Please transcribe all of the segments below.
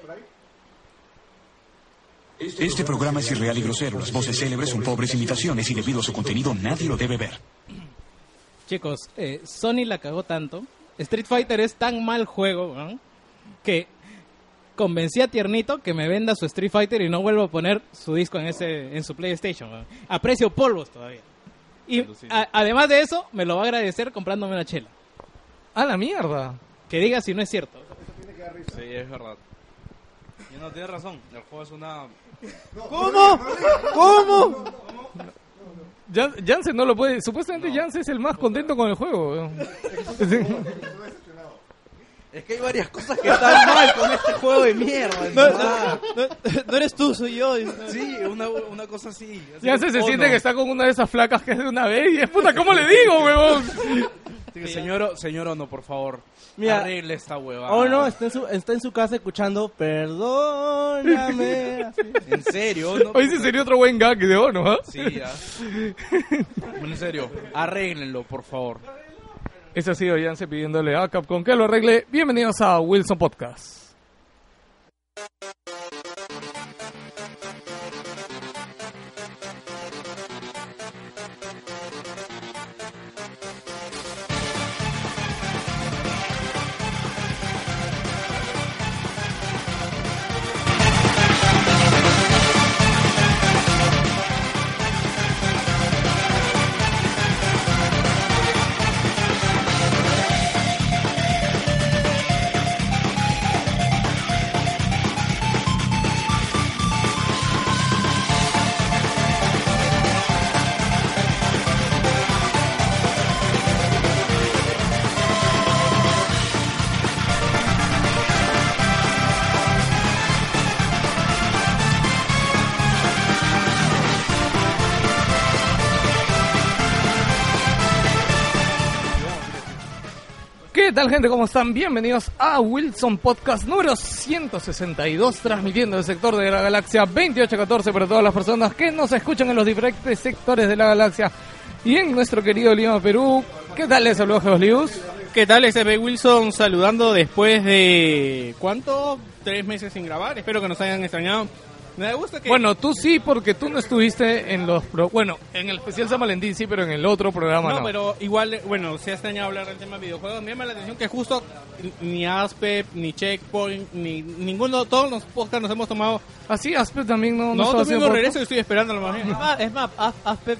Este programa es irreal y grosero. Las voces célebres son pobres imitaciones y debido a su contenido nadie lo debe ver. Chicos, Sony la cagó tanto. Street Fighter es tan mal juego, ¿no?, que convencí a Tiernito que me venda su Street Fighter y no vuelvo a poner su disco en su PlayStation, ¿no?, a precio polvos todavía. Y además de eso, me lo va a agradecer comprándome una chela. ¡A la mierda! Que diga si no es cierto. Sí, es verdad. Y no, tiene razón. El juego es una... ¿Cómo? Jansen no lo puede... Supuestamente Jansen es el más contento con el juego. Es que hay varias cosas que están mal con este juego de mierda. No eres tú, soy yo. Sí, una cosa así. Jansen se siente que está con una de esas flacas que es de una vez y es puta, ¿cómo le digo, huevón? Así que señor Ono, por favor, mira, arregle esta huevada. Ono está en su casa escuchando Perdóname. En serio, Ono. Hoy sí sería otro buen gag de Ono, ¿ah? Sí, ya. Bueno, en serio, arréglenlo, por favor. Ese ha sido Jansen pidiéndole a Capcom que lo arregle. Bienvenidos a Wilson Podcast. ¿Qué tal, gente? ¿Cómo están? Bienvenidos a Wilson Podcast número 162, transmitiendo el sector de la galaxia 2814 para todas las personas que nos escuchan en los diferentes sectores de la galaxia y en nuestro querido Lima, Perú. ¿Qué tal? Les saludo, Geoslius. ¿Qué tal, SB Wilson? Saludando después de... ¿cuánto? 3 meses sin grabar. Espero que nos hayan extrañado. Me gusta que... Bueno, tú sí, porque tú no estuviste en los... Bueno, en el especial San Valentín sí, pero en el otro programa no. No, pero igual, bueno, se ha extrañado hablar del tema de videojuegos. Me llama la atención que justo ni Aspep, ni Checkpoint, ni ninguno, todos los podcasts nos hemos tomado... Ah, sí, Aspep también no... No, también regreso y estoy esperando a lo más bien. Es más, Aspep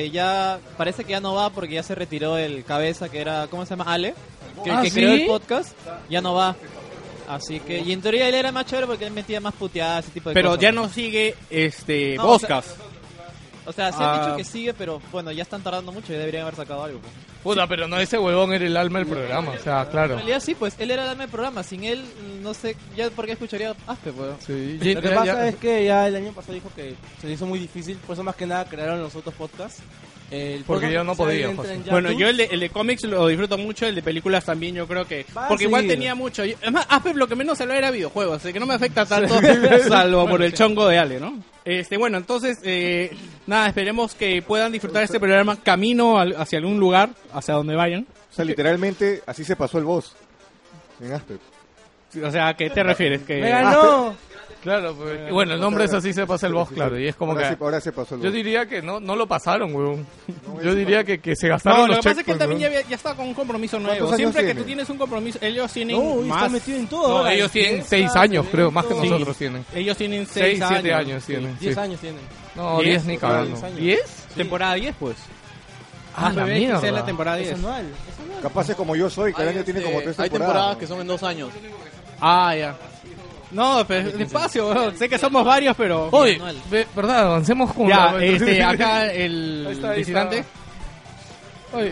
ya parece que ya no va porque ya se retiró el cabeza que era, ¿cómo se llama? Ale, que ¿sí? creó el podcast, ya no va. Así que, y en teoría él era más chévere porque él metía más puteadas, ese tipo de pero cosas. Pero ya no sigue no, podcast. O sea, se han dicho que sigue, pero bueno, ya están tardando mucho y deberían haber sacado algo. Pues. Puta, sí. Pero no, ese huevón era el alma del programa, o sea, claro. En realidad sí, pues, él era el alma del programa. Sin él, no sé, ya por qué escucharía Aspe, pues. Sí. Lo que pasa es que ya el año pasado dijo que se le hizo muy difícil, por eso más que nada crearon los otros podcasts. Porque yo no podía, José. Bueno, yo el de cómics lo disfruto mucho, el de películas también, yo creo que... Porque igual tenía mucho... Además, Aspep lo que menos hablaba era videojuegos, así que no me afecta tanto, salvo bueno, por el chongo de Ale, ¿no? Bueno, entonces, nada, esperemos que puedan disfrutar este programa camino hacia algún lugar, hacia donde vayan. O sea, literalmente, así se pasó el boss en Aspep. O sea, ¿a qué te refieres? Que... ¡Me ganó! Claro, pues, bueno, el nombre es así, se pasa el boss, claro, y es como ahora que... Sí, ahora se pasó el boss. Yo diría que no lo pasaron, weón. Yo diría que se gastaron no, los lo que pasa es que él checkpoints, también ya está con un compromiso nuevo. Siempre que tú tienes un compromiso, ellos tienen más... está metido en todo. No, ellos tienen 6 años, creo, más que Sí. nosotros tienen. Ellos tienen 6, 6 7 años tienen. 10 sí. años tienen. No, 10 ni cagando. 10. Temporada 10, pues. Ah, la mierda. Esa es la temporada 10. Es anual. Capaz es como yo soy, que el año tiene como 3 Hay temporadas que son en 2 años. Ah, ya. No, pero despacio, weón. Sé que somos varios, pero... Oye, verdad, avancemos con ya, la... acá el visitante. Oye.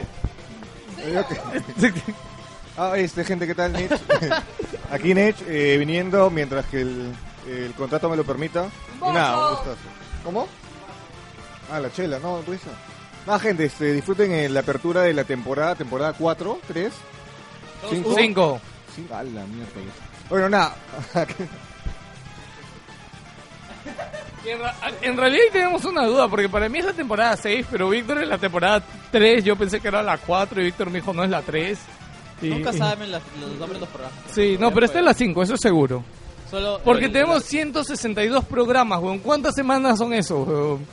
Gente, ¿qué tal, Nech? Aquí Nech, viniendo mientras que el contrato me lo permita. Y nada, un gustazo. ¿Cómo? Ah, la chela, no, pues eso. Nada, gente, disfruten la apertura de la temporada 4, 3, 5. A la mierda. Bueno, nada. En realidad tenemos una duda, porque para mí es la temporada 6, pero Víctor es la temporada 3. Yo pensé que era la 4 y Víctor me dijo no es la 3. Nunca saben los nombres de los programas. Sí, no, pero esta es la 5, eso es seguro. Solo Porque tenemos 162 programas, weón. ¿Cuántas semanas son eso, weón?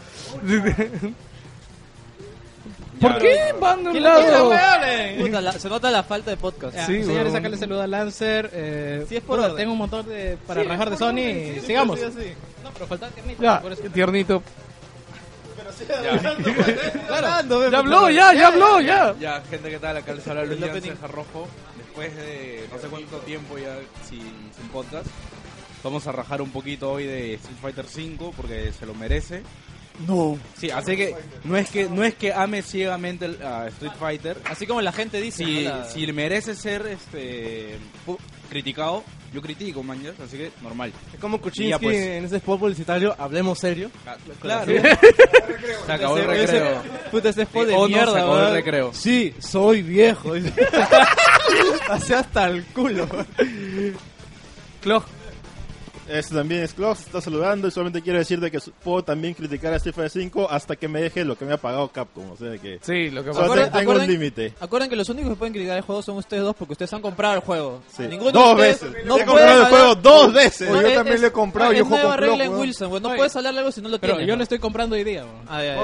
¿Por qué van de un lado? Puta, se nota la falta de podcast. Ya, Sí, señores, weón. acá les saluda Lancer. Sí, es por puta, orden. tengo un montón para rajar de Sony y sigamos. Sí. No, pero falta tiernito, Ya, por eso. tiernito. Hablando, Ya habló, ya habló, ya. Ya, gente, ¿qué tal? Acá les habla Luis El opening. Ceja Rojo. Después de no sé cuánto tiempo ya sin podcast, vamos a rajar un poquito hoy de Street Fighter 5 porque se lo merece. No. Sí, así que no es que ame ciegamente a Street Fighter. Así como la gente dice. Si, ¿no? si merece ser criticado, yo critico, man, así que normal. Es como Y Kuczynski ya, pues. en ese spot publicitario, hablemos serio. Claro. Se acabó el recreo. Puta, ese spot de O no, mierda, se acabó el weón. recreo. Sí, soy viejo. Pasé hasta el culo. Cloj. Este también es Clox, está saludando y solamente quiero decirte que puedo también criticar a Street Fighter 5 hasta que me deje lo que me ha pagado Capcom, o sea que Sí, lo que solo pasa. tengo un límite. Acuerden que los únicos que pueden criticar el juego son ustedes dos porque ustedes han comprado el juego. Sí. Ninguno de Dos ustedes veces. No He puede comprado el hablar- juego dos veces. Oye, yo también lo he comprado, yo es juego nueva con regla Clock, en weón. Wilson, weón. No Oye. puedes hablarle algo si no lo Pero tienes. yo lo estoy comprando hoy día, weón. Ah, ya, Oh,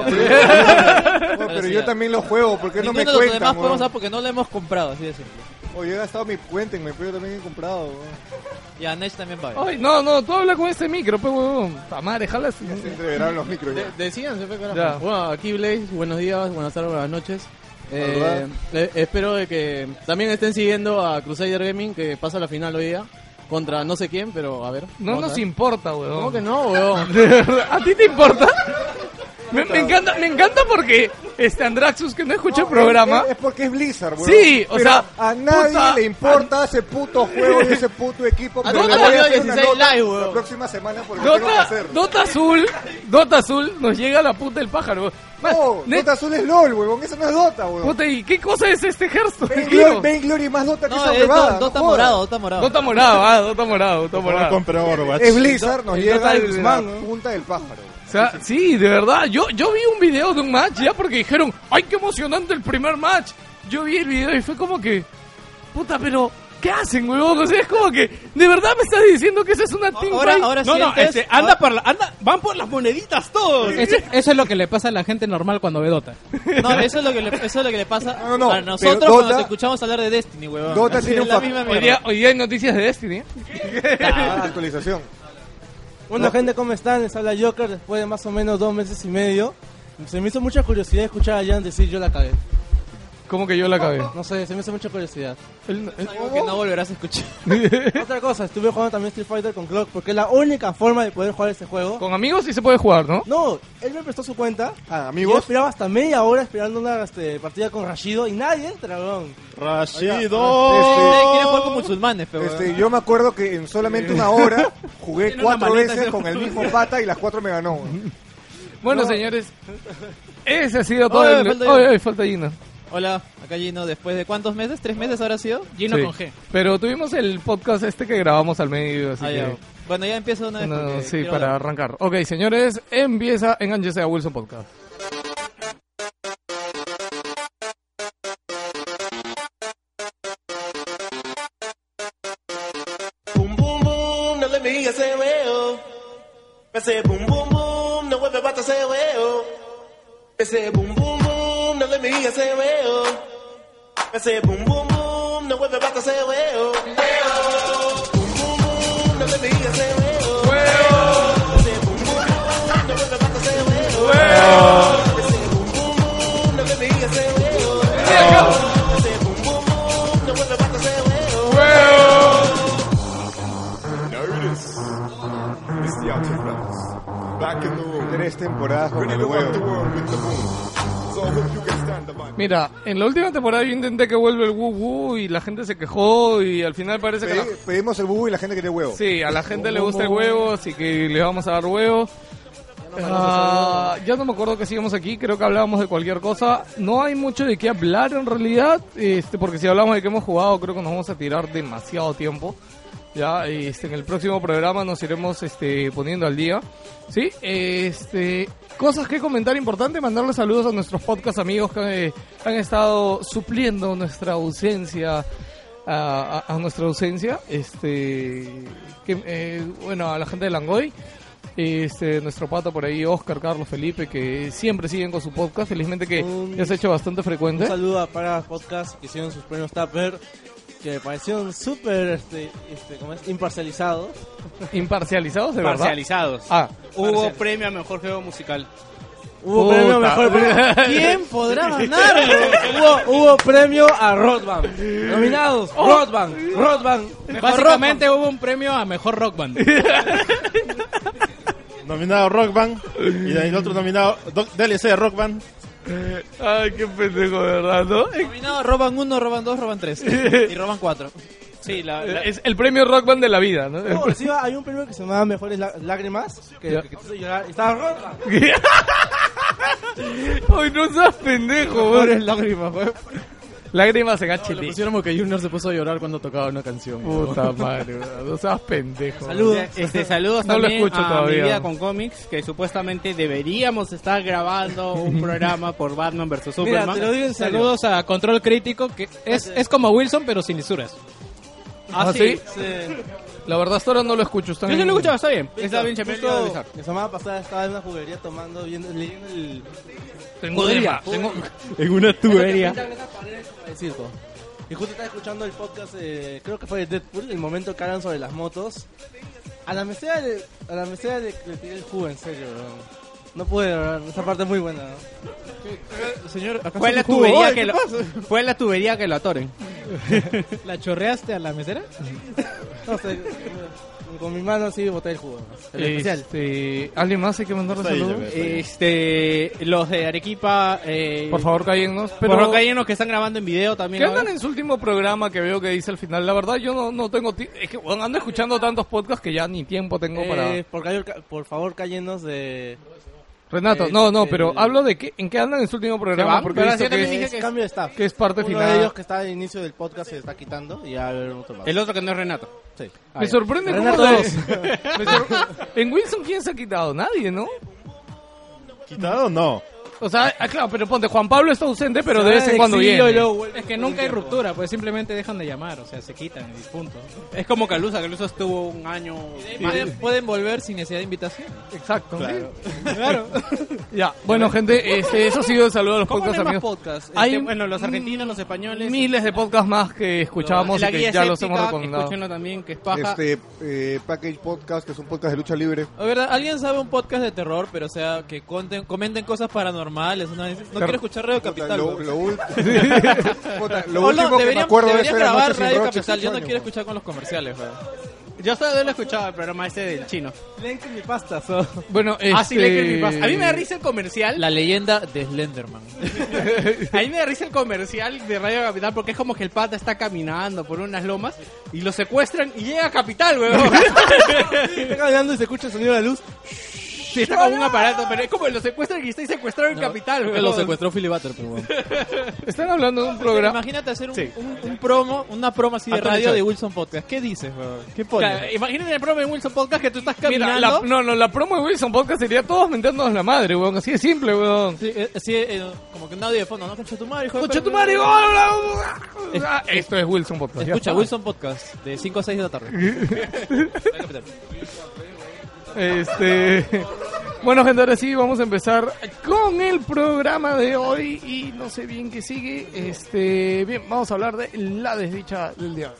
ya. pero sí, yo ya. también lo juego, ¿por qué no Ninguno me de los cuentan, demás podemos weón? hablar porque no lo hemos comprado, así de simple. Oye, he gastado mi cuéntenme, pero yo también he comprado, weón. Ya, Nech también va. Ay, no, tú habla con este micro, pues, weón. Ta madre, jala. Se entreverán los micros ya. Decían, se fue carajo. Ya. Bueno, aquí Blaze, buenos días, buenas tardes, buenas noches. Saludar. Espero de que también estén siguiendo a Crusader Gaming, que pasa la final hoy día. Contra no sé quién, pero a ver. No vamos a nos ver. importa, weón. ¿Cómo que no, weón? ¿De verdad? ¿A ti te importa? Me encanta porque Andraxus, que no escucha el programa. Es porque es Blizzard, weón. Sí, o Pero sea, a nadie puta, le importa ese puto juego y ese puto equipo. A Pero Dota le voy a hacer 16 una nota live, weón. la próxima semana porque tengo que hacer. Dota Azul nos llega a la puta del pájaro. Más, No, net- Dota Azul es LOL, weón. Eso no es Dota, weón. puta, ¿y qué cosa es este Hearthstone? Vainglory más Dota que No, esa es huevada. Dota no jodas. morado, Dota morado. Dota morado, Dota morado. No compré Overwatch. Es Blizzard, nos el llega Dota de la Guzmán, ¿no? punta del pájaro. O sea, sí, de verdad, yo vi un video de un match ya porque dijeron, ¡ay, qué emocionante el primer match! Yo vi el video y fue como que, puta, pero, ¿qué hacen, huevón? O sea, es como que, ¿de verdad me estás diciendo que esa es una teamfight? Ahora No, no, sientes... van por las moneditas todos. Eso es lo que le pasa a la gente normal cuando ve Dota. No, eso es lo que le pasa No, a nosotros pero cuando Dota- te escuchamos hablar de Destiny, weón. Dota Así tiene es un la fa- misma Hoy día hay noticias de Destiny. Actualización. Bueno, gente, ¿cómo están? Les habla Joker después de más o menos 2 meses y medio. Se me hizo mucha curiosidad escuchar a Jan decir yo la cagué. ¿Cómo que yo la acabé? No sé, se me hizo mucha curiosidad. Algo que no volverás a escuchar. Otra cosa, estuve jugando también Street Fighter con Clock porque es la única forma de poder jugar este juego. Con amigos sí se puede jugar, ¿no? No, él me prestó su cuenta. Ah, Yo amigos. esperaba hasta media hora esperando una partida con Rashido y nadie entra, weón. Rashido. Quieren jugar con musulmanes, pero Yo me acuerdo que en solamente una hora jugué Tiene una 4 maleta veces ese con el mismo pata y las 4 me ganó. Bueno, señores, ese ha sido todo Oye, el... falta Gino. Oye, falta Gino. Hola, acá Gino, después de ¿cuántos meses? ¿3 meses habrá sido? Gino Sí. con G. Pero tuvimos el podcast que grabamos al medio, así Ah, que... ya. Bueno, ya empieza una vez. No, porque sí, quiero para hablar. arrancar. Ok, señores, empieza Enganchese a Wilson Podcast. Boom, boom, boom, no let me hear say well. I said boom, boom, boom, no vuelve bata say well. I said boom, boom, boom, no let me hear say well. I said boom, boom, boom, no vuelve bata say well. Boom, boom, boom, no let me hear say well. I said boom, boom, boom, no vuelve bata say well. I said boom, boom, boom, no let me hear say well. I said boom, boom, boom, no vuelve bata say well. It's the Outer Brothers. Back in the room. 3 temporadas con el huevo. Mira, en la última temporada yo intenté que vuelva el Woo Woo y la gente se quejó y al final parece que... Pedimos el bubu y la gente quiere huevo. Sí, a la gente le gusta el huevo, así que le vamos a dar huevo. Ya no me acuerdo que sigamos aquí, creo que hablábamos de cualquier cosa. No hay mucho de qué hablar en realidad, porque si hablamos de que hemos jugado creo que nos vamos a tirar demasiado tiempo. Ya, en el próximo programa nos iremos poniendo al día. Sí, cosas que comentar importante, mandarle saludos a nuestros podcast amigos que han estado supliendo nuestra ausencia a nuestra ausencia. Bueno, a la gente de Langoy. Nuestro pato por ahí, Oscar, Carlos, Felipe, que siempre siguen con su podcast. Felizmente que ya se ha hecho bastante frecuente. Un saludo a Para Podcast que hicieron sus premios Tupper, que me parecieron súper ¿cómo es? Imparcializados. ¿Imparcializados, de verdad? Parcializados. Hubo premio a mejor juego musical. Hubo premio a mejor premio. ¿Quién podrá ganarlo? hubo premio a Rock Band. Nominados, Rock Band. Básicamente hubo un premio a mejor rock band. Nominado Rock Band. Y el otro nominado DLC Rock Band. Ay, qué pendejo, de verdad, ¿no? Nominado Roban 1, Roban 2, Roban 3 y Roban 4. Sí, es el premio Rock Band de la vida, ¿no? No, encima hay un premio que se llama Mejores Lágrimas, que te hizo llorar. Y estaba Rock Band. Ay, no seas pendejo, Mejores Lágrimas, güey. Lágrimas en Le HD. pusieron porque Junior se puso a llorar cuando tocaba una canción. Puta madre, no seas pendejo. Saludos. Saludos No lo también escucho a todavía. Mi Vida con Cómics, que supuestamente deberíamos estar grabando un programa por Batman vs Mira, Superman. te lo digo en serio. Saludos a Control Crítico, que es como Wilson, pero sin lisuras. ¿Ah, sí? Sí. La verdad hasta ahora no lo escucho. Yo sí lo escuchaba, está bien. Está bien, chévere. Justo la semana pasada estaba en una juguería tomando, leyendo el... Tengo En una tubería. El circo. Y justo estaba escuchando el podcast, creo que fue de Deadpool, el momento que hablan sobre las motos. A la mesera le tiré el jugo, en serio, bro. No pude, bro. Esa parte es muy buena, ¿no? Señor, ¿acaso Fue la un jugo? tubería Ay, que ¿qué lo, pasa? fue la tubería que lo atoren. ¿La chorreaste a la mesera? No sé, con mi mano sí boté el jugo. El especial. ¿Alguien más hay que mandarle saludos? Los de Arequipa, Por favor, cállennos. por lo que hay unos que están grabando en video también. ¿Qué ahora. andan en su último programa que veo que dice al final? La verdad, yo no tengo es que bueno, ando escuchando tantos podcasts que ya ni tiempo tengo para... Por favor, cállenos de... Renato, pero hablo de en qué andan en su último programa, van? porque he Pero visto yo también que dije Es cambio de staff. es parte Uno final. de ellos que está al inicio del podcast se está quitando y ya veremos otro más. El otro que no es Renato. Sí. Me sorprende Renato cómo dos. En Wilson, ¿quién se ha quitado? Nadie, ¿no? ¿Quitado? No. O sea, claro, pero ponte, Juan Pablo está ausente, pero Se de va vez en del cuando exilio viene. y luego vuelve Es que nunca hay ruptura, pues simplemente dejan de llamar, o sea, se quitan y punto. Es como Calusa estuvo un año. Pueden volver sin necesidad de invitación. Exacto. Claro. Ya, bueno, gente, eso ha sido el saludo a los ¿Cómo podcasts, no hay más amigos. podcasts? Hay Bueno, los argentinos, los españoles. Miles de podcasts más que escuchamos La y que guía ya los hemos escéptica, recomendado. escúchenlo también, que es paja. Package Podcast, que es un podcast de lucha libre. ¿De verdad? ¿Alguien sabe un podcast de terror, pero o sea, que comenten cosas paranormales? No quiero escuchar Radio Capital. Lo güey. último que me acuerdo de deberías eso era grabar Noches sin Radio Broches, Capital. Yo no 8 quiero años. escuchar con los comerciales, güey. Yo solo lo he escuchado el programa ese del chino. Leen que mi pasta, Bueno, Así le que mi pasa. A mí me da risa el comercial. La leyenda de Slenderman. A mí me da risa el comercial de Radio Capital porque es como que el pata está caminando por unas lomas y lo secuestran y llega a Capital, weón. Está caminando y se escucha el sonido de la luz. Sí, está como un aparato, pero es como lo secuestran y está secuestrado en Capital, Que weón. lo secuestró Philly Butter, pero bueno. Están hablando de un programa. Imagínate hacer Sí. una promo así de A Tony radio Choi. de Wilson Podcast. ¿Qué dices, weón? ¿Qué Claro, pones? imagínate el programa de Wilson Podcast que tú estás Mira, caminando. la promo de Wilson Podcast sería todos mentándonos la madre, weón. Así de simple, weón. Sí, como que un audio de fondo, ¿no? Concha tu madre, hijo de Concha tu perra. madre, Esto es Wilson Podcast. ya Escucha está. Wilson Podcast de 5 a 6 de la tarde. Bueno, gente, ahora sí vamos a empezar con el programa de hoy y no sé bien qué sigue. Bien, vamos a hablar de la desdicha del día.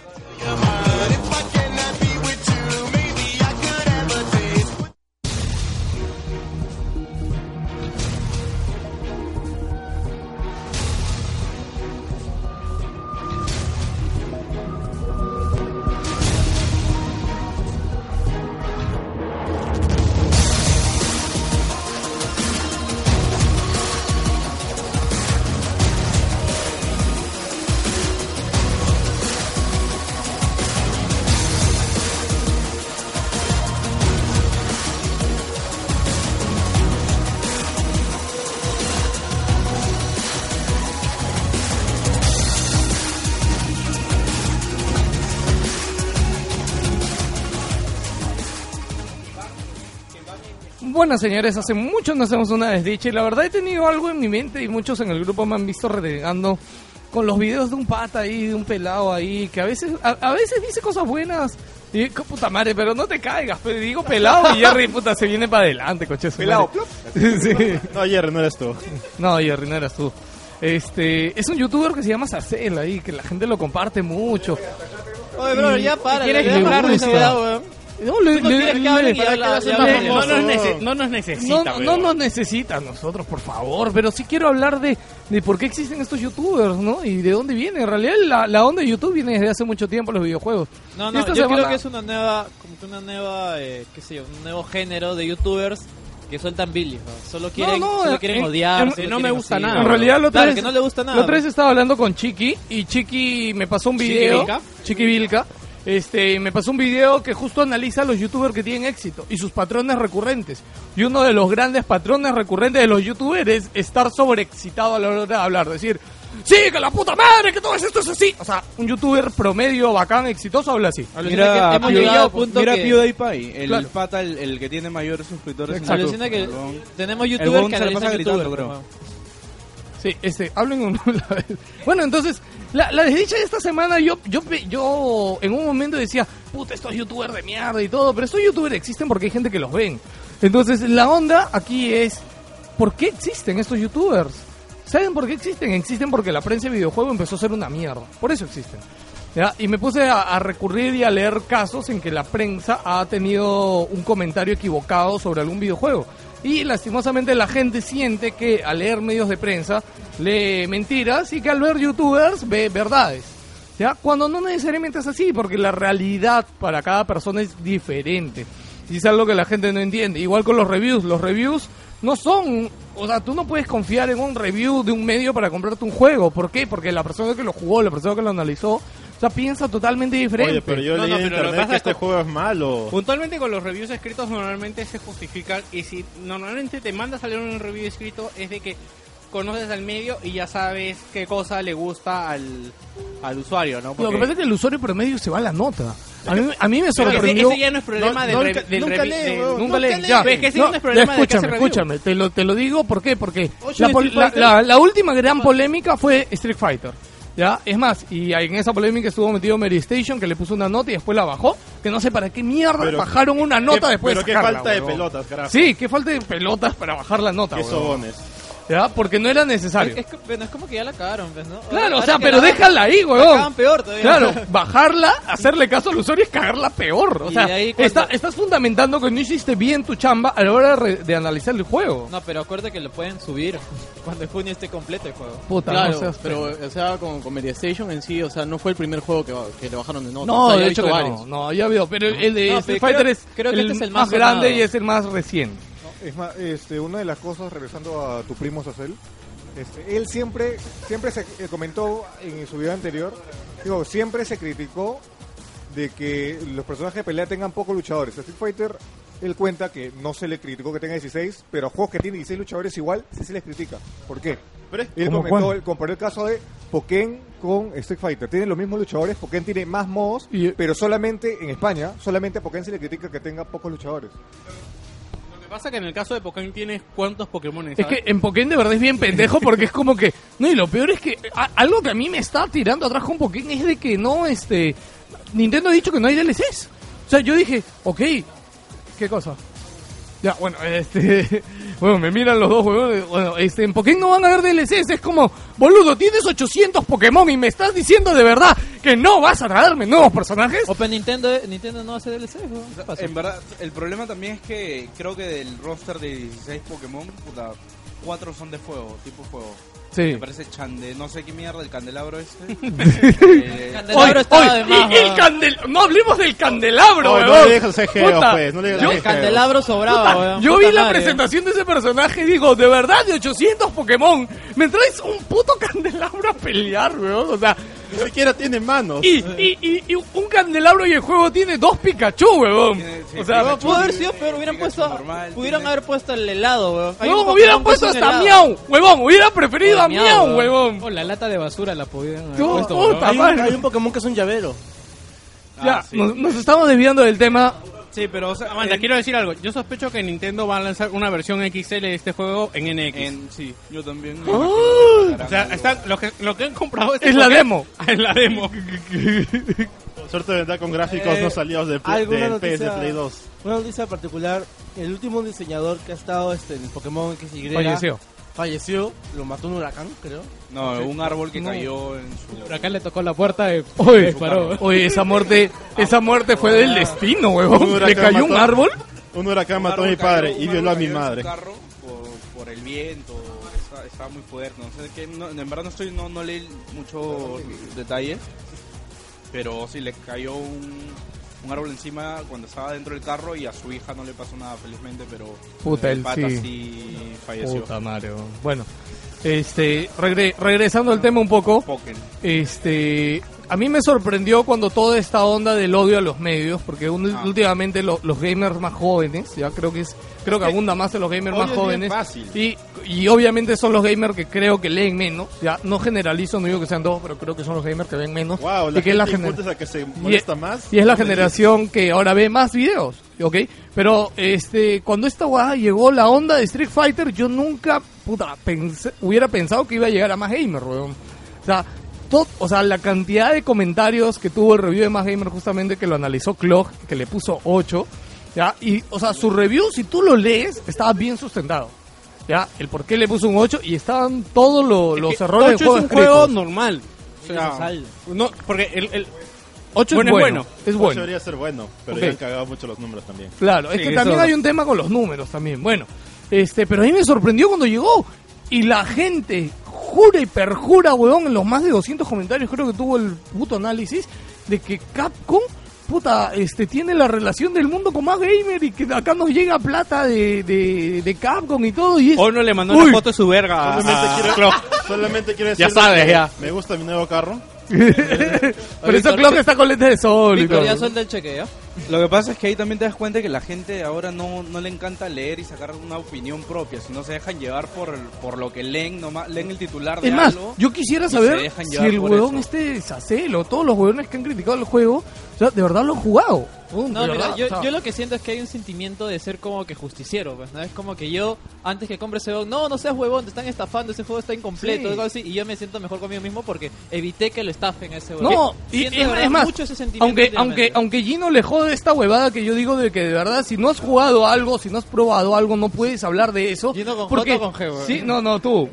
Bueno, señores, hace mucho no hacemos una desdicha y la verdad he tenido algo en mi mente y muchos en el grupo me han visto renegando con los videos de un pata ahí, de un pelado ahí, que a veces dice cosas buenas. Y puta madre, pero no te caigas, pero digo pelado y Jerry, puta, se viene para adelante, coche. Pelado, sí. No, Jerry, no eres tú. No, Jerry, no eras tú. Es un youtuber que se llama Sacel ahí, que la gente lo comparte mucho. Oye, bro, ya para. ¿Quieres ya hablar de esa esa edad, weón? No, No nos necesita. No nos necesita a nosotros, por favor. Pero sí quiero hablar de por qué existen estos youtubers, ¿no? Y de dónde viene. En realidad la onda de YouTube viene desde hace mucho tiempo, los videojuegos. No, yo creo que es una nueva, qué sé yo, un nuevo género de youtubers que sueltan bilis, ¿no? Solo quieren odiar. No me gusta nada. En realidad que no le gusta nada. La otra vez estaba hablando con Chiqui y Chiqui me pasó un video. Chiqui Vilca. Me pasó un video que justo analiza a los youtubers que tienen éxito y sus patrones recurrentes. Y uno de los grandes patrones recurrentes de los youtubers es estar sobreexcitado a la hora de hablar. Decir, sí, que la puta madre, que todo esto es así. O sea, un youtuber promedio, bacán, exitoso, habla así. Mira, hemos llegado al punto mira que... PewDiePie, el Claro. pata, el que tiene mayores suscriptores. Exacto. Alucina que tenemos El youtubers Bon que se la pasa analizan gritando, youtubers, creo. ¿no? Sí, hablen uno a la vez. Bueno, entonces, la desdicha de esta semana, yo en un momento decía, puta, estos youtubers de mierda y todo, pero estos youtubers existen porque hay gente que los ven. Entonces, la onda aquí es, ¿por qué existen estos youtubers? ¿Saben por qué existen? Existen porque la prensa de videojuego empezó a ser una mierda. Por eso existen. ¿Ya? Y me puse a recurrir y a leer casos en que la prensa ha tenido un comentario equivocado sobre algún videojuego. Y lastimosamente la gente siente que al leer medios de prensa lee mentiras y que al ver youtubers ve verdades. ¿Ya? Cuando no necesariamente es así, porque la realidad para cada persona es diferente. Y es algo que la gente no entiende. Igual con los reviews. Los reviews no son... O sea, tú no puedes confiar en un review de un medio para comprarte un juego. ¿Por qué? Porque la persona que lo jugó, la persona que lo analizó, o sea, piensa totalmente diferente. Oye, pero yo leí en internet que este juego es malo. Puntualmente con los reviews escritos normalmente se justifican, y si normalmente te mandas a leer un review escrito es de que conoces al medio y ya sabes qué cosa le gusta al usuario, ¿no? Porque... Lo que pasa es que el usuario promedio se va a la nota. A mí me sorprendió. Ese ya no es problema nunca lee, weón. Nunca lee. Ya. Es que ese no es problema del que hace review. Escúchame, te lo digo, ¿por qué? Porque la última gran polémica fue Street Fighter. ¿Ya? Es más, y en esa polémica estuvo metido Mary Station, que le puso una nota y después la bajó, que no sé para qué mierda bajaron una nota después pero de sacarla. qué falta de huevón. pelotas, carajo. Sí, qué falta de pelotas para bajar la nota. Qué huevón. sobones. ¿Ya? Porque no era necesario. Es como que ya la cagaron, pues, ¿no? Claro, o Ahora sea, que pero la déjala ahí, la huevón. cagan peor todavía. Claro, bajarla, hacerle caso al usuario es cagarla peor. O Y sea, de ahí cuando- estás fundamentando que no hiciste bien tu chamba a la hora de analizar el juego. No, pero acuérdate que lo pueden subir cuando en junio esté completo el juego. Puta, Claro, no seas pero, o sea, con Mediastation en sí, o sea, no fue el primer juego que le bajaron de nota. No, O sea, ya de he hecho visto que varios. no, ya veo, pero el de No, Street pero Fighter creo que es este es el más más grande sonado. y es el más reciente. Es más, una de las cosas, regresando a tu primo Sacel, él siempre se comentó en su video anterior, siempre se criticó de que los personajes de pelea tengan pocos luchadores. A Street Fighter, él cuenta que no se le criticó que tenga 16, pero a juegos que tienen 16 luchadores igual, sí se les critica. ¿Por qué? Él comparó el caso de Pokémon con Street Fighter. Tienen los mismos luchadores, Pokémon tiene más modos, pero solamente en España, solamente a Pokémon se le critica que tenga pocos luchadores. Lo que pasa que en el caso de Pokémon tienes cuántos Pokémon. Es que en Pokémon de verdad es bien pendejo porque es como que... No, y lo peor es que algo que a mí me está tirando atrás con Pokémon es de que no, Nintendo ha dicho que no hay DLCs. O sea, yo dije, ok, ¿qué cosa? Ya, bueno, bueno, me miran los dos huevones. Bueno, en Pokémon no van a haber DLCs. Es como, boludo, tienes 800 Pokémon y me estás diciendo de verdad que no vas a traerme nuevos personajes. Open Nintendo no hace DLC, ¿no? ¿Qué pasa? En verdad, el problema también es que creo que del roster de 16 Pokémon, 4 son de fuego, tipo fuego. Sí. Me parece chande, no sé qué mierda, el candelabro este. Candelabro estaba de más. No hablemos del candelabro, No, huevón. no le dejes el geo, Puta, pues, no le dejes yo- el El geo. candelabro sobraba, weón. Yo Puta vi la madre. presentación de ese personaje y digo, de verdad, de 800 Pokémon, me traes un puto candelabro a pelear, weón. O sea, Ni siquiera tiene manos. y un candelabro y el juego tiene 2 Pikachu, weón. Sí, O sea, No, pudo haber sido peor, normal, pudieron tiene- haber puesto el helado, weón. Hay no, un hubieran Pokémon que es puesto un hasta helado. Miau, huevón. Hubiera preferido a Miau, Miau, weón. huevón. Oh, la lata de basura la pudieron haber No, puesto, puta weón. madre. Hay un Pokémon que es un llavero. Ya, sí. nos estamos desviando del tema. Sí, pero o sea, Amanda, quiero decir algo. Yo sospecho que Nintendo va a lanzar una versión XL de este juego en NX. sí, yo también. O sea, lo que han comprado Es la demo. Es la demo. Suerte de vendrá con gráficos no salidos del PS de Play 2. Una noticia particular, el último diseñador que ha estado en Pokémon XY falleció, lo mató un huracán, creo. No, un árbol que cayó en su... Por acá le tocó la puerta y disparó. Oye, esa muerte fue del destino, huevón. ¿Le cayó un árbol? Un huracán mató a mi padre y violó a mi madre. Carro por el viento, estaba muy fuerte. No sé qué, en verdad no leí mucho detalle, pero sí le cayó un árbol encima cuando estaba dentro del carro y a su hija no le pasó nada felizmente, pero puta, el pata sí falleció. Puta madre, bueno. Regresando al tema un poco, a mí me sorprendió cuando toda esta onda del odio a los medios, porque últimamente los gamers más jóvenes, ya creo que abunda más en los gamers más jóvenes, y obviamente son los gamers que creo que leen menos, ya no generalizo, no digo que sean todos, pero creo que son los gamers que ven menos. Wow, la gente es la que se molesta más. Y es la generación que ahora ve más videos, ¿ok? Pero cuando esta guada llegó la onda de Street Fighter, yo nunca hubiera pensado que iba a llegar a más gamers, weón. O sea, la cantidad de comentarios que tuvo el review de Más Gamer, justamente que lo analizó Clog, que le puso 8, ¿ya? Y, o sea, su review, si tú lo lees, estaba bien sustentado, ¿ya? El por qué le puso un 8 y estaban todos los errores del juego. 8 es un juego normal. O sea, no, porque el 8 es bueno. Es bueno. Debería ser bueno, pero ya han cagado mucho los números también. Claro, es que también hay un tema con los números también. Bueno, pero a mí me sorprendió cuando llegó y la gente jura y perjura, weón, en los más de 200 comentarios creo que tuvo el puto análisis de que Capcom, tiene la relación del mundo con Más Gamer y que acá nos llega plata de Capcom y todo. Y o no le mandó una foto de su verga. Solamente quiero decir, ya sabes, ya. Me gusta mi nuevo carro. Por eso Clock está con lentes de sol. Víctor, ya suelta el cheque, ¿ya? Lo que pasa es que ahí también te das cuenta que la gente ahora no le encanta leer y sacar una opinión propia, sino se dejan llevar por lo que leen, nomás leen el titular de algo. Es más, yo quisiera saber si el huevón Sacel o todos los huevones que han criticado el juego, o sea, de verdad lo han jugado. No, mira, yo lo que siento es que hay un sentimiento de ser como que justiciero, pues, ¿no? Es como que yo, antes que compre ese juego, no seas huevón, te están estafando, ese juego está incompleto, algo así, y yo me siento mejor conmigo mismo porque evité que lo estafen ese juego. No, y es más, mucho ese sentimiento aunque Gino le jode esta huevada que yo digo de que de verdad, si no has jugado algo, si no has probado algo, no puedes hablar de eso. Gino con porque, J o con G, güey. Sí, no, tú.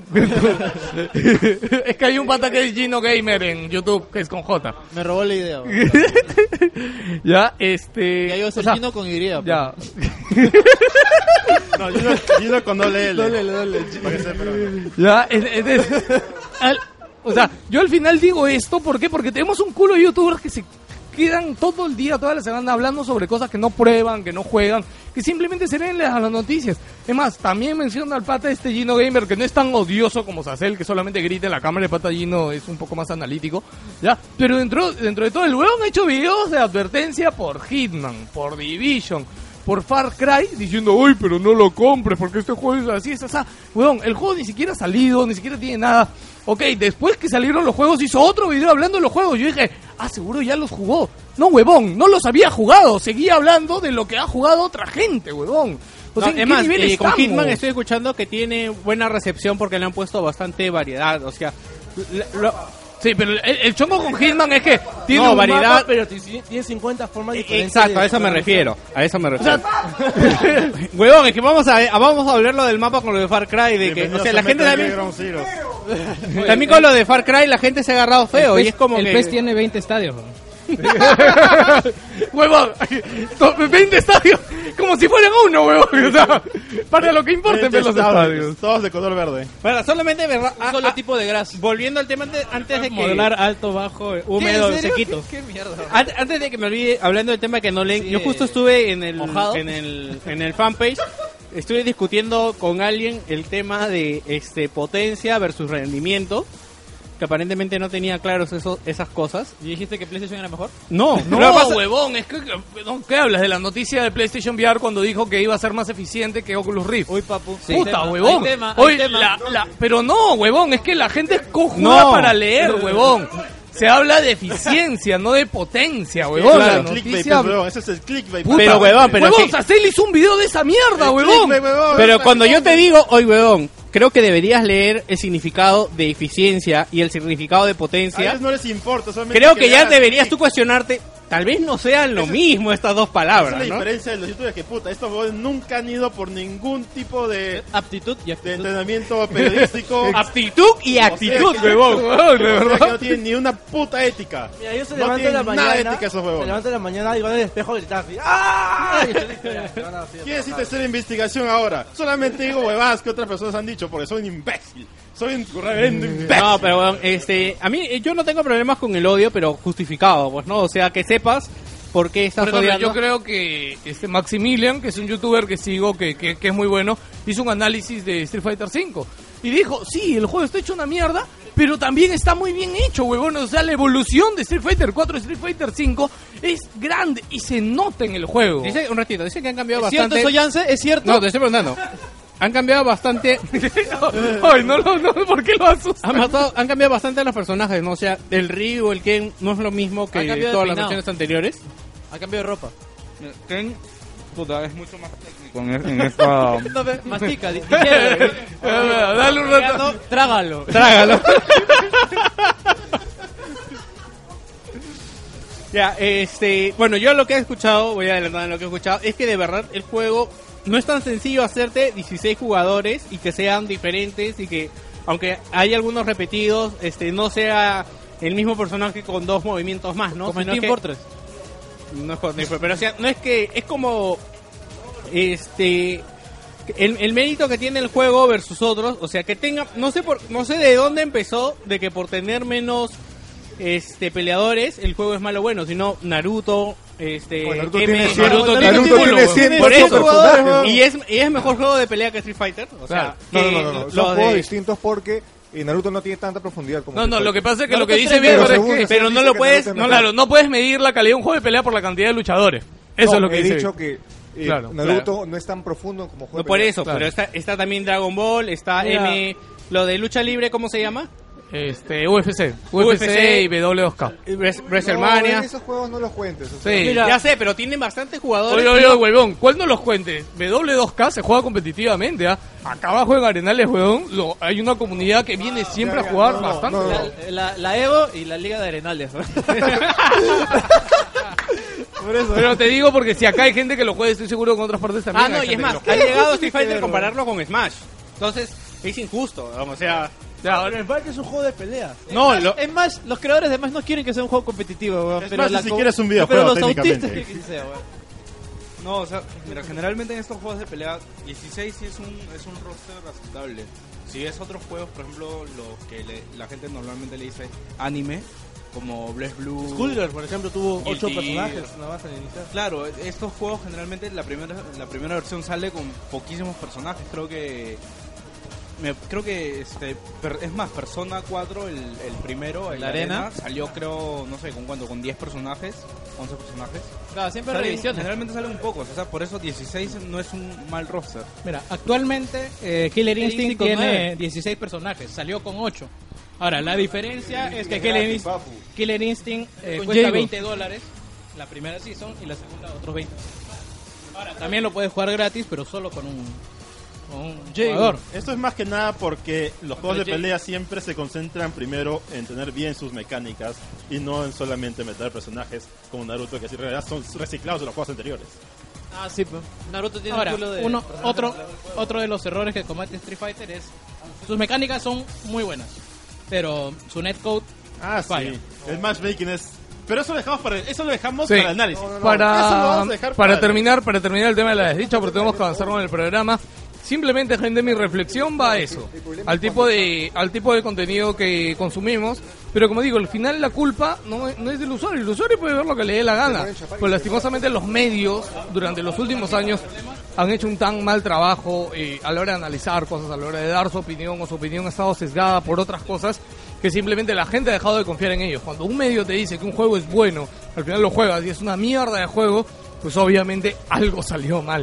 Es que hay un pata que es Gino Gamer en YouTube, que es con J. Me robó la idea, güey. Ya, Ya iba a ser Gino con Y. Ya. No, Gino con doble L. Ya, o sea, yo al final digo esto, ¿por qué? Porque tenemos un culo de youtubers que se quedan todo el día, toda la semana hablando sobre cosas que no prueban, que no juegan, que simplemente se leen a las noticias. Es más, también menciona al pata Gino Gamer, que no es tan odioso como Sacel, que solamente grita en la cámara. El pata Gino es un poco más analítico, ¿ya? Pero dentro de todo, el weón ha hecho videos de advertencia por Hitman, por Division, por Far Cry, diciendo, uy, pero no lo compres porque este juego es así, es así. Weón, el juego ni siquiera ha salido, ni siquiera tiene nada. Ok, después que salieron los juegos hizo otro video hablando de los juegos. Yo dije, seguro ya los jugó. No, huevón, no los había jugado. Seguía hablando de lo que ha jugado otra gente, huevón. O sea, es más, con Hitman estoy escuchando que tiene buena recepción porque le han puesto bastante variedad. O sea, sí, pero el chongo con Hitman es que tiene un variedad, mapa, pero tiene 50 formas diferentes. Exacto, a eso me refiero. Huevón, es que vamos a hablarlo del mapa con lo de Far Cry, de que, o sea, la gente también con lo de Far Cry la gente se ha agarrado feo y es como el que PES tiene 20 estadios. Huevón, 20 estadios como si fueran uno, huevón. O sea, para lo que importen ver los estadios. Todos de color verde. Bueno, solamente verdad, un solo tipo de grasa. Volviendo al tema antes de que modular alto, bajo, húmedo, sequito. ¿Qué mierda? Antes de que me olvide, hablando del tema que no leen, yo justo estuve en el fanpage. Estuve discutiendo con alguien el tema de potencia versus rendimiento, que aparentemente no tenía claros esas cosas. ¿Y dijiste que PlayStation era mejor? No, huevón, es que ¿qué hablas de la noticia de PlayStation VR cuando dijo que iba a ser más eficiente que Oculus Rift? Uy, papu. Puta, huevón. Pero no, huevón, es que la gente es cojuda para leer, huevón. Se habla de eficiencia, no de potencia, huevón. Claro, La clickbait, noticia... pues, huevón, ese es el clickbait. Puta, Pero, huevón, pero huevón, sí. Sacel hizo un video de esa mierda, huevón. Clickbait, huevón, Pero esa cuando yo cosa. te digo, oye, huevón, creo que deberías leer el significado de eficiencia y el significado de A potencia. ellos no les importa, solamente Creo que ya vean deberías click. tú cuestionarte, tal vez no sean lo mismo estas dos Esa palabras, es la ¿no? diferencia de los youtubers, que puta, estos huevones nunca han ido por ningún tipo de Aptitud y de actitud. entrenamiento periodístico. Aptitud y actitud, huevón. Huevón, de O sea, verdad. que no tienen ni una puta ética. Mira, yo se No levanto en la tienen nada de mañana. ética esos Se huevones. levanto en la mañana y van al espejo y gritan así. ¡Ah! Y se van así, ¿Quién necesita hacer investigación ahora? Solamente digo huevadas que otras personas han dicho porque soy un imbécil. Soy un reverendo imbécil. No, pero huevón, a mí yo no tengo problemas con el odio, pero justificado, pues, ¿no? O sea, que sepas por qué estás Por ejemplo, odiando. yo creo que Maximilian, que es un youtuber que sigo, que es muy bueno, hizo un análisis de Street Fighter V. Y dijo, sí, el juego está hecho una mierda, pero también está muy bien hecho, huevón. O sea, la evolución de Street Fighter 4 y Street Fighter 5 es grande y se nota en el juego. Dice, un ratito, dice que han cambiado ¿Es cierto bastante. eso, Yance? ¿Es cierto? No, te estoy preguntando. Han cambiado bastante. Ay, no, ¿por qué lo asustas? Han cambiado bastante los personajes, ¿no? O sea, el Ryu o el Ken no es lo mismo Han que cambiado de todas las peinado. versiones anteriores. Ha cambiado de ropa. Ken, puta, es mucho más técnico en esta... No, mastica, digiere. Dale un rato. Trágalo. Trágalo. Ya, bueno, yo lo que he escuchado, voy a adelantar en lo que he escuchado, es que de verdad el juego no es tan sencillo hacerte 16 jugadores y que sean diferentes y que, aunque hay algunos repetidos, no sea el mismo personaje con dos movimientos más, ¿no? Como en Sino Team que- Fortress. No es con Team Fortress, pero o sea, no es que, es como, el mérito que tiene el juego versus otros, o sea, que tenga, no sé de dónde empezó, de que por tener menos peleadores el juego es malo o bueno, sino Naruto, Naruto M, tiene 100, Naruto Naruto tiene 100 por eso, personajes. y es mejor juego de pelea que Street Fighter, o sea, Claro. que No. los Son de- juegos distintos porque Naruto no tiene tanta profundidad como No, lo que pasa es que lo que dice Pero Víctor es según que... ese Pero dice no lo que puedes... Naruto es No, mejor. claro, no puedes medir la calidad de un juego de pelea por la cantidad de luchadores. Eso es lo que he dice dicho Víctor. que Claro, Naruto no es tan profundo como juego No de por pelea. eso, Claro. pero está también Dragon Ball, está Mira. lo de lucha libre, ¿cómo se llama? UFC y W2K. WrestleMania. No, esos juegos no los cuentes. o sea, Sí. Mira. Ya sé, pero tienen bastantes jugadores. Oye, que no- huevón, ¿cuál no los cuentes? W2K se juega competitivamente, ¿ah? Acá abajo en Arenales, huevón, hay una comunidad que viene siempre ya, a jugar no, bastante. no. La Evo y la Liga de Arenales. ¿no? Por eso. Pero te digo porque si acá hay gente que lo juega, estoy seguro que en otras partes también. Ah, no, hay y es gente más, que ha lo juega. llegado Street Fighter a compararlo con Smash. Entonces, es injusto, vamos, o sea... Ya, ahora- Pero el Fighter es un juego de peleas. No, Es más, los creadores de más no quieren que sea un juego competitivo, weón. Es Pero más, la ni co- siquiera es un videojuego, Pero los autistas técnicamente. quieren que sea, weón. No, o sea, mira, generalmente en estos juegos de pelea, 16 sí es un roster aceptable. Si ves otros juegos, por ejemplo, los que la gente normalmente le dice anime, como Bless Blue... Skullgirl, por ejemplo, tuvo 8 Guilty personajes Gear. nada más al iniciar. Claro, estos juegos generalmente la primera versión sale con poquísimos personajes. Creo que es más, Persona 4, el primero, el La arena. salió, creo, no sé, con 10 personajes, 11 personajes. Claro, siempre hay Salen- revisiones. generalmente salen pocos, o sea, por eso 16 no es un mal roster. Mira, actualmente Killer Instinct Instinct con tiene 9. 16 personajes, salió con 8. Ahora, la diferencia es que gratis, papu. Killer Instinct Con cuesta Jago. $20 la primera season y la segunda otros 20. Ahora, también lo puedes jugar gratis, pero solo con un jugador. Esto es más que nada porque los juegos de Pero pelea siempre se concentran primero en tener bien sus mecánicas y no en solamente meter personajes como Naruto, que en realidad son reciclados de los juegos anteriores. Ah, sí, pues. Naruto tiene Ahora, un culo de... otro de los errores que comete Street Fighter es sus mecánicas son muy buenas, pero su netcode Ah, falla. sí. El matchmaking es... Pero eso lo dejamos para Sí. el análisis. Eso lo Para, vamos a dejar para el- terminar el tema de la desdicha, porque tenemos que avanzar con el programa. Simplemente, gente, mi reflexión va a eso, al tipo de contenido que consumimos. Pero como digo, al final la culpa no es del usuario. El usuario puede ver lo que le dé la gana. Pues lastimosamente los medios durante los últimos años han hecho un tan mal trabajo a la hora de analizar cosas, a la hora de dar su opinión, o su opinión ha estado sesgada por otras cosas, que simplemente la gente ha dejado de confiar en ellos. Cuando un medio te dice que un juego es bueno, al final lo juegas y es una mierda de juego, pues obviamente algo salió mal.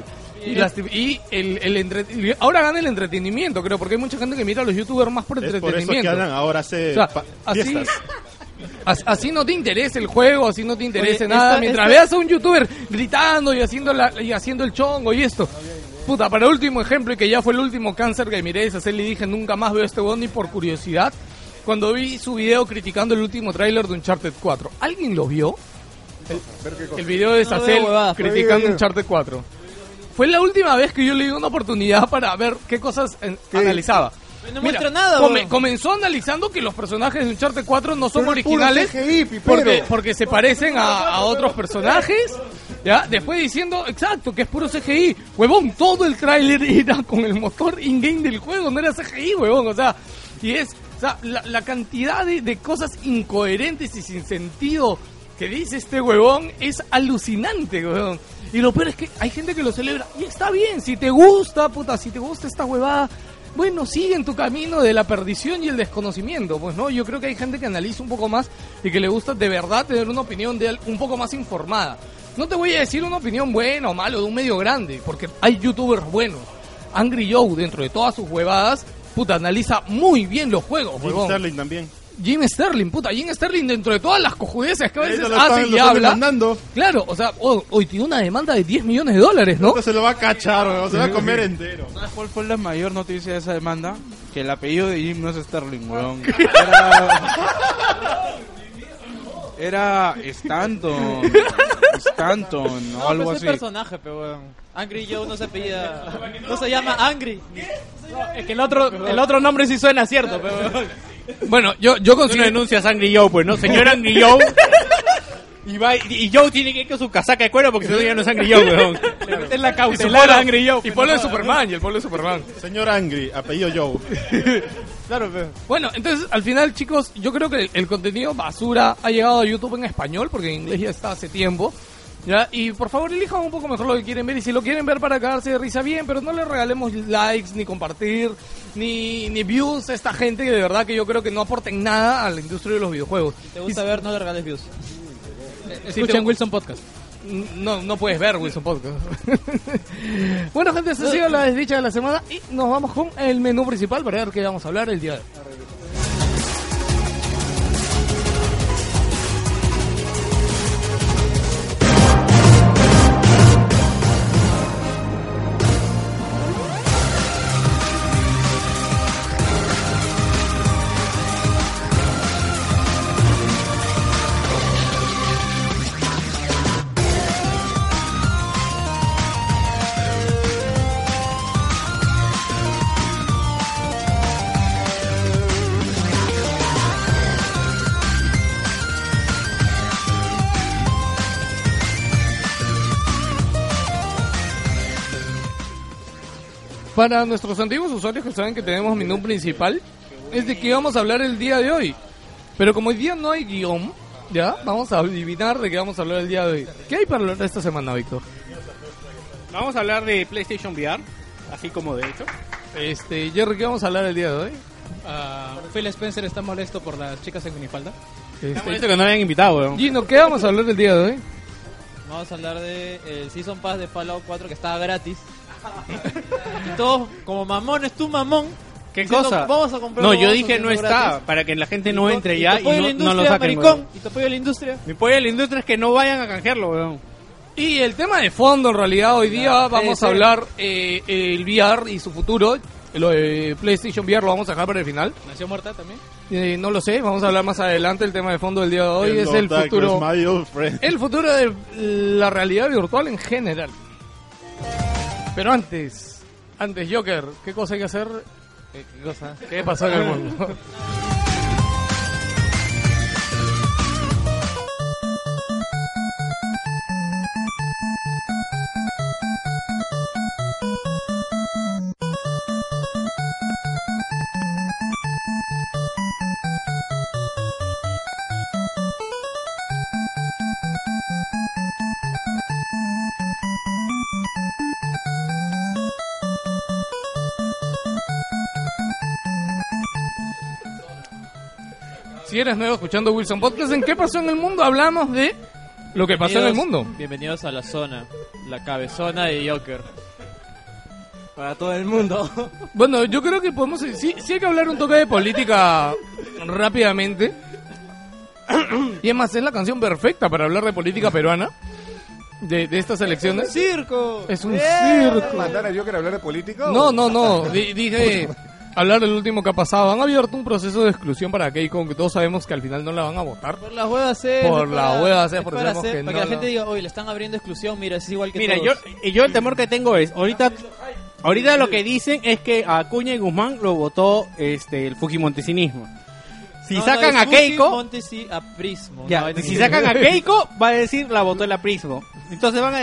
Ahora gana el entretenimiento, creo, porque hay mucha gente que mira a los youtubers más por Es por eso entretenimiento. que Alan ahora hace O sea, así, fiestas. Así no te interesa el juego, así no te interesa Oye, nada. Mientras veas a un youtuber gritando y haciendo el chongo y esto. Puta, para último ejemplo, y que ya fue el último cáncer que miré de hacer, le dije, nunca más veo a este weón ni por curiosidad. Cuando vi su video criticando el último tráiler de Uncharted 4. ¿Alguien lo vio? El video de Sacel criticando Uncharted 4. Fue la última vez que yo le di una oportunidad para ver qué cosas analizaba. No muestra nada, comenzó analizando que los personajes de Uncharted 4 no son Pero originales CGI, porque se parecen a otros personajes. ¿Ya? Después diciendo, exacto, que es puro CGI. Huevón, todo el tráiler era con el motor in-game del juego, no era CGI, huevón. O sea, la cantidad de cosas incoherentes y sin sentido que dice este huevón es alucinante, huevón. Y lo peor es que hay gente que lo celebra. Y está bien, si te gusta, puta, si te gusta esta huevada, bueno, sigue en tu camino de la perdición y el desconocimiento, pues, ¿no? Yo creo que hay gente que analiza un poco más y que le gusta de verdad tener una opinión de él un poco más informada. No te voy a decir una opinión buena o mala de un medio grande, porque hay youtubers buenos. Angry Joe, dentro de todas sus huevadas, puta, analiza muy bien los juegos, Jim Sterling también. Jim Sterling, puta, Jim Sterling dentro de todas las cojudeces que a veces hace y habla. Demandando. Claro, o sea, hoy tiene una demanda de $10 millones, ¿no? Se lo va a cachar, weón, se va a comer entero. ¿Sabes cuál fue la mayor noticia de esa demanda? Que el apellido de Jim no es Sterling, weón. Era Stanton o algo así. Es personaje, pero weón. Angry Joe no se apellida, no se llama Angry. No, es que el otro nombre sí suena cierto, pero bueno, yo consigo... Tú no denuncias a Angry Joe, pues, ¿no? Señor Angry Joe. Y Joe tiene que ir con su casaca de cuero porque si no ya no es Angry Joe, weón. Es la cautelar a Angry Joe. Y ponlo de Superman, y el pueblo de Superman. Señor Angry, apellido Joe. Claro, pero... Bueno, entonces, al final, chicos, yo creo que el contenido basura ha llegado a YouTube en español, porque en inglés ya está hace tiempo. ¿Ya? Y por favor, elijan un poco mejor lo que quieren ver. Y si lo quieren ver para cagarse de risa, bien, pero no le regalemos likes, ni compartir, ni views a esta gente que de verdad que yo creo que no aporten nada a la industria de los videojuegos. Si te gusta ver, no le regales views. Escuchen Wilson Podcast. No puedes ver Wilson Podcast. Bueno, gente, esta ha sido la desdicha de la semana y nos vamos con el menú principal para ver qué vamos a hablar el día de hoy. Para nuestros antiguos usuarios que saben que tenemos menú principal, es de qué vamos a hablar el día de hoy. Pero como hoy día no hay guión, ya, vamos a adivinar de qué vamos a hablar el día de hoy. ¿Qué hay para hablar esta semana, Víctor? Vamos a hablar de PlayStation VR, así como de hecho. Jerry, ¿qué vamos a hablar el día de hoy? Phil Spencer está molesto por las chicas en minifalda. Está molesto que no me hayan invitado, weón. Gino, ¿qué vamos a hablar el día de hoy? Vamos a hablar de el Season Pass de Fallout 4 que estaba gratis. Y todos, como mamones, tú mamón. ¿Qué cosa? Vamos a comprar. No, yo dije no está, para que la gente no entre ya y no lo saquen. Maricón, y te apoyo a la industria. Mi apoyo a la industria es que no vayan a canjearlo, weón. Y el tema de fondo, en realidad, hoy día vamos a hablar el VR y su futuro. Lo de PlayStation VR lo vamos a dejar para el final. ¿Nació muerta también? No lo sé, vamos a hablar más adelante. El tema de fondo del día de hoy es el futuro. El futuro de la realidad virtual en general. Pero antes, Joker, ¿qué cosa hay que hacer? ¿Qué cosa? ¿Qué pasó en el mundo? Si eres nuevo escuchando Wilson Podcast, ¿en qué pasó en el mundo? Hablamos de lo que pasó en el mundo. Bienvenidos a la zona, la cabezona de Joker. Para todo el mundo. Bueno, yo creo que podemos... Sí hay que hablar un toque de política rápidamente. Y es más, es la canción perfecta para hablar de política peruana. De estas elecciones. ¡Circo! Es un circo. ¿Mandar a Joker a hablar de política? No. Dije hablar del último que ha pasado. Han abierto un proceso de exclusión para Keiko, que todos sabemos que al final no la van a votar. Por las huevas Por la hueva C, porque para sabemos que para no que la la- gente diga, oye, le están abriendo exclusión, mira, es igual que Mira, todos. yo el temor que tengo es, ahorita lo que dicen es que a Acuña y Guzmán lo votó el fujimontesinismo. Si No, sacan no, a es Keiko, Montes a Prismo. ya, No, si sacan a Keiko, va a decir la votó el Aprismo. Entonces van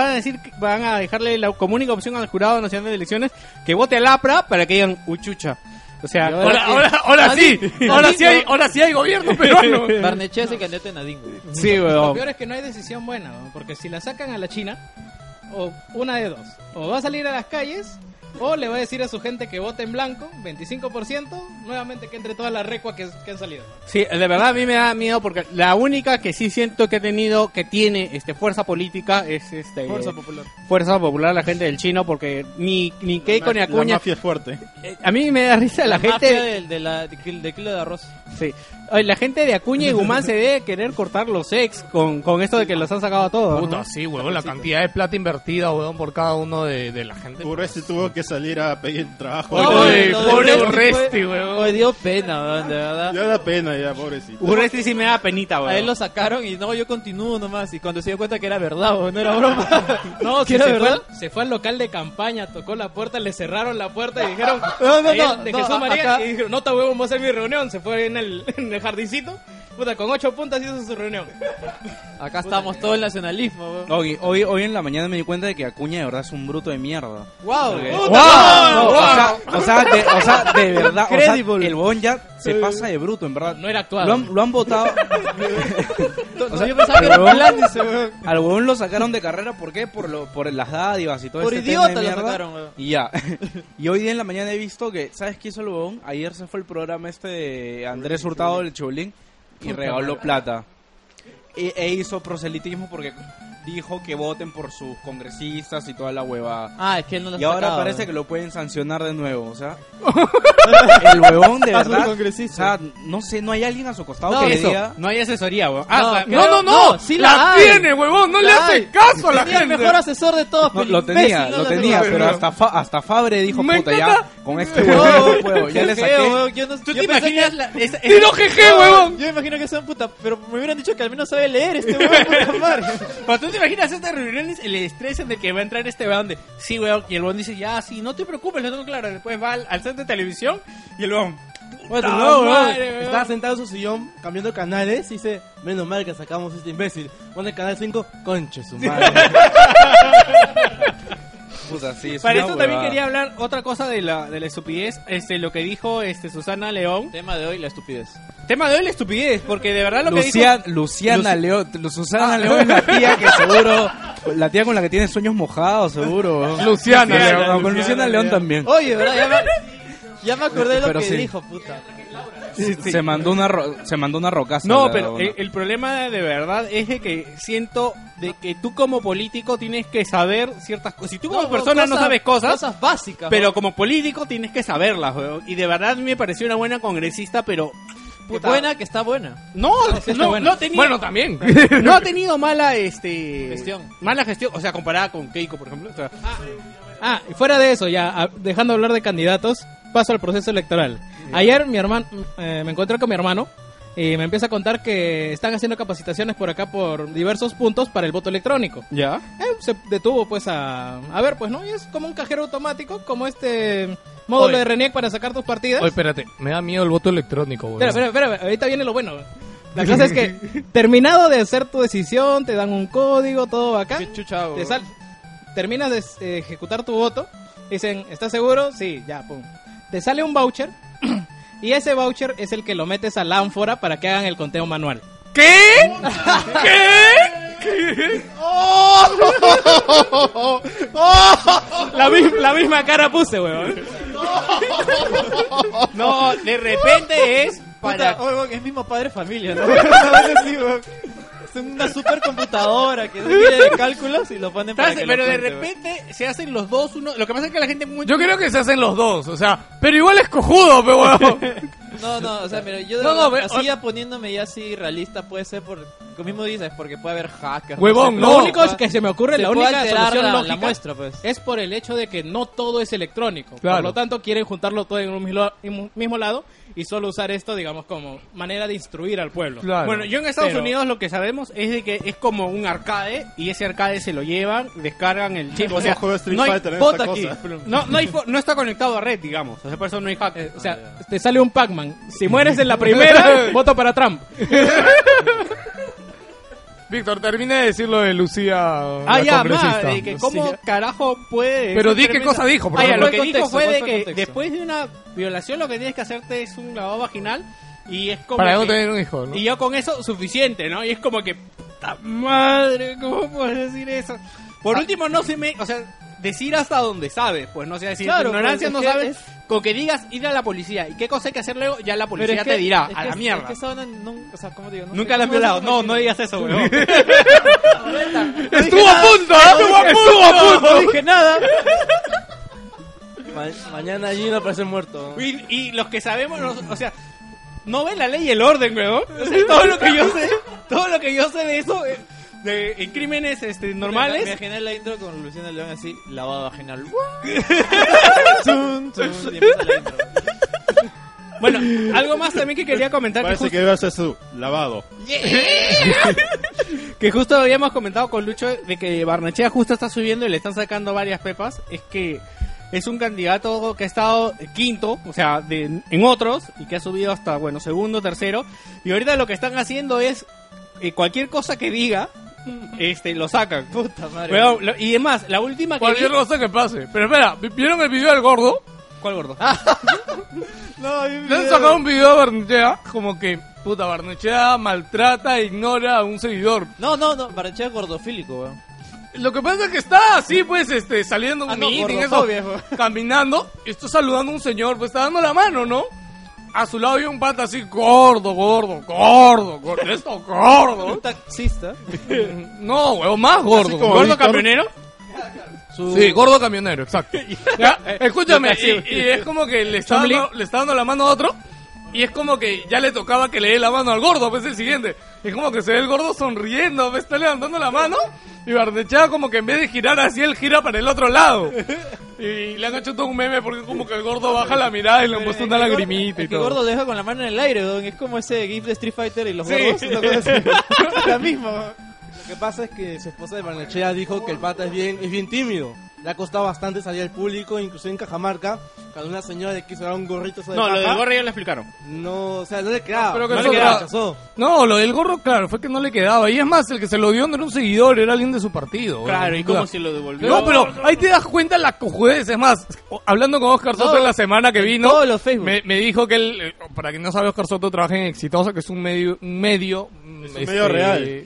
a dejarle la como única opción al Jurado Nacional de Elecciones que vote al APRA para que digan uchucha. O sea, Ahora sí hay gobierno peruano. Barnechea se candidato en Nadine, güey. sí, Lo weón. peor es que no hay decisión buena, ¿no? Porque si la sacan a la China, o una de dos, o va a salir a las calles, o le va a decir a su gente que vote en blanco, 25%, nuevamente que entre toda la recua que han salido. Sí, de verdad a mí me da miedo porque la única que sí siento que tiene fuerza política es Fuerza Popular, la gente del Chino, porque ni Keiko ni La Acuña. mafia es fuerte. A mí me da risa la gente. Mafia del kilo de arroz. Sí. Oye, la gente de Acuña y Guzmán se debe querer cortar los ex con esto de que los han sacado a todos. Puta, ¿no? sí, huevón, la cantidad de plata invertida, huevón, por cada uno de la gente. Urresti tuvo que salir a pedir trabajo. Oye, lo de pobre Urresti Urresti, huevón. Oye, dio pena, weón, de verdad. Ya da pena, ya, pobrecito. Urresti sí me da penita, A él weón. lo sacaron y no, yo continúo nomás. Y cuando se dio cuenta que era verdad, weón, no era broma. No, ¿Que si era se verdad? se fue al local de campaña, tocó la puerta, le cerraron la puerta y dijeron, No, ahí de no, Jesús María, acá- y dijeron, no te huevo, vamos a hacer mi reunión. Se fue en el jardincito, puta, con 8 puntas hizo su reunión. Acá estamos todo el nacionalismo, weón. Hoy en la mañana me di cuenta de que Acuña de verdad es un bruto de mierda. ¡Wow! Porque- ¡Wow! No, o sea, de verdad, o sea, Credible. el huevón ya se pasa de bruto, en verdad. No era actuado. Lo han votado. O sea, yo pensaba que era un plan, dice, weón. Al huevón lo sacaron de carrera, ¿por qué? Por las dádivas y todo Por ese idiota tema de lo mierda. sacaron, weón. Y ya. Y hoy día en la mañana he visto que, ¿sabes qué hizo el huevón? Ayer se fue el programa de Andrés Hurtado del Choulín y regaló plata. E hizo proselitismo porque dijo que voten por sus congresistas y toda la huevada. Ah, es que él no lo Y ahora sacaba, parece weón. que lo pueden sancionar de nuevo, o sea. El huevón de A sus verdad. O congresistas. sea, no sé, no hay alguien a su costado No, que le Eso, diga. no hay asesoría, weón. No, sí la hay. tiene, huevón, no le La hay. hace caso a la Tenía el gente. mejor asesor de todos, No, pero lo tenía, imbécil, no lo lo tenía, tenía. pero hasta Fabre dijo, Me puta, encanta. ya, con este huevón no puedo, ya le Qué saqué. feo, weón, yo no- ¿Tú yo te pensé imaginas que- ¡Tiro GG, huevón! Yo me imagino que son puta, pero me hubieran dicho que al menos sabe leer este weón, puta madre. Cuando tú te imaginas estas reuniones, el estrés en el que va a entrar este weón de, sí, weón, y el weón dice, ya, sí, no te preocupes, lo tengo claro. Después va al set de televisión y el weón, Bueno, ¡puta no, madre, weón! estaba sentado en su sillón cambiando canales y dice, menos mal que sacamos este imbécil. Pone el canal 5, conche su madre. Puta, sí, es Para una esto también huevada. quería hablar otra cosa de la estupidez, lo que dijo Susana León. Tema de hoy, la estupidez. Tema de hoy, la estupidez, porque de verdad lo que Luciana León, Susana León es la tía que seguro, la tía con la que tiene sueños mojados, seguro. Luciana León. Con Luciana León también. Oye, ¿verdad? Ya me acordé de lo Pero que sí. dijo, puta. Se mandó una rocaza. No, la pero huevona. el problema de verdad es de que siento de que tú como político tienes que saber ciertas cosas. Si tú como persona no sabes cosas básicas, pero weón. como político tienes que saberlas, weón. Y de verdad a mí me pareció una buena congresista, pero... Que buena, que está buena. No, sí está no, buena. no tenía... Bueno, también. No ha tenido mala Gestión. Mala gestión, o sea, comparada con Keiko, por ejemplo. O sea, Y fuera de eso, ya dejando de hablar de candidatos, paso al proceso electoral. Ayer mi hermano, me encontré con mi hermano y me empieza a contar que están haciendo capacitaciones por acá por diversos puntos para el voto electrónico. ¿ya? Se detuvo pues a ver, pues no, y es como un cajero automático, como este módulo Oye. de RENIEC para sacar tus partidas. Oye, espérate, me da miedo el voto electrónico, weón. Espera, ahorita viene lo bueno. La cosa es que terminado de hacer tu decisión, te dan un código, todo acá. Qué chucha, weón. Terminas de ejecutar tu voto. Dicen, ¿estás seguro? Sí, ya, pum. Te sale un voucher. Y ese voucher es el que lo metes a la ánfora para que hagan el conteo manual. ¿Qué? ¿Qué? La misma cara puse, weón. No, de repente es para... Puta, weón, es mismo padre familia, ¿no? Sí, weón. Es una supercomputadora que tiene de cálculos y lo ponen para que Pero lo de cuente, weón. repente se hacen los dos uno. Lo que pasa es que la gente muy... Yo creo que se hacen los dos, o sea, pero igual es cojudo, pero weón. No, o sea, mira, yo de No, verdad, ve- así ya poniéndome ya así realista puede ser por, como mismo dices, porque puede haber hackers. Huevón, Lo no. único es que se me ocurre, la puede única alterar solución la lógica muestra, pues. es por el hecho de que no todo es electrónico. Claro. Por lo tanto, quieren juntarlo todo en un mismo lado y solo usar esto, digamos, como manera de instruir al pueblo. Claro. Bueno, yo en Estados Pero- Unidos lo que sabemos es de que es como un arcade y ese arcade se lo llevan, descargan el chip. O sea, juega Street no, hay, Fighter en bota esta aquí. cosa. No está conectado a red, digamos. O sea, por eso no hay hack. O sea, te sale un Pac-Man. Si mueres en la primera, voto para Trump. Víctor, termine de decir lo de Lucía. Ah, la ya, congresista. de que cómo carajo puede... Pero eso di qué tremenda- cosa dijo, por Ah, ya, favor. lo que ¿Cuál dijo contexto? fue ¿Cuál de fue que el contexto? después de una violación lo que tienes que hacerte es un lavado vaginal y es como Para que- no tener un hijo, ¿no? Y yo con eso suficiente, ¿no? Y es como que, puta madre, ¿cómo puedes decir eso? Por último, no se me... O sea, decir hasta donde sabes, pues no sé, decir Claro, ignorancia pues, no es que sabes, con que digas ir a la policía y qué cosa hay que hacer luego, ya la Pero policía es que- te dirá, es a que- la mierda. Es que esa vaina o sea, ¿cómo te digo? No Nunca sé, la han no sé violado, cómo no decirlo. digas eso, weón. ¡Estuvo a punto! ¡Estuvo a punto! No dije nada. Mañana allí no aparece muerto. Y los que sabemos, o sea, no ven la ley y el orden, weón. O sea, todo lo que yo sé de eso, en crímenes Me normales. imaginé la intro con Luciana León así, lavado vaginal. Chun, chun, y empieza la intro. Bueno, algo más también que quería comentar Parece que va a ser su lavado. que justo habíamos comentado con Lucho de que Barnechea justo está subiendo y le están sacando varias pepas. Es que es un candidato que ha estado quinto, o sea, en otros, y que ha subido hasta, bueno, segundo, tercero. Y ahorita lo que están haciendo es cualquier cosa que diga, lo sacan. Puta madre. Pero, y además, la última que Cualquier vi... cosa que pase. Pero espera, ¿vieron el video del gordo? ¿Cuál gordo? No, Le han sacado un video a Barnechea como que, puta, Barnechea maltrata e ignora a un seguidor. No, Barnechea es gordofílico, weón. Lo que pasa es que está así, pues, saliendo un no, meeting, eso, gordofobia, weón. caminando, y está saludando a un señor, pues está dando la mano, ¿no? A su lado hay un pata así, gordo, esto gordo. Un taxista. No, huevo, más gordo. como ¿Gordo Víctor. camionero? Sí, gordo camionero, exacto. Ya, escúchame, y es como que le está dando la mano a otro, y es como que ya le tocaba que le dé la mano al gordo, pues el siguiente. Es como que se ve el gordo sonriendo, me está levantando la mano, y Barnechea como que en vez de girar así, él gira para el otro lado. Y le han hecho todo un meme porque como que el gordo baja la mirada y le han puesto una lagrimita y Es que todo. gordo deja con la mano en el aire, weón. Es como ese gif de Street Fighter y los Sí. gordos. Una cosa así. La misma, weón. Lo que pasa es que su esposa de Barnechea dijo que el pata es bien tímido. Le ha costado bastante salir al público, incluso en Cajamarca, cuando una señora le quiso dar un gorrito de No, lo paja, del gorro ya lo explicaron. No, o sea, no le quedaba. Pero que no eso le quedaba, tra- rechazó. No, lo del gorro, claro, fue que no le quedaba. Y es más, el que se lo dio no era un seguidor, era alguien de su partido. Claro, ¿y Claro. cómo se lo devolvió? No, pero ahí te das cuenta la cojudez. Es más, hablando con Oscar Soto en la semana que vino, Todos los Facebook. me dijo que él, para quien no sabe, Oscar Soto trabaja en Exitosa, que es un medio medio real.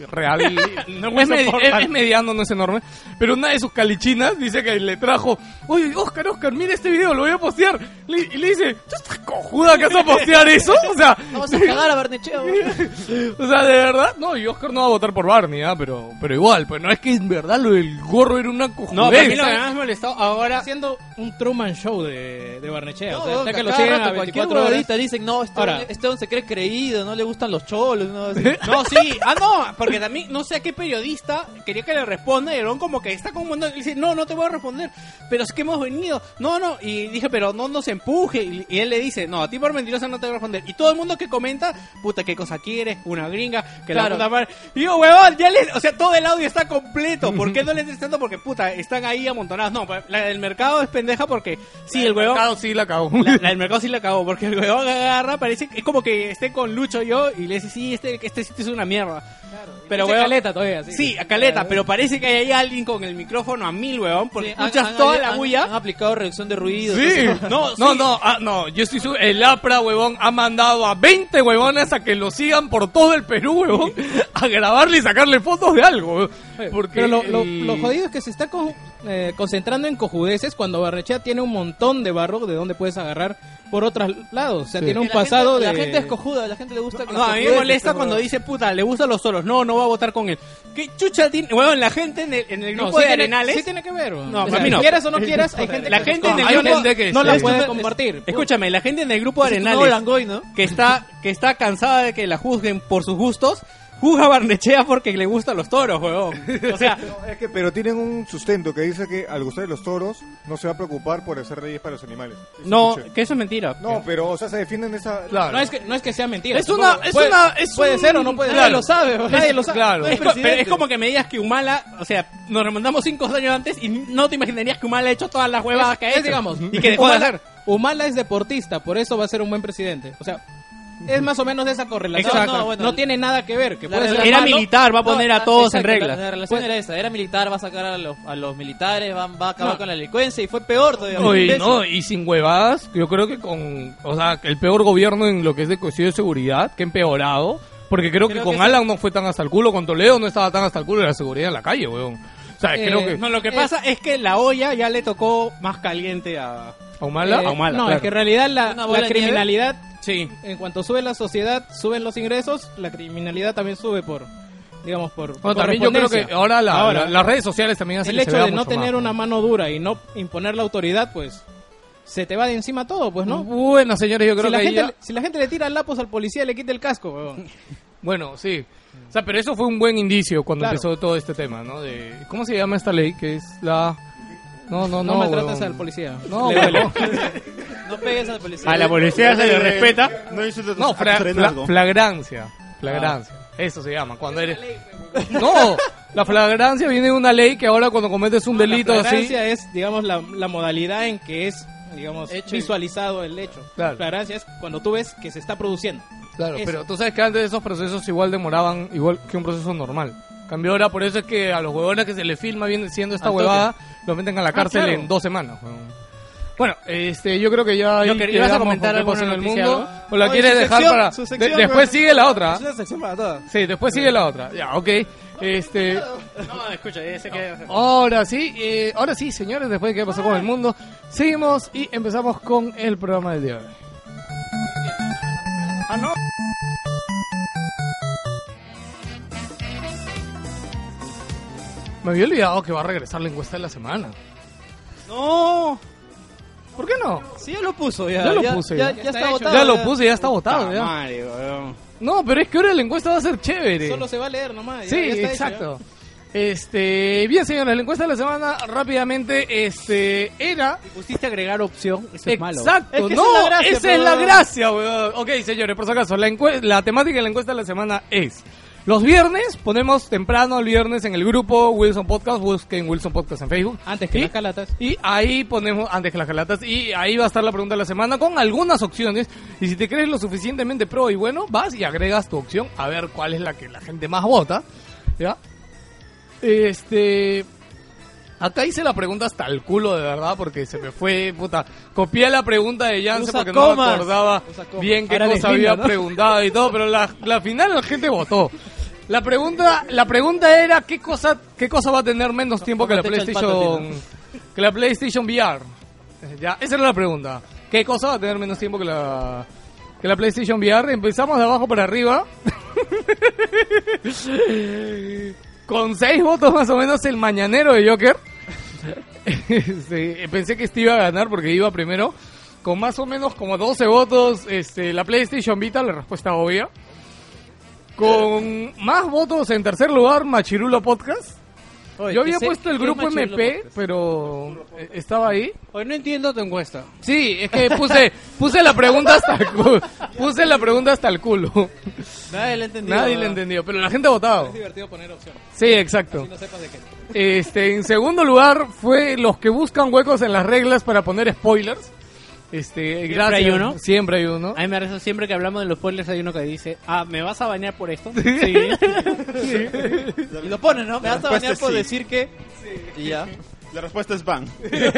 No es, me soportan. es mediano, no es enorme. Pero una de sus calichinas dice que le trajo, oye, Oscar, mira este video, lo voy a postear. Y le dice, ¿tú estás cojuda que vas a postear eso? O sea, Vamos a cagar a Barnechea, weón. o sea, de verdad, no, y Oscar no va a votar por Barney, pero igual, pues no es que en verdad lo del gorro era una cojudez. No, pero a mí lo que más me molestó ahora... Haciendo un Truman Show de Barnechea. No, o sea, weón, está que que lo cada siguen rato a cualquier 24 horas. huevadita dicen, no, Ahora. este se cree creído, no le gustan los cholos, no, así. No, sí. Ah, no, porque también no sé a qué periodista quería que le responda y el weón como que está como un montón. Y dice, no te voy a responder. Pero es que hemos venido. No. Y dije, pero no nos empuje. Y él le dice, no, a ti por mentirosa no te voy a responder. Y todo el mundo que comenta, puta, ¿qué cosa quieres? Una gringa, que Claro. la puta madre. Y digo, huevón, o sea, todo el audio está completo. ¿Por qué no le estás dando? Porque, puta, están ahí amontonados. No, la del mercado es pendeja porque, sí, el huevón... mercado sí la cagó. La del mercado sí la cagó, porque el huevón agarra, parece que es como que esté con Lucho yo y le dice, sí, este sitio es una mierda. Pero Dice huevón, caleta todavía, sí. Sí, a caleta, pero parece que hay ahí alguien con el micrófono a 1000, huevón, porque Sí, escuchas toda la han bulla. aplicado reducción de ruido. Sí. No, yo estoy el APRA, huevón, ha mandado a 20 huevones a que lo sigan por todo el Perú, huevón, a grabarle y sacarle fotos de algo, huevón. Porque Pero lo jodido es que se está concentrando en cojudeces cuando Barnechea tiene un montón de barro de donde puedes agarrar por otros lados. O sea, tiene un pasado La de... gente es cojuda, a la gente le gusta... No, a mí me molesta cuando dice, puta, le gustan los toros. No va a votar con él. ¿Qué chucha tiene? Bueno, la gente en el grupo de Arenales... Sí tiene que ver. No, o sea, a mí no. Quieras o no quieras, hay gente La gente en el hay grupo... gente que no la sí. puede compartir. Escúchame, la gente en el grupo de Es tu Arenales... nuevo Langoy, ¿no? que está cansada de que la juzguen por sus gustos, juzga a Barnechea porque le gustan los toros, huevón. O sea, Pero tienen un sustento que dice que al gustar de los toros no se va a preocupar por hacer leyes para los animales. no, Escuché. que eso es mentira. No, pero, o sea, se defienden de esa... Claro. No es que sea mentira. Es una- supongo. es Puede- una- es puede un- ser o no puede ser. Claro. Nadie lo sabe. Nadie lo sabe. Claro. Pero es como que me digas que Humala, o sea, nos remontamos 5 años antes y no te imaginarías que Humala ha hecho todas las huevadas que ha hecho. digamos, y que dejó de hacer. Humala es deportista, por eso va a ser un buen presidente. O sea, es más o menos de esa correlación. Exacto. No, bueno, tiene nada que ver. Que La puede ser Era malo. militar, va a poner a todos en regla. La relación era esa, era militar, va a sacar a los militares, va a acabar con la delincuencia y fue peor todavía. Y sin huevadas, yo creo que o sea, el peor gobierno en lo que es de cuestión de seguridad, que ha empeorado, porque creo que con que Alan no fue tan hasta el culo, con Toledo no estaba tan hasta el culo de la seguridad en la calle, weón. O sea, creo que... No, lo que pasa es que la olla ya le tocó más caliente a ¿Humala? a Humala, No, claro. es que en realidad ¿Una bola la de criminalidad, Sí. en cuanto sube la sociedad, suben los ingresos, la criminalidad también sube por Bueno, también yo creo que ahora, las redes sociales también hacen el que hecho se vea de no mucho tener más, una mano dura y no imponer la autoridad, pues se te va de encima todo, pues, ¿no? Bueno, señores, yo creo Si la, que ahí gente, ya- si la gente le tira lapos al policía, le quita el casco, weón. Bueno, sí. O sea, pero eso fue un buen indicio cuando Claro. empezó todo este tema, ¿no? De ¿cómo se llama esta ley? Que es la... No, maltrates weón. al policía. No, Le duele. weón. No pegues al policía. A la policía se le respeta. No insultes No, a Frenalgo. flagrancia. Eso se llama. Cuando eres... No, la flagrancia viene de una ley que ahora cuando cometes un delito La así... flagrancia es, digamos, la modalidad en que es, digamos, Hecho. visualizado el hecho. Claro. Flagrancia es cuando tú ves que se está produciendo. Claro, Eso. pero tú sabes que antes esos procesos igual demoraban igual que un proceso normal. Cambio ahora, por eso es que a los huevones que se les filma viene siendo esta Al toque. huevada, los meten a la cárcel claro. en 2 semanas. Huevón. Bueno, yo creo que ya... ahí ¿Ibas a quedamos comentar con qué pasa alguna en el noticia, mundo? algo? ¿O la Oye, quieres su dejar sección, para...? su sección, después weón. sigue la otra. Es una sección para todas. Sí, después sigue la otra. Ya, ok. No, escucha, ese que... Ahora sí, señores, después de qué pasó con el mundo, seguimos y empezamos con el programa del día de hoy. Ah, no. Me había olvidado que va a regresar la encuesta de la semana. No. ¿Por qué no? Sí, ya lo puso, ya. Ya lo puse, Ya, ya. ya está hecho. votado. Ya lo puse, ya está votado. Ya. Madre, weón. No, pero es que ahora la encuesta va a ser chévere. Solo se va a leer nomás. ya- Sí, ya está hecho, exacto. Bien, señores, la encuesta de la semana rápidamente era... Pusiste agregar opción, eso es malo. Exacto, Es que no, esa es la gracia, esa es la pero- gracia, weón. Ok, señores, por si acaso, la temática de la encuesta de la semana es... Los viernes, ponemos temprano el viernes en el grupo Wilson Podcast, busquen Wilson Podcast en Facebook. Antes que Y- las calatas. Y ahí ponemos, antes que las calatas, y ahí va a estar la pregunta de la semana con algunas opciones. Y si te crees lo suficientemente pro y bueno, vas y agregas tu opción a ver cuál es la que la gente más vota. ¿Ya? Acá hice la pregunta hasta el culo, de verdad, porque se me fue, puta. Copié la pregunta de Yance Usa porque no me comas. acordaba Usa comas. bien qué Ahora cosa deslinda, había ¿no? preguntado y todo, pero la final la gente votó. La pregunta era ¿qué cosa va a tener menos tiempo que la ¿Cómo te echa el pato, PlayStation VR? Ya, esa era la pregunta. ¿Qué cosa va a tener menos tiempo que la PlayStation VR? Empezamos de abajo para arriba. Con 6 votos más o menos el mañanero de Joker. Pensé que este iba a ganar porque iba primero. Con más o menos como 12 votos la PlayStation Vita, la respuesta obvia. Con más votos en tercer lugar, Machirulo Podcast. Oye, Yo había ¿qué puesto el qué es grupo Machirulo MP, Podcast? pero estaba ahí. Hoy no entiendo tu encuesta. Sí, es que puse la pregunta hasta el culo. Puse la pregunta hasta el culo. Nadie le entendió. Nadie ¿verdad? le entendió, pero la gente ha votado. Es divertido poner opciones. Sí, exacto. Si no sepas de qué. En segundo lugar fue los que buscan huecos en las reglas para poner spoilers. Gracias. hay uno? Siempre hay uno. A mí me parece siempre que hablamos de los spoilers hay uno que dice, ¿me vas a bañar por esto? Sí. Y lo pones, ¿no? Me vas a La bañar respuesta por es decir que... Y ya. La respuesta es ban.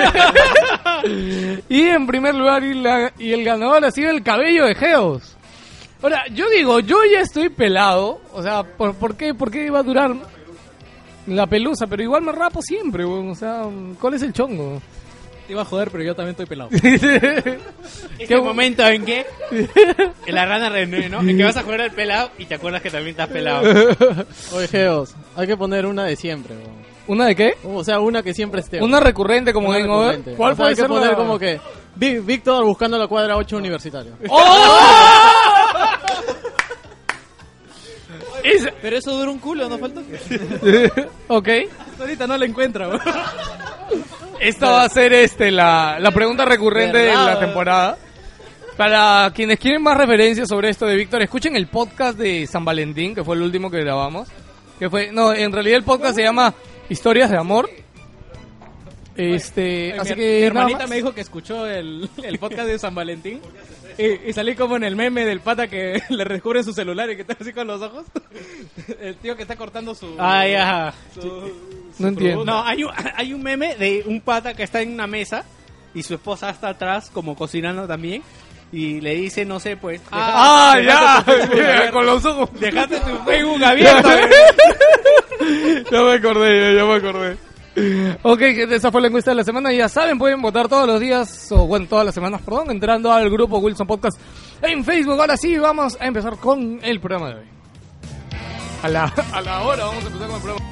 Y en primer lugar, y el ganador ha sido el cabello de Geos. Ahora, yo digo, yo ya estoy pelado. O sea, ¿por qué iba a durar? La pelusa, pero igual me rapo siempre, weón. O sea, ¿cuál es el chongo? Te iba a joder, pero yo también estoy pelado. ¿Qué momento en que en la rana reunión, ¿no? En que vas a jugar al pelado y te acuerdas que también estás pelado. Oye, Geos, hay que poner una de siempre. Bro. ¿Una de qué? O sea, una que siempre esté. Una recurrente como Game Over. ¿Cuál puede ser? Hay que poner como que Víctor buscando la cuadra 8 universitario. Pero eso dura un culo, ¿no falta? Ok. Ahorita no la encuentra, bro. Esta va a ser la pregunta recurrente de la temporada. Para quienes quieren más referencias sobre esto de Víctor, escuchen el podcast de San Valentín, que fue el último que grabamos. En realidad el podcast se llama Historias de Amor. Así que mi hermanita me dijo que escuchó el podcast de San Valentín y salí como en el meme del pata que le descubre su celular y que está así con los ojos. El tío que está cortando su... ya. No entiendo. No, hay un meme de un pata que está en una mesa y su esposa está atrás como cocinando también y le dice, no sé, pues... ya, con los ojos. Dejaste tu Facebook abierto. Ya me acordé. Ok, esa fue la encuesta de la semana. Ya saben, pueden votar todos los días, todas las semanas, entrando al grupo Wilson Podcast en Facebook. Ahora sí, vamos a empezar con el programa de hoy. A la hora vamos a empezar con el programa.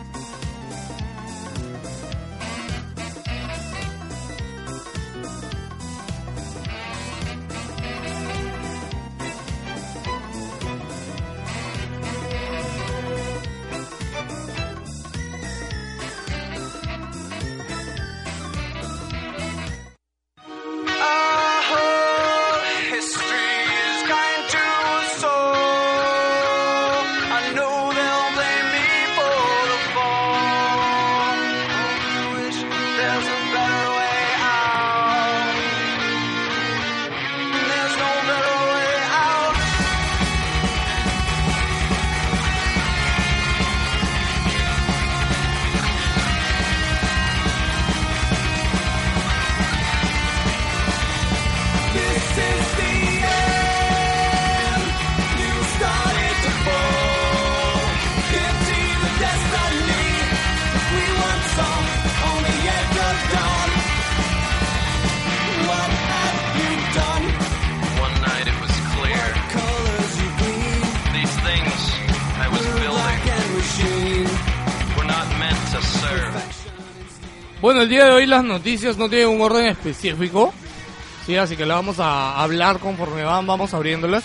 Bueno, el día de hoy las noticias no tienen un orden específico, sí, así que las vamos a hablar conforme vamos abriéndolas.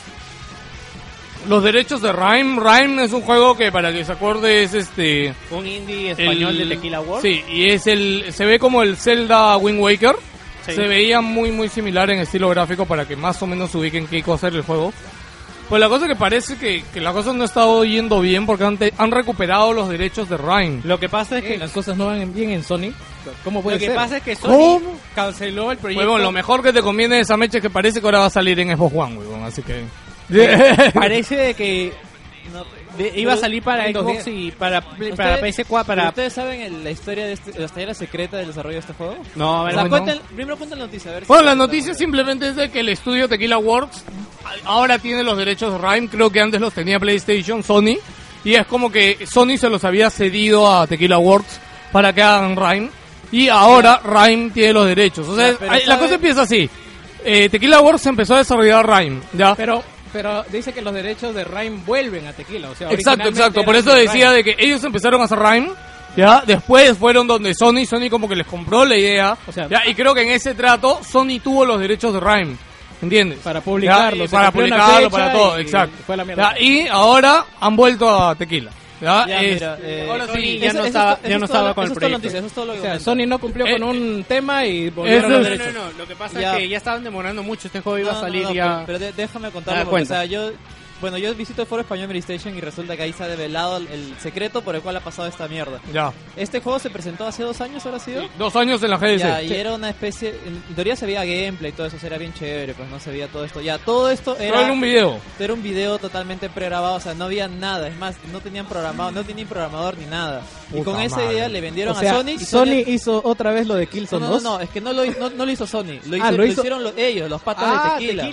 Los derechos de Rime. Rime es un juego que, para que se acuerde, es un indie español de Tequila World. Sí, y se ve como el Zelda Wind Waker. Sí. Se veía muy muy similar en estilo gráfico, para que más o menos ubiquen qué cosa era el juego. Pues la cosa que parece que la cosa no ha estado yendo bien, porque han recuperado los derechos de Rime. Lo que pasa es que las cosas no van bien en Sony. ¿Cómo puede ser? Lo que pasa es que Sony canceló el proyecto. Bueno, lo mejor que te conviene de esa mecha es que parece que ahora va a salir en Xbox One, weón, así que... Parece que iba a salir para Xbox y para PS4. ¿Ustedes saben la historia de la historia secreta del desarrollo de este juego? No, a ver, primero cuenten la noticia. A ver bueno, la noticia simplemente es de que el estudio Tequila Works ahora tiene los derechos de Rime. Creo que antes los tenía PlayStation, Sony, y es como que Sony se los había cedido a Tequila Works para que hagan Rime, y ahora Rime tiene los derechos. O sea, la cosa empieza así. Tequila Works empezó a desarrollar Rime, ¿ya? Pero dice que los derechos de Rime vuelven a Tequila, o sea, exacto, por eso decía de que ellos empezaron a hacer Rime, ya, después fueron donde Sony como que les compró la idea, o sea, ya, y creo que en ese trato Sony tuvo los derechos de Rime, ¿entiendes? Para publicarlo, para todo, exacto. Fue la mierda. Ya, y ahora han vuelto a Tequila. Ya, ahora sí, ya no estaba con el proyecto. Eso es todo lo que Sony no cumplió con un tema y volvieron los derechos. No, lo que pasa es que ya estaban demorando mucho. Este juego iba a salir ya. Pero déjame contarlo, porque, o sea, yo visito el foro español PlayStation y resulta que ahí se ha develado el secreto por el cual ha pasado esta mierda. Ya. Este juego se presentó hace 2 años, ¿ahora ha sido? Sí, 2 años en la GDC. Ya, y era una especie, en teoría se veía gameplay y todo eso, era bien chévere, pues no se veía todo esto. Ya, todo esto era un video. Era un video totalmente pregrabado, o sea, no había nada, es más, no tenían programador ni nada. Y con esa idea le vendieron a Sony. Y Sony hizo otra vez lo de Killzone 2. No, es que no lo hizo Sony, lo hicieron ellos, los patas de Tequila.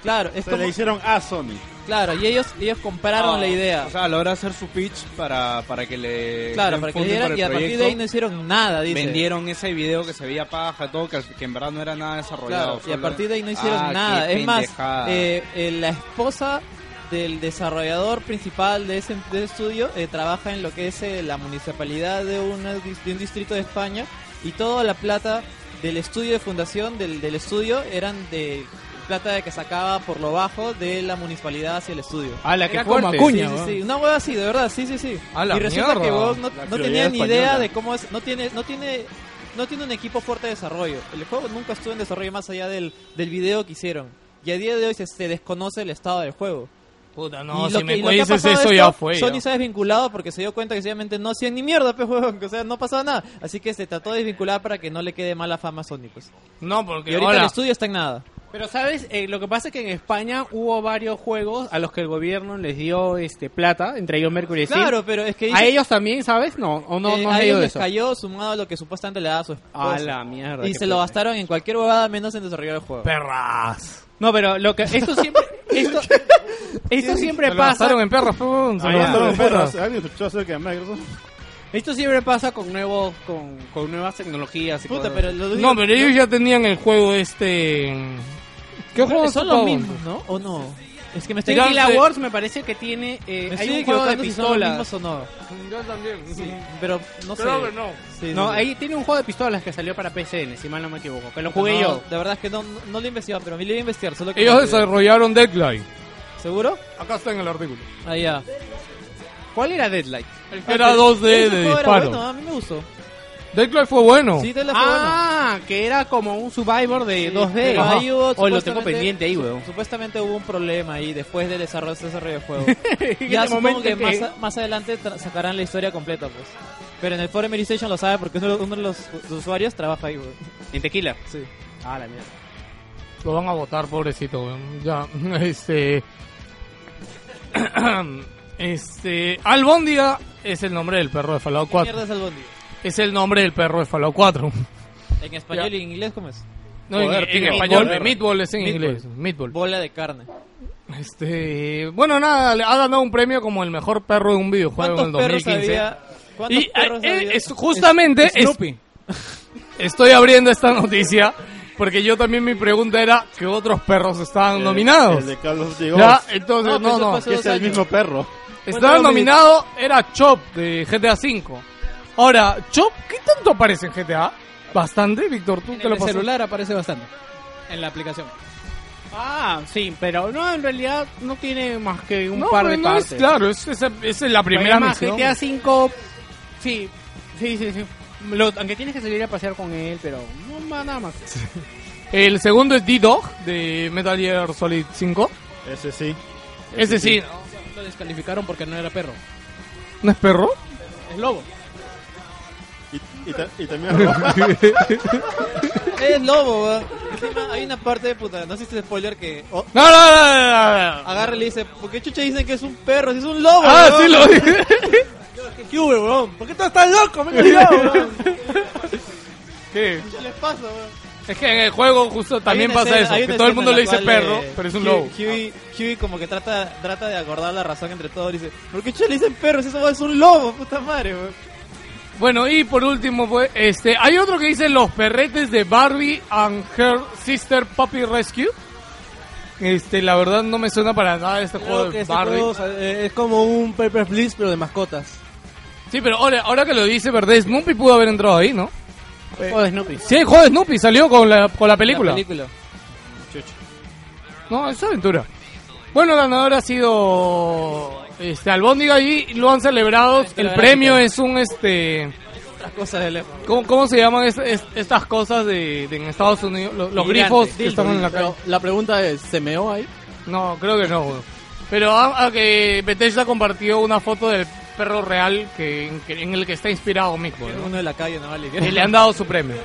Claro, es Se como... le hicieron a Sony. Claro, y ellos compraron la idea. O sea, a la hora de hacer su pitch para que le... Claro, den para que funding le dieran, para el y a partir de proyecto, ahí no hicieron nada, dice. vendieron ese video que se veía paja, todo, que en verdad no era nada desarrollado. Claro, y a partir de ahí no hicieron nada. Es más, la esposa del desarrollador principal de ese estudio trabaja en lo que es la municipalidad de un distrito de España, y toda la plata del estudio de fundación del estudio eran de plata de que sacaba por lo bajo de la municipalidad hacia el estudio. Ah, la que Era como fuerte. Acuña, Sí, ¿no? sí, una hueá así, de verdad, sí. A la Y resulta mierda. que vos no prioridad tenía ni española. idea de cómo es, no tiene un equipo fuerte de desarrollo. El juego nunca estuvo en desarrollo más allá del video que hicieron. Y a día de hoy se desconoce el estado del juego. Puta, no, Y si me y que ha dices pasado eso esto, ya fue. Sony ya. se ha desvinculado porque se dio cuenta que sencillamente no hacían ni mierda, pues, huevón, que, o sea, no pasaba nada. Así que se trató de desvincular para que no le quede mala fama a Sony, pues. No, Y porque ahorita ahora... el estudio está en nada. Pero sabes, lo que pasa es que en España hubo varios juegos a los que el gobierno les dio plata, entre ellos Mercury Steam. Claro, pero es que A ellos también, ¿sabes? No, o no, no a se dio ellos de les eso. cayó sumado a lo que supuestamente le daba su esposa. A la mierda. Y qué se lo pena. gastaron en cualquier huevada menos en desarrollar el juego. Perras. No, pero lo que esto siempre esto siempre Se lo pasa. gastaron en perras, pum, se lo gastaron en perras. ¿Alguien escuchó acerca de Microsoft? Esto siempre pasa con nuevos con nuevas tecnologías y Puta, cosas. pero lo digo- No, pero ellos ya tenían el juego ¿Qué juego son los mismos, ¿no? ¿O no? Es que me estoy Tequila Wars me parece que tiene me hay estoy un juego de equivocando si son los pistolas. mismos o no. Yo también. Sí, pero no sé. Creo que no. Sí, No, sí. ahí tiene un juego de pistolas que salió para PCN, si mal no me equivoco, que lo No, jugué yo. De verdad es que no lo he investigado, pero a mí lo iba a investigar. Solo que Ellos me olvidé. desarrollaron Deadline. ¿Seguro? Acá está en el artículo. Ah, ya. ¿Cuál era Deadlight? Era 2D Ese de juego era disparo. bueno, a mí me gustó. Deadline fue bueno. Sí, Deadline fue bueno. Ah, que era como un Survivor de 2D. Pero Ajá. ahí hubo, Oh, lo tengo supuestamente- pendiente ahí, weón. Supuestamente hubo un problema ahí después del desarrollo del juego. En Ya ese supongo momento que que- más adelante sacarán la historia completa, pues. Pero en el Forum Station lo sabe porque uno de los usuarios trabaja ahí, güey. En Tequila. Sí. Ah, la mierda. Lo van a votar, pobrecito, weón. Ya, Albóndiga es el nombre del perro de Fallout ¿Qué 4. mierda es el Bondi? Es el nombre del perro de Fallout 4. En español Ya. y en inglés, ¿cómo es? No, Joder, en tiene español, meatball. meatball es en Meatball. inglés. Meatball. Bola de carne. Bueno, nada, le ha ganado un premio como el mejor perro de un videojuego en el ¿Cuántos perros 2015. había? ¿Cuántos Y perros había? justamente Snoopy. estoy abriendo esta noticia porque yo también mi pregunta era que otros perros estaban nominados. El de Carlos Diego. Ya, entonces, No, pero eso no. fue hace Que es 2 el años. mismo perro. Estaba nominado, era Chop de GTA V. Ahora, Chop, ¿qué tanto aparece en GTA? Bastante, Víctor, tú En que lo el pasas. celular aparece bastante. En la aplicación. Ah, sí, pero no, en realidad no tiene más que un No, par de pero no partes. es claro, es la primera Además, misión. GTA 5, sí. Aunque tienes que salir a pasear con él, pero no más nada más. El segundo es D-Dog de Metal Gear Solid 5. Ese sí. Ese sí, Lo descalificaron porque no era perro. ¿no es perro? Es lobo. Y también Es lobo, weón. Encima hay una parte de puta, no sé si es spoiler que No. agarra y le dice, ¿por qué chucha dicen que es un perro? Si es un lobo, Ah, weón? sí lo dije. ¿Qué hubo, weón? ¿Por qué estás tan loco? Me yo, weón. ¿Qué? ¿Qué les pasa, weón? Es que en el juego justo también Hay una pasa escena- hay eso, que una todo el escena mundo en le la dice cual, perro, pero es un lobo. Huey como que trata de acordar la razón entre todos y dice, ¿por qué chucha le dicen perro? Si eso es un lobo, puta madre, weón. Bueno, y por último, pues, hay otro que dice los perretes de Barbie and Her Sister Puppy Rescue. La verdad no me suena para nada este juego Creo que de este Barbie. juego, es como un Paper Please, pero de mascotas. Sí, pero ahora que lo dice, ¿verdad? Snoopy pudo haber entrado ahí, ¿no? Juego de Snoopy. Sí, el juego de Snoopy salió con la película. La película. No, es aventura. Bueno, el ganador ha sido Albóndiga y lo han celebrado. El premio es un Otras cosas de lejos. ¿Cómo se llaman estas cosas en Estados Unidos? Los grifos que están en la calle. Pero la pregunta es, ¿se meó ahí? No, creo que no, güey. Pero que Bethesda compartió una foto del perro real en el que está inspirado Mico, ¿no? Uno de la calle, no vale. Y le han dado su premio.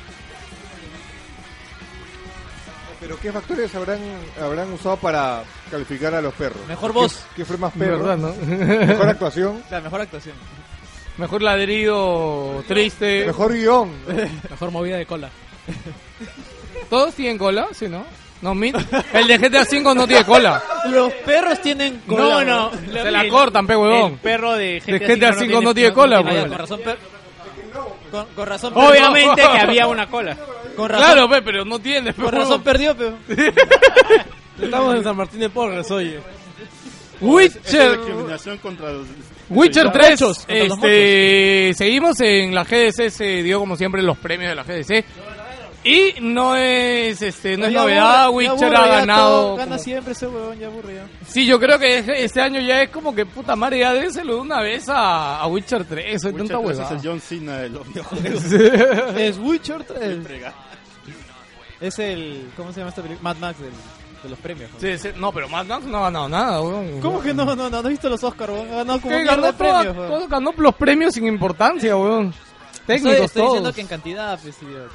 ¿Pero qué factores habrán usado para calificar a los perros? Mejor voz. ¿Qué fue más perro? ¿Verdad, no? Mejor actuación. La mejor actuación. Mejor ladrido, triste. Mejor guión. Mejor movida de cola. ¿Todos tienen cola? Sí, ¿no? No, el de GTA 5 no tiene cola. Los perros tienen cola. No, Se la cortan, pe huevón. El perro de GTA 5 no tiene cola, pues. Con razón, con razón Obviamente que había una cola. Con razón, Claro, pe, pero no tiene. con razón perdió, pero Estamos en San Martín de Porres, oye. Witcher. Discriminación contra los... Witcher 3, mochos, contra los seguimos en la GDC, se dio como siempre los premios de la GDC. Y no es no es novedad, Witcher ha ganado. Gana siempre ese huevón, ya aburrido. Sí, yo creo que este año ya es como que puta madre, ya déselo de una vez a Witcher 3, soy tanta Witcher 3 huevada. es el John Cena de los videojuegos. Es Witcher 3. Es el, ¿cómo se llama esta película? Mad Max de los premios. ¿No? Sí, no, pero Mad Max no ha ganado nada, weón. ¿Cómo que no? No has visto los Oscars, weón. Ha ganado como ¿Qué? mierda Ganó, de premios, weón. ganó los premios sin importancia, weón. Técnicos Estoy todos. diciendo que en cantidad, pues, idiota.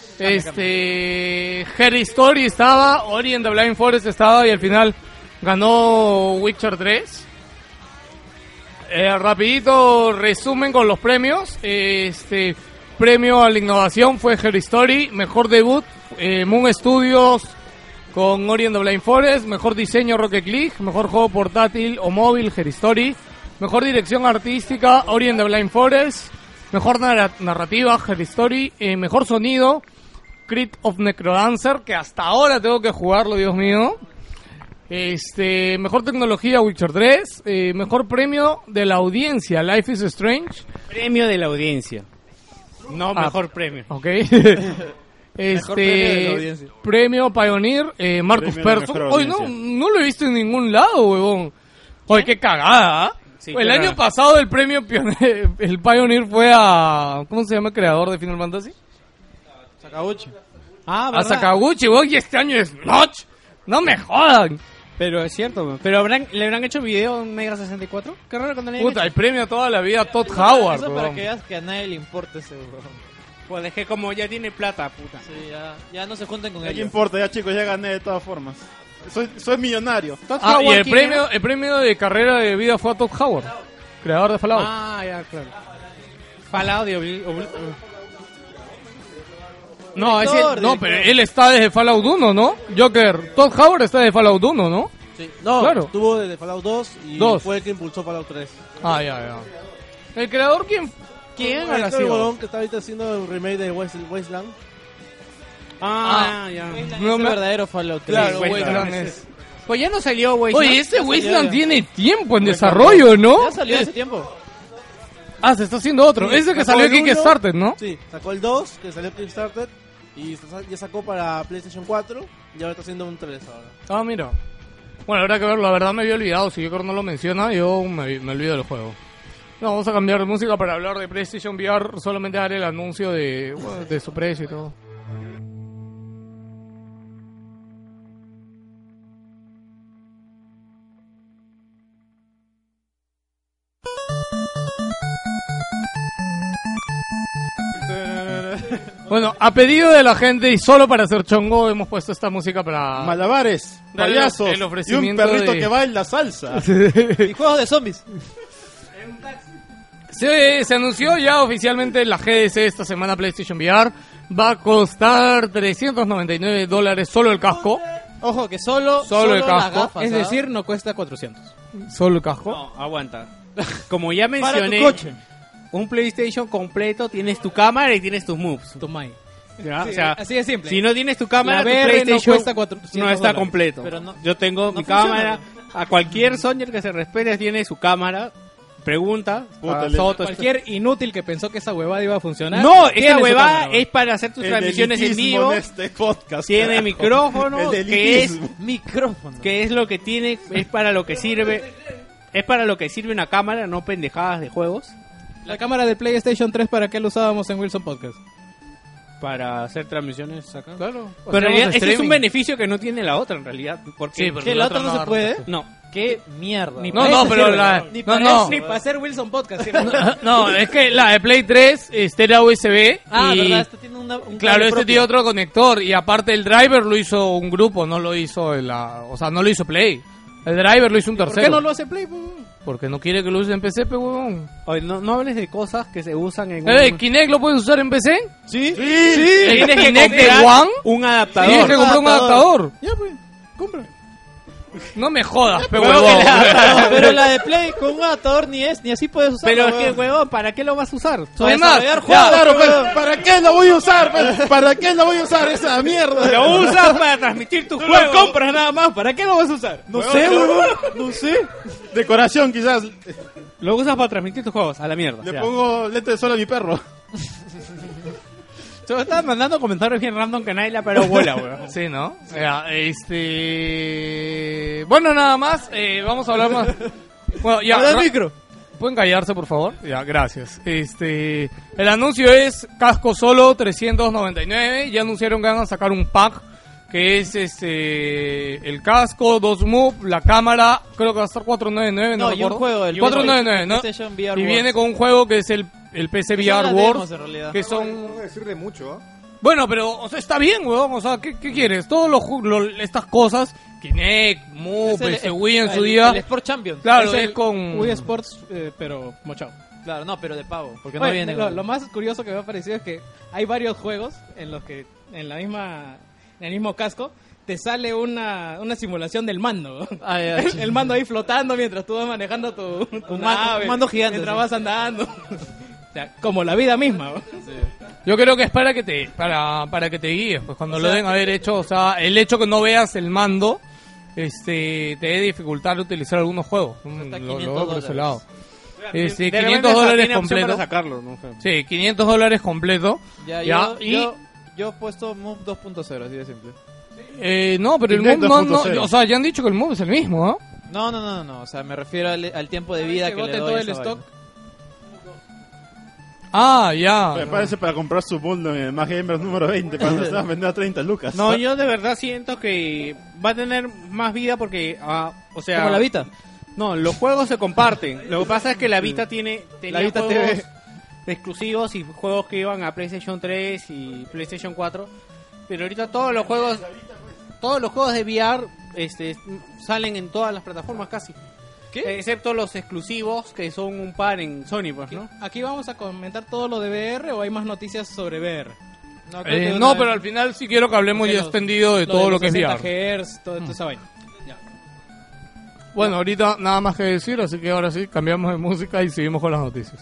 Harry Story estaba, Ori and the Blind Forest estaba y al final ganó Witcher 3. Rapidito resumen con los premios. Premio a la innovación fue Harry Story, mejor debut Moon Studios con Ori and the Blind Forest, mejor diseño Rocket League, mejor juego portátil o móvil Harry Story, mejor dirección artística Ori and the Blind Forest, mejor narrativa Harry Story, mejor sonido Crypt of Necrodancer, que hasta ahora tengo que jugarlo, Dios mío. Mejor tecnología Witcher 3, mejor premio de la audiencia Life is Strange. Premio de la audiencia. No, mejor premio. Ok. Mejor premio de la audiencia. Premio Pioneer, Marcus Premio de la Persson. mejor Hoy audiencia. no lo he visto en ningún lado, huevón. Oye, qué cagada, ¿ah? Sí, El claro. año pasado el premio el Pioneer fue a... ¿Cómo se llama el creador de Final Fantasy? Sakaguchi. Ah, A Sakaguchi, weón, y este año es Notch. No me jodan. Pero es cierto, weón. Pero ¿le habrán hecho video en Mega 64? Qué raro cuando le hayan Puta, hecho. el premio toda la vida a Todd Howard, Eso para weón. que veas que a nadie le importa ese huevón. Pues es que como ya tiene plata, puta. Sí, ya no se junten con ¿Qué ellos. importa? Ya chicos, ya gané de todas formas. Soy millonario. Todd Ah, y Howard, el ¿quién premio de carrera de vida fue a Todd Howard, creador de Fallout. Ah, ya, claro. Fallout de No, Director, no, pero él está desde Fallout 1, ¿no? Joker, Todd Howard está desde Fallout 1, ¿no? Sí. No, Claro. estuvo desde Fallout 2 y 2. fue el que impulsó Fallout 3. Ah, ya. ¿El creador quién El ha sido? huevón que está ahorita haciendo el remake de Wasteland. Ah, ya. No Es me- verdadero Fallout 3. Claro, Wasteland Wasteland es- es... Pues ya no salió, Wasteland. Oye, este Ya salió Wasteland ya. tiene tiempo en desarrollo, ¿no? Ya salió hace tiempo. Ah, se está haciendo otro. Ese que Sacó salió el en uno. Kickstarter, ¿no? Sí, sacó el 2, que salió en Kickstarter. Y ya sacó para PlayStation 4. Y ahora está haciendo un 3 ahora. Ah, mira. Bueno, habrá que verlo. La verdad me había olvidado. Si Joker no lo menciona, yo me olvido del juego. No, vamos a cambiar de música para hablar de PlayStation VR. Solamente haré el anuncio de su precio y todo. Bueno, a pedido de la gente y solo para hacer chongo hemos puesto esta música para... Malabares, Dale payasos el y un ofrecimiento perrito de- que baila salsa. Y juegos de zombies. Se anunció ya oficialmente la GDC esta semana PlayStation VR. Va a costar $399 solo el casco. Ojo, que solo el las casco. gafas, Es ¿ah? decir, no cuesta 400. Solo el casco. No, aguanta. Como ya Para tu mencioné, coche. un PlayStation completo tienes tu cámara y tienes tus moves. Toma ahí. ¿ya? Sí, o sea, así de simple. si no tienes tu cámara, La tu VR no PlayStation cuesta 400 no está dólares. completo. Pero no- Yo tengo no mi funciona. cámara. A cualquier Sonyer que se respete tiene su cámara. Pregunta. Puta, a le- Soto, Cualquier inútil que pensó que esa huevada iba a funcionar. No, tiene esta su huevada cámara, es para hacer tus El transmisiones en elitismo vivo. en este podcast, Tiene carajo. micrófono, El que es elitismo. Micrófono. que es lo que tiene, es para lo que sirve. Es para lo que sirve una cámara, no pendejadas de juegos. La cámara del PlayStation 3, ¿para qué la usábamos en Wilson Podcast? Para hacer transmisiones acá. Claro. Pero en realidad, ese es un streaming. beneficio que no tiene la otra en realidad. Porque Sí, pero ¿Que la otra no se puede? no. ¿Qué mierda? Ni No, para no, eso pero sirve, la... Ni No, para no. eso, Ni para hacer Wilson Podcast. ¿sí? No, es que la de Play 3 era USB Ah, y... verdad, este tiene un Claro, cable este propio. tiene otro conector y aparte el driver lo hizo un grupo, no lo hizo o sea, no lo hizo Play. El driver lo hizo un ¿Por tercero. qué no lo hace Play? Porque no quiere que lo use en PC, pe huevón. Oye, no hables de cosas que se usan en ¿Kinect lo puedes usar en PC? Sí. ¿El Tienes que Kinect de comprar One? un adaptador. Tienes que comprar un adaptador. Ya, pues, compra. No me jodas, pe Huevón, huevón. pero la de Play con un adaptador ni así puedes usarlo. Pero es que, huevón, ¿para qué lo vas a usar? Además, desarrollar juegos, Claro, huevón. ¿para qué lo voy a usar? ¿Para qué lo voy a usar esa mierda? Lo usas para transmitir tu Tú juego. lo compras nada más, ¿para qué lo vas a usar? No sé, huevón. No sé. Decoración quizás. Lo usas para transmitir tus juegos, a la mierda. Le Ya. pongo lente de sol a mi perro. Te estás mandando comentarios bien random que nadie le ha parado bola, weón. Sí, ¿no? Ya, Bueno, nada más, vamos a hablar más. Bueno, ya. Habla al micro. ¿Pueden callarse, por favor? Ya, gracias. El anuncio es casco solo 399. Ya anunciaron que van a sacar un pack que es el casco, 2 move, la cámara, creo que va a estar 499, no No, y un recuerdo. juego, el 499, ¿no? PlayStation VR Y Wars. viene con un juego que es el PC Que son VR las Wars, demos, en realidad. que son... No voy a decirle mucho, ¿ah? Bueno, pero, o sea, está bien, weón. O sea, ¿qué quieres? Todos estas cosas, Kinect, Move, Es el- PC Wii en su el- día. El Sport Champions. Claro, Es es el con... Wii Sports, pero mochado. Claro, no, pero de pago. Porque no Oye, viene lo, con- lo más curioso que me ha parecido es que hay varios juegos en los que en el mismo casco te sale una simulación del mando. Ah, ya, sí. El mando ahí flotando mientras tú vas manejando tu nave, un mando gigante, mientras sí. vas andando. O sea, como la vida misma. ¿no? Yo creo que es para que te guíes, pues cuando lo deben haber hecho, o sea, el hecho que no veas el mando te debe dificultar utilizar algunos juegos. Cuesta Lo 500 veo por ese lado. De repente $500 tiene opción completo. para sacarlo, ¿no? Sí, $500 completo. Ya, Ya, yo he puesto Move 2.0, así de simple. No, pero el Kinect Move no, 2.0. o sea, ya han dicho que el Move es el mismo, ¿no? No, o sea, me refiero al tiempo de vida Que que le bote doy todo a el esa stock. vaina. Ah, ya. Me parece para comprar su mundo en Más Gamers número 20 para empezar a vender a 30 lucas. No, yo de verdad siento que va a tener más vida porque, o sea... Como la Vita. No, los juegos se comparten. Lo que pasa es que la Vita tenía La Vita juegos TV. exclusivos y juegos que iban a PlayStation 3 y PlayStation 4. Pero ahorita todos los juegos de VR salen en todas las plataformas casi. ¿Qué? Excepto los exclusivos que son un par en Sony, pues, ¿no? Aquí vamos a comentar todo lo de VR o hay más noticias sobre VR. No, creo que No, una- pero al final sí quiero que hablemos Porque ya los- extendido de todo de lo los que es 60 VR. Hz, toda esa vaina. Ya. Bueno, ahorita nada más que decir, así que ahora sí, cambiamos de música y seguimos con las noticias.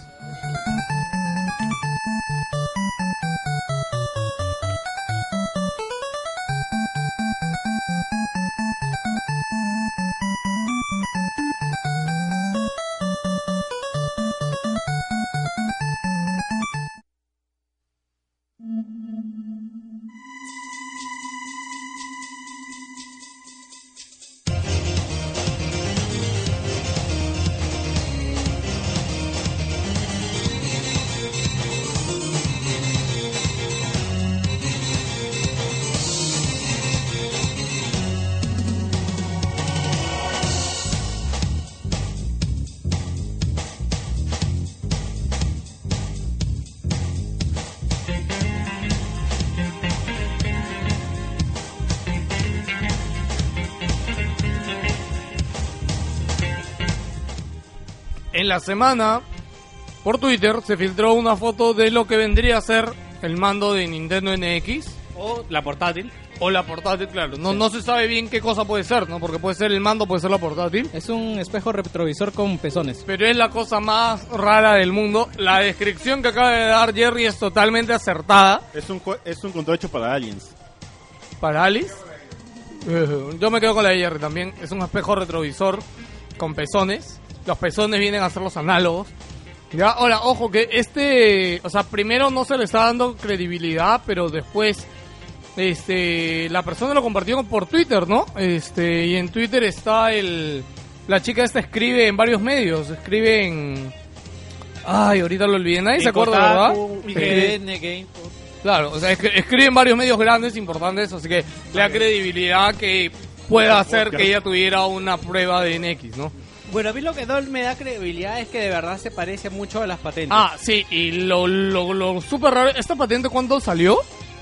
En la semana, por Twitter, se filtró una foto de lo que vendría a ser el mando de Nintendo NX. O la portátil. O la portátil, claro. No se sabe bien qué cosa puede ser, ¿no? Porque puede ser el mando, puede ser la portátil. Es un espejo retrovisor con pezones. Pero es la cosa más rara del mundo. La descripción que acaba de dar Jerry es totalmente acertada. Es un control hecho para aliens. Para Alice. Yo me quedo con la de Jerry también. Es un espejo retrovisor con pezones. Los pezones vienen a ser los análogos. Ya, ahora, ojo que o sea, primero no se le está dando credibilidad, pero después, la persona lo compartió por Twitter, ¿no? Y en Twitter está la chica esta escribe en varios medios, escribe en... Ay, ahorita lo olvidé, nadie se acuerda, ¿verdad? IGN, Game. Claro, o sea, escribe en varios medios grandes, importantes, así que le da credibilidad que pueda hacer que ella tuviera una prueba de NX, ¿no? Bueno, a mí lo que no me da credibilidad es que de verdad se parece mucho a las patentes. Ah, sí, y lo súper raro, ¿esta patente cuándo salió?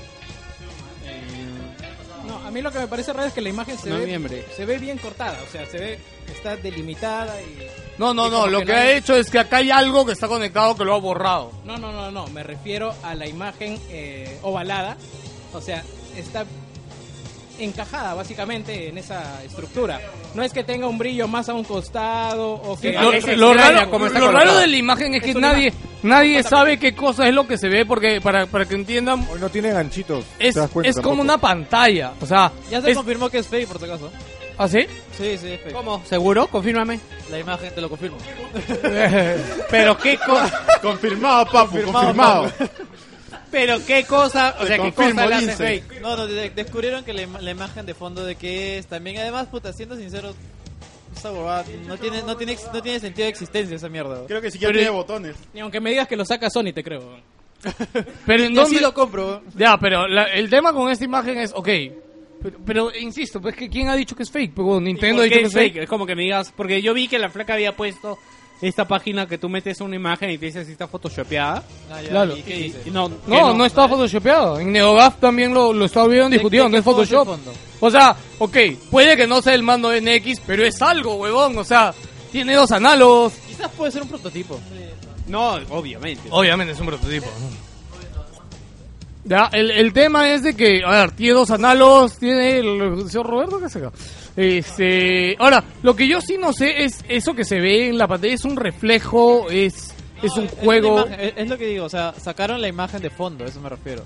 No, a mí lo que me parece raro es que la imagen se Noviembre. ve bien cortada, o sea, está delimitada No, lo que ha hecho es que acá hay algo que está conectado que lo ha borrado. No, me refiero a la imagen ovalada, o sea, está encajada básicamente en esa estructura. No es que tenga un brillo más a un costado o que... Lo raro de la imagen es que nadie sabe qué cosa es lo que se ve, porque para que entiendan... Hoy no tiene ganchitos. Es como una pantalla, o sea... Ya se confirmó que es fake, por si acaso. ¿Ah, sí? Sí, es fake. ¿Cómo? ¿Seguro? Confírmame. La imagen te lo confirmo. Pero qué cosa... Confirmado, papu, confirmado. Pero qué cosa, o sea, qué cosa le hace Lindsay. fake. No, descubrieron que la imagen de fondo de qué es también. Además, puta, siendo sincero, esa huevada no tiene sentido de existencia esa mierda. Creo que siquiera tiene botones. Ni aunque me digas que lo saca Sony, te creo. Pero ¿en Yo dónde sí lo compro. Ya, pero el tema con esta imagen es, ok, pero insisto, pues que ¿quién ha dicho que es fake? Pues, Nintendo ha ¿Por dicho qué que es fake. Es como que me digas, porque yo vi que la flaca había puesto esta página que tú metes una imagen y te dice si está photoshopeada. Ah, ya, Claro. ¿y qué dice? Y no está photoshopeado. En NeoGAF también lo estaba viendo discutiendo, no es Photoshop. O sea, ok, puede que no sea el mando NX, pero es algo, huevón. O sea, tiene 2 análogos. Quizás puede ser un prototipo. No, obviamente. Obviamente es un prototipo. Ya, el tema es de que, a ver, tiene 2 análogos, tiene el señor Roberto, ¿qué se ahora, lo que yo sí no sé es eso que se ve en la pantalla, es un reflejo, es un juego. Es lo que digo, o sea, sacaron la imagen de fondo, a eso me refiero.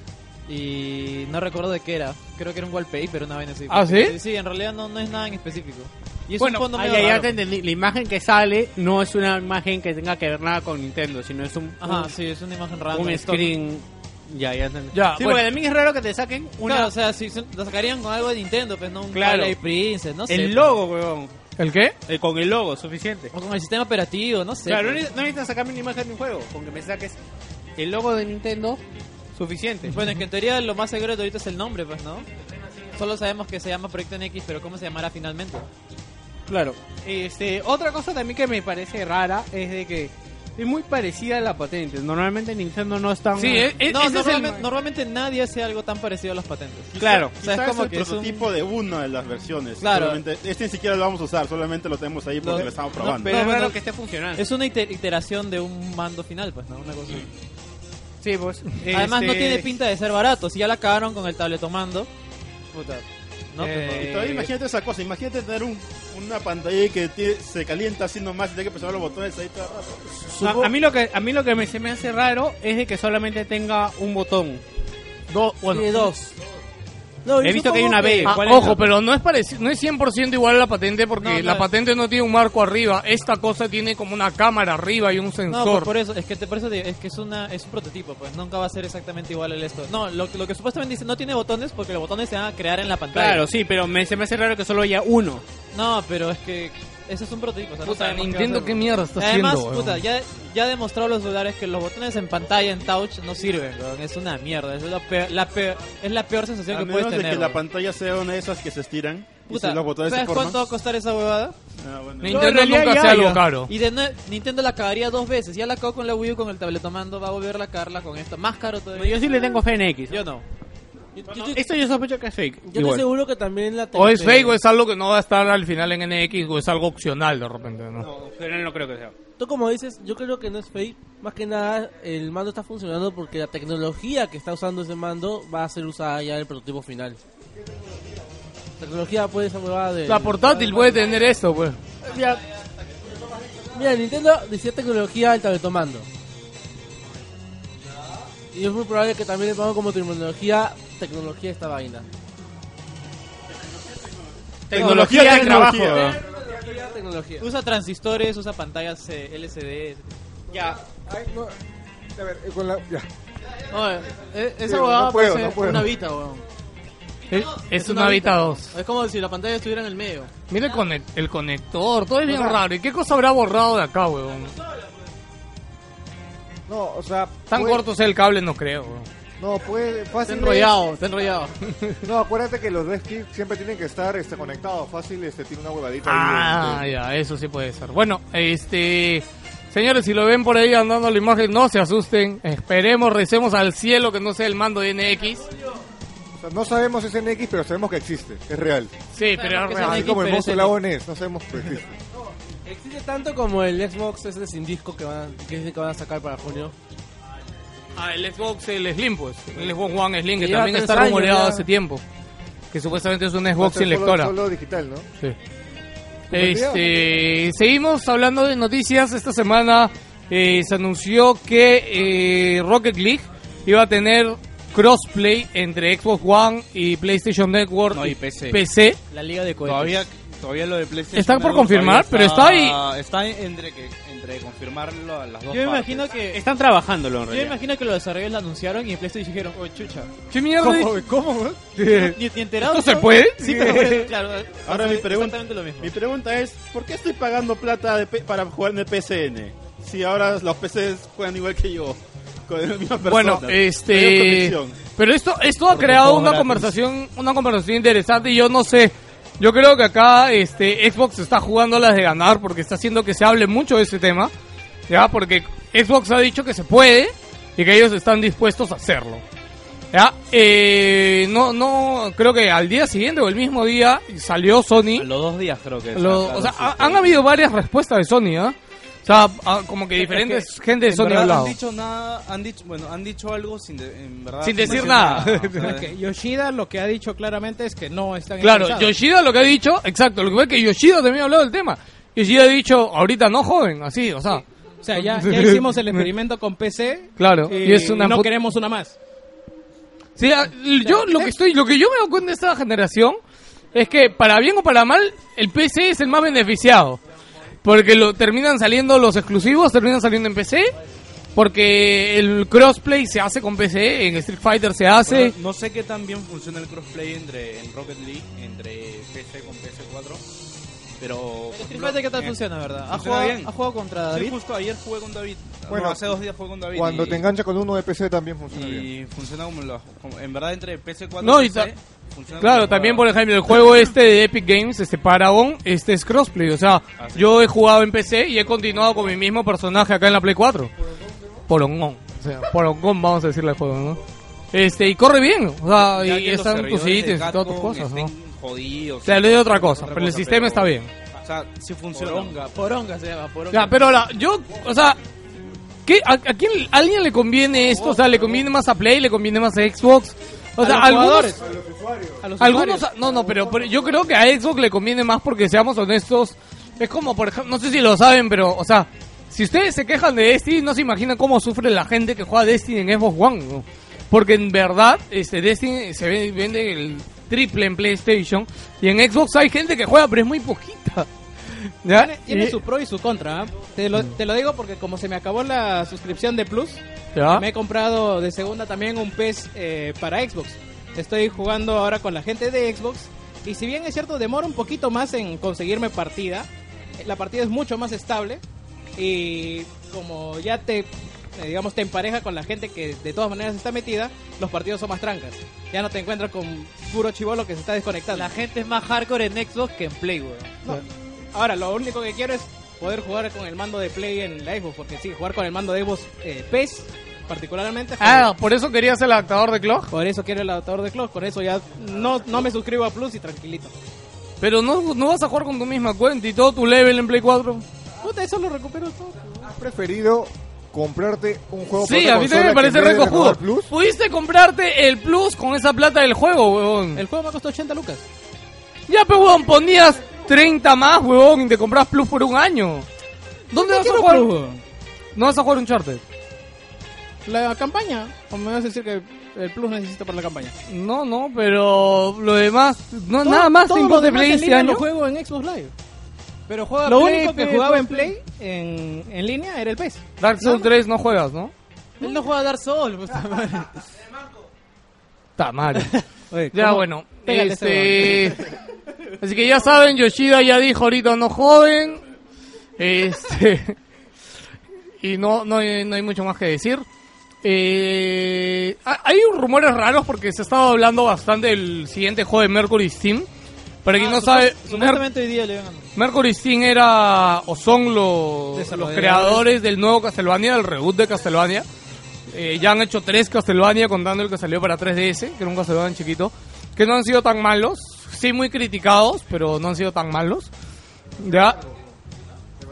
Y no recuerdo de qué era, creo que era un wallpaper, una vaina así. ¿Ah, sí? Sí, en realidad no es nada en específico. Y es Bueno, un fondo ahí medio ya raro. te entendí. La imagen que sale no es una imagen que tenga que ver nada con Nintendo, sino es Ajá, sí, es una imagen random. un screen. Ya entendí. Ya, Sí, bueno. porque también es raro que te saquen una... Claro, o sea, si lo sacarían con algo de Nintendo, pues no un Claro. Twilight Princess, no sé. El logo, weón. ¿El qué? Con el logo, suficiente. O con el sistema operativo, no sé. Claro, pues. no necesitas sacarme una imagen de un juego. Con que me saques el logo de Nintendo, suficiente. Bueno, es que en teoría lo más seguro de ahorita es el nombre, pues, ¿no? Solo sabemos que se llama Proyecto NX, pero ¿cómo se llamará finalmente? Claro. Otra cosa también que me parece rara es de que es muy parecida a la patente. Normalmente Nintendo no está... Sí, No, ese es normalmente nadie hace algo tan parecido a las patentes. Claro. O sea, es Quizás como el que es un... prototipo de una de las versiones. Claro. Solamente, ni siquiera lo vamos a usar, solamente lo tenemos ahí porque No, lo estamos probando. Pero es bueno, raro que esté funcionando. Es una iteración de un mando final, pues, ¿no? Una cosa así. Sí, pues. Además, no tiene pinta de ser barato. Si ya la cagaron con el tabletomando, puta. No, pues, Y todavía imagínate esa cosa, imagínate tener una pantalla que se calienta así nomás y tener que presionar los botones ahí todo el rato. A mí lo que se me hace raro es de que solamente tenga un botón. Tiene 2. No, He visto que hay una B. ¿Cuál es ojo, la? pero no es 100% igual a la patente porque No, la no. patente no tiene un marco arriba. Esta cosa tiene como una cámara arriba y un No, sensor. pues por eso, por eso digo, es que es un prototipo, pues nunca va a ser exactamente igual el esto. No, lo que supuestamente dice no tiene botones porque los botones se van a crear en la pantalla. Claro, sí, pero se me hace raro que solo haya uno. No, pero es que ese es un prototipo. O sea, no Puta, sabemos Nintendo, qué ¿qué va a mierda hacer. está Además, haciendo, puta, weón? ya ha demostrado los celulares que los botones en pantalla, en touch, no sirven, weón. Es una mierda. Es la peor sensación A que puedes menos de tener. que la weón. pantalla sea una de esas que se estiran y Puta, si los botones se ¿sabes forman. cuánto va a costar esa huevada? Ah, bueno. Nintendo en realidad nunca ya, hace algo ya. caro. Y Nintendo la cagaría 2 veces. Ya la cagó con la Wii U, con el tabletomando. Va a volver a cagarla con esto. Más caro todavía. Yo sí le tengo fe en X. Yo no. Esto yo sospecho que es fake. Yo estoy seguro que también la O es fake o es algo que no va a estar al final en NX o es algo opcional de repente, ¿no? No, pero no creo que sea. Tú como dices, yo creo que no es fake. Más que nada, el mando está funcionando porque la tecnología que está usando ese mando va a ser usada ya en el prototipo final. La tecnología puede esa huevada de... La portátil puede tener esto, pues. Mira, Nintendo decía tecnología del tabletomando. Y es muy probable que también le pongan como tecnología esta vaina. Tecnología de trabajo. Tecnología. Usa transistores, usa pantallas LCD. Ya. Ay, no. A ver, con la... Ya. Esa no huevada puedo, parece no puedo. una Vita, weón. Es una Vita 2. Es como si la pantalla estuviera en el medio. Mira el conector, todo es bien raro. ¿Y qué cosa habrá borrado de acá, weón? No, o sea... Tan puede- corto sea el cable, no creo, weón. No, puede... Está Fácil enrollado, está enrollado. No, acuérdate que los DevKit siempre tienen que estar conectados. Fácil, tiene una huevadita Ah, ahí. ya, eso sí puede ser. Bueno, señores, si lo ven por ahí andando la imagen, no se asusten. Esperemos, recemos al cielo que no sea el mando de NX. O sea, no sabemos si es NX, pero sabemos que existe. Es real. Sí, pero es que real. Así NX, como el pero monstruo es del lago NES. No sabemos que existe. Existe tanto como el Xbox ese sin disco que dicen que van a sacar para junio. El Xbox, el Slim, pues. El Xbox One Slim, que Lleva también 3 está años rumoreado ya. hace tiempo. Que supuestamente es un Va a Xbox ser sin lectora. Solo digital, ¿no? Sí. Seguimos hablando de noticias. Esta semana se anunció que Rocket League iba a tener crossplay entre Xbox One y PlayStation Network No, y PC. PC. La liga de cohetes. Todavía lo de PlayStation. Está por Network confirmar, todavía pero está ahí. Está entre confirmarlo a las dos Yo me partes. imagino que... Están trabajándolo en Yo me realidad. imagino que los desarrolladores lo anunciaron y en PlayStation dijeron, oh, chucha. ¿Qué mierda? ¿Cómo? Ni enterado. ¿Esto se puede? Sí, pero claro. Ahora mi pregunta, Exactamente lo mismo. mi pregunta es, ¿por qué estoy pagando plata para jugar en el PCN? Si ahora los PCs juegan igual que yo, con la misma persona. Bueno, Tengo conexión. pero esto ha creado una conversación interesante y yo no sé. Yo creo que acá Xbox está jugando las de ganar porque está haciendo que se hable mucho de ese tema, ya, porque Xbox ha dicho que se puede y que ellos están dispuestos a hacerlo. Ya, no creo que al día siguiente o el mismo día salió Sony. A los 2 días creo que. O sea, han habido varias respuestas de Sony, ¿ah? O sea, como que diferentes gente de En Sony ha verdad, hablado. han dicho algo en verdad Sin decir nada. O sea, Que Yoshida lo que ha dicho claramente es que no están Claro, interesados. Yoshida lo que ha dicho, exacto, lo que es que Yoshida también ha hablado del tema. Yoshida ha dicho, ahorita no, joven, así, o sea. O sea, ya hicimos el experimento con PC. Claro, y es una no put- queremos una más. Sí, lo que yo me doy cuenta de esta generación es que para bien o para mal, el PC es el más beneficiado. Porque terminan saliendo los exclusivos, terminan saliendo en PC. Porque el crossplay se hace con PC, en Street Fighter se hace. bueno, no sé qué tan bien funciona el crossplay en Rocket League entre PC con PS4, pero El Street Fighter, ¿qué tal funciona, verdad? ¿Ha funciona bien. jugado contra Sí, David? justo ayer jugué con David. Bueno, No, hace 2 días jugué con David. Cuando y- te engancha con uno de PC también funciona bien. y funciona como en verdad entre PS4 No, y y PC. funciona Claro, como también para- por ejemplo el juego de Epic Games, Paragon, es crossplay, o sea, yo he jugado en PC y he continuado con mi mismo personaje acá en la Play 4. Porongón, o sea, Porongón vamos a decirle al juego, ¿no? Y corre bien, o sea, Ya y que los están tus servidores de ítems y todas tus Capcom cosas, ¿no? estén jodidos. O sea, le doy otra cosa, pero el sistema está bien. O sea, sí funciona. Poronga se llama, Poronga. Ya, pero yo, o sea, ¿a alguien le conviene esto? O sea, ¿le conviene más a Play? ¿Le conviene más a Xbox? O sea, los algunos... jugadores. A los Algunos, usuarios. pero yo creo que a Xbox le conviene más porque seamos honestos. Es como, por ejemplo, no sé si lo saben, pero, o sea, si ustedes se quejan de Destiny, no se imaginan cómo sufre la gente que juega Destiny en Xbox One, ¿no? Porque en verdad, Destiny se vende el triple en PlayStation y en Xbox hay gente que juega, pero es muy poquita. ¿Ya? Tiene su pro y su contra. ¿eh? Te lo digo porque como se me acabó la suscripción de Plus, ¿Ya? me he comprado de segunda también un PES para Xbox. Estoy jugando ahora con la gente de Xbox y si bien es cierto demora un poquito más en conseguirme partida, la partida es mucho más estable y como ya te empareja con la gente que de todas maneras está metida, los partidos son más trancas. Ya no te encuentras con puro chibolo que se está desconectando. La gente es más hardcore en Xbox que en Play, weón. No. Ahora, lo único que quiero es poder jugar con el mando de Play en la Xbox, porque sí, jugar con el mando de Xbox PES, particularmente. ¿Por eso querías el adaptador de clock? Por eso quiero el adaptador de clock, por eso ya no me suscribo a Plus y tranquilito. Pero no vas a jugar con tu misma cuenta y todo tu level en Play 4. Puta, eso lo recupero todo. ¿Has preferido comprarte un juego Sí, por a otra mí también me consola parece que en vez de recojudo. renovar Plus? Pudiste comprarte el Plus con esa plata del juego, huevón. El juego me costó 80 lucas. Ya, pero huevón, ponías 30 más, huevón, y te compras Plus por un año. ¿Dónde vas a quiero jugar? Plus? ¿No vas a jugar Uncharted? La campaña, o me vas a decir que el Plus necesito para la campaña. No, pero lo demás, nada más te todo importa lo demás Play en este línea año. lo juego en Xbox Live. Pero juega Lo Play, único que pe, jugaba juega en Play en línea era el PES. Dark Souls 3 no juegas, ¿no? Él no juega Dark Souls, puta madre. Está mal. Oye, Ya, ¿cómo? bueno. Pégale ese Así que ya saben, Yoshida ya dijo ahorita no joven. Y no hay mucho más que decir. Hay rumores raros porque se ha estado hablando bastante del siguiente juego de Mercury Steam. Para quien no sabe, Supuestamente hoy día le van a... Mercury Steam era o son los Desarrolladores. creadores del nuevo Castlevania, del reboot de Castlevania. Ya han hecho 3 Castlevania contando el que salió para 3DS, que era un Castlevania chiquito, que no han sido tan malos, sí muy criticados, pero no han sido tan malos. Ya.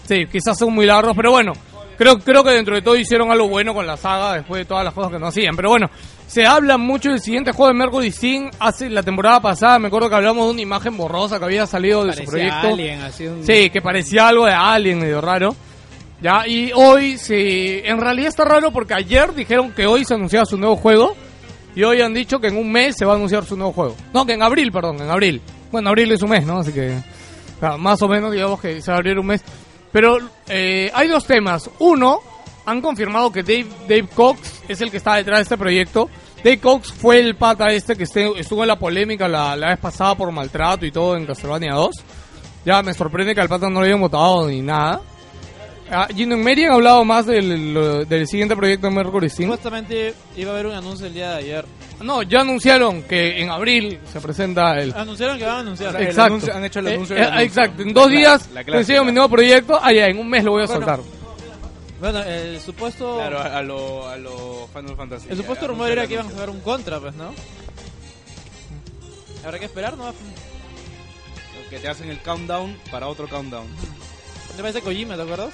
Sí, quizás son muy largos, pero bueno, creo que dentro de todo hicieron algo bueno con la saga después de todas las cosas que no hacían. Pero bueno, se habla mucho del siguiente juego de Mercury Steam. Hace la temporada pasada me acuerdo que hablamos de una imagen borrosa que había salido de su proyecto. Alien, así Sí, que parecía algo de Alien, medio raro. Ya, y hoy en realidad está raro porque ayer dijeron que hoy se anunciaba su nuevo juego y hoy han dicho que en un mes se va a anunciar su nuevo juego. No, que en abril. Bueno, abril es un mes, ¿no? Así que más o menos digamos que se va a abrir un mes. Pero hay dos temas. Uno, han confirmado que Dave Cox es el que está detrás de este proyecto. Dave Cox fue el pata que estuvo en la polémica la vez pasada por maltrato y todo en Castlevania 2. Ya me sorprende que al pata no lo hayan votado ni nada. Gino y Mary han hablado más del siguiente proyecto de Mercury Steam. Supuestamente iba a haber un anuncio el día de ayer. No, ya anunciaron que en abril se presenta el... Anunciaron que van a anunciar. Exacto. Han hecho el anuncio. Exacto, en 2 días enseño mi nuevo proyecto. En un mes lo voy a soltar. Bueno, el supuesto... Claro, a lo Final Fantasy. El supuesto rumor era que iban a sacar un Contra, pues, ¿no? Habrá que esperar, ¿no? Que te hacen el countdown para otro countdown. ¿Te parece Kojima, te acuerdas?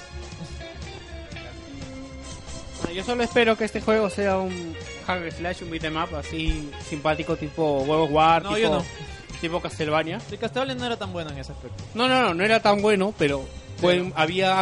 Yo solo espero que este juego sea un hack and slash, un beat'em up así simpático tipo World of War, No, yo no. tipo Castlevania. El Castlevania no era tan bueno en ese aspecto. No era tan bueno, pero había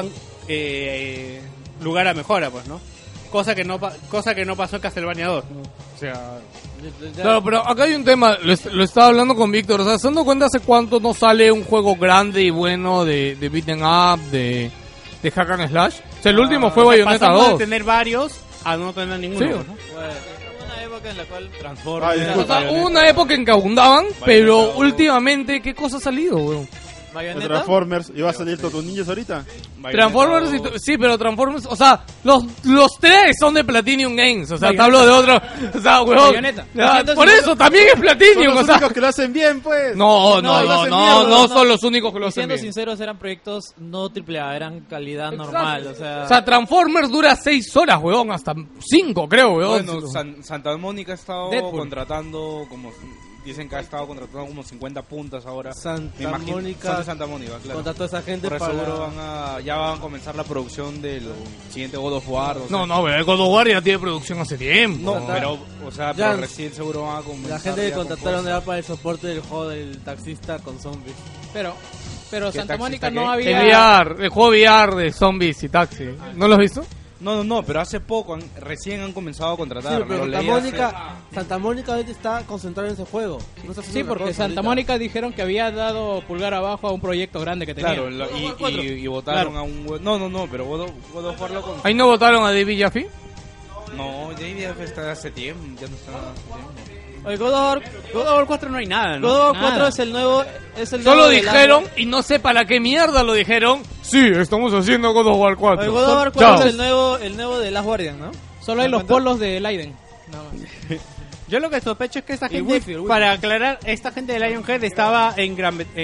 lugar a mejora, pues, ¿no? Cosa que no pasó en Castlevania 2, ¿no? O sea... Claro, pero acá hay un tema, lo estaba hablando con Víctor, o sea, ¿se han dado cuenta hace cuánto no sale un juego grande y bueno de beat'em up, de hack and slash? O sea, el último fue Bayonetta 2. De tener varios a no tener ninguno, Sí. ¿no? Bueno, una época en la cual Transformers... O sea, hubo una época en que abundaban, pero últimamente, ¿qué cosa ha salido, weón? ¿Bayonetta? Transformers, ¿iba a salir Tortugas Ninjas ahorita? Transformers, sí, pero Transformers, o sea, los 3 son de Platinum Games, o sea, te hablo de otro, o sea, weón, Bayonetta. por eso también es Platinum, Son los o sea, únicos que lo hacen bien, pues. no no, son los únicos que lo Y hacen siendo bien. sinceros, eran proyectos no AAA, eran calidad normal, o sea... O sea, Transformers dura 6 horas, weón, hasta 5, creo, weón. Bueno, Santa Mónica ha estado Deadpool. contratando como... Dicen que ha estado contratando como 50 puntas ahora. Santa Mónica. Son de Santa Mónica, claro. Contrató a esa gente Por para... seguro ya van a comenzar la producción del siguiente God of War. O sea, No, pero el God of War ya tiene producción hace tiempo. No, pero, o sea, Ya, pero recién seguro van a comenzar. La gente que ya con contrataron cosas. era para el soporte del juego del taxista con zombies. Pero ¿Qué Santa Mónica taxista no qué? había... El juego VR de zombies y taxi. ¿No lo has visto? No, pero hace poco, recién han comenzado a contratar. Sí, pero lo Santa leí Santa Mónica ahorita está concentrada en ese juego. No está haciendo Sí, otra porque cosa Santa ahorita. Mónica dijeron que había dado pulgar abajo a un proyecto grande que tenía. Claro, y votaron a un... No, pero God of War lo con... ¿Ahí no votaron a David Jaffe? No, David está hace tiempo, ya no está hace tiempo. Oye, God of War 4 no hay nada, ¿no? God of War Nada. 4 es el nuevo... Solo dijeron, y no sé para qué mierda lo dijeron. Sí, estamos haciendo God of War 4. Oye, God of War 4 es el nuevo de Last Guardian, ¿no? Solo hay los polos de Leiden. Nada más. Yo lo que sospecho es que esta Y gente, Wi-Fi. para aclarar, esta gente de Lionhead estaba en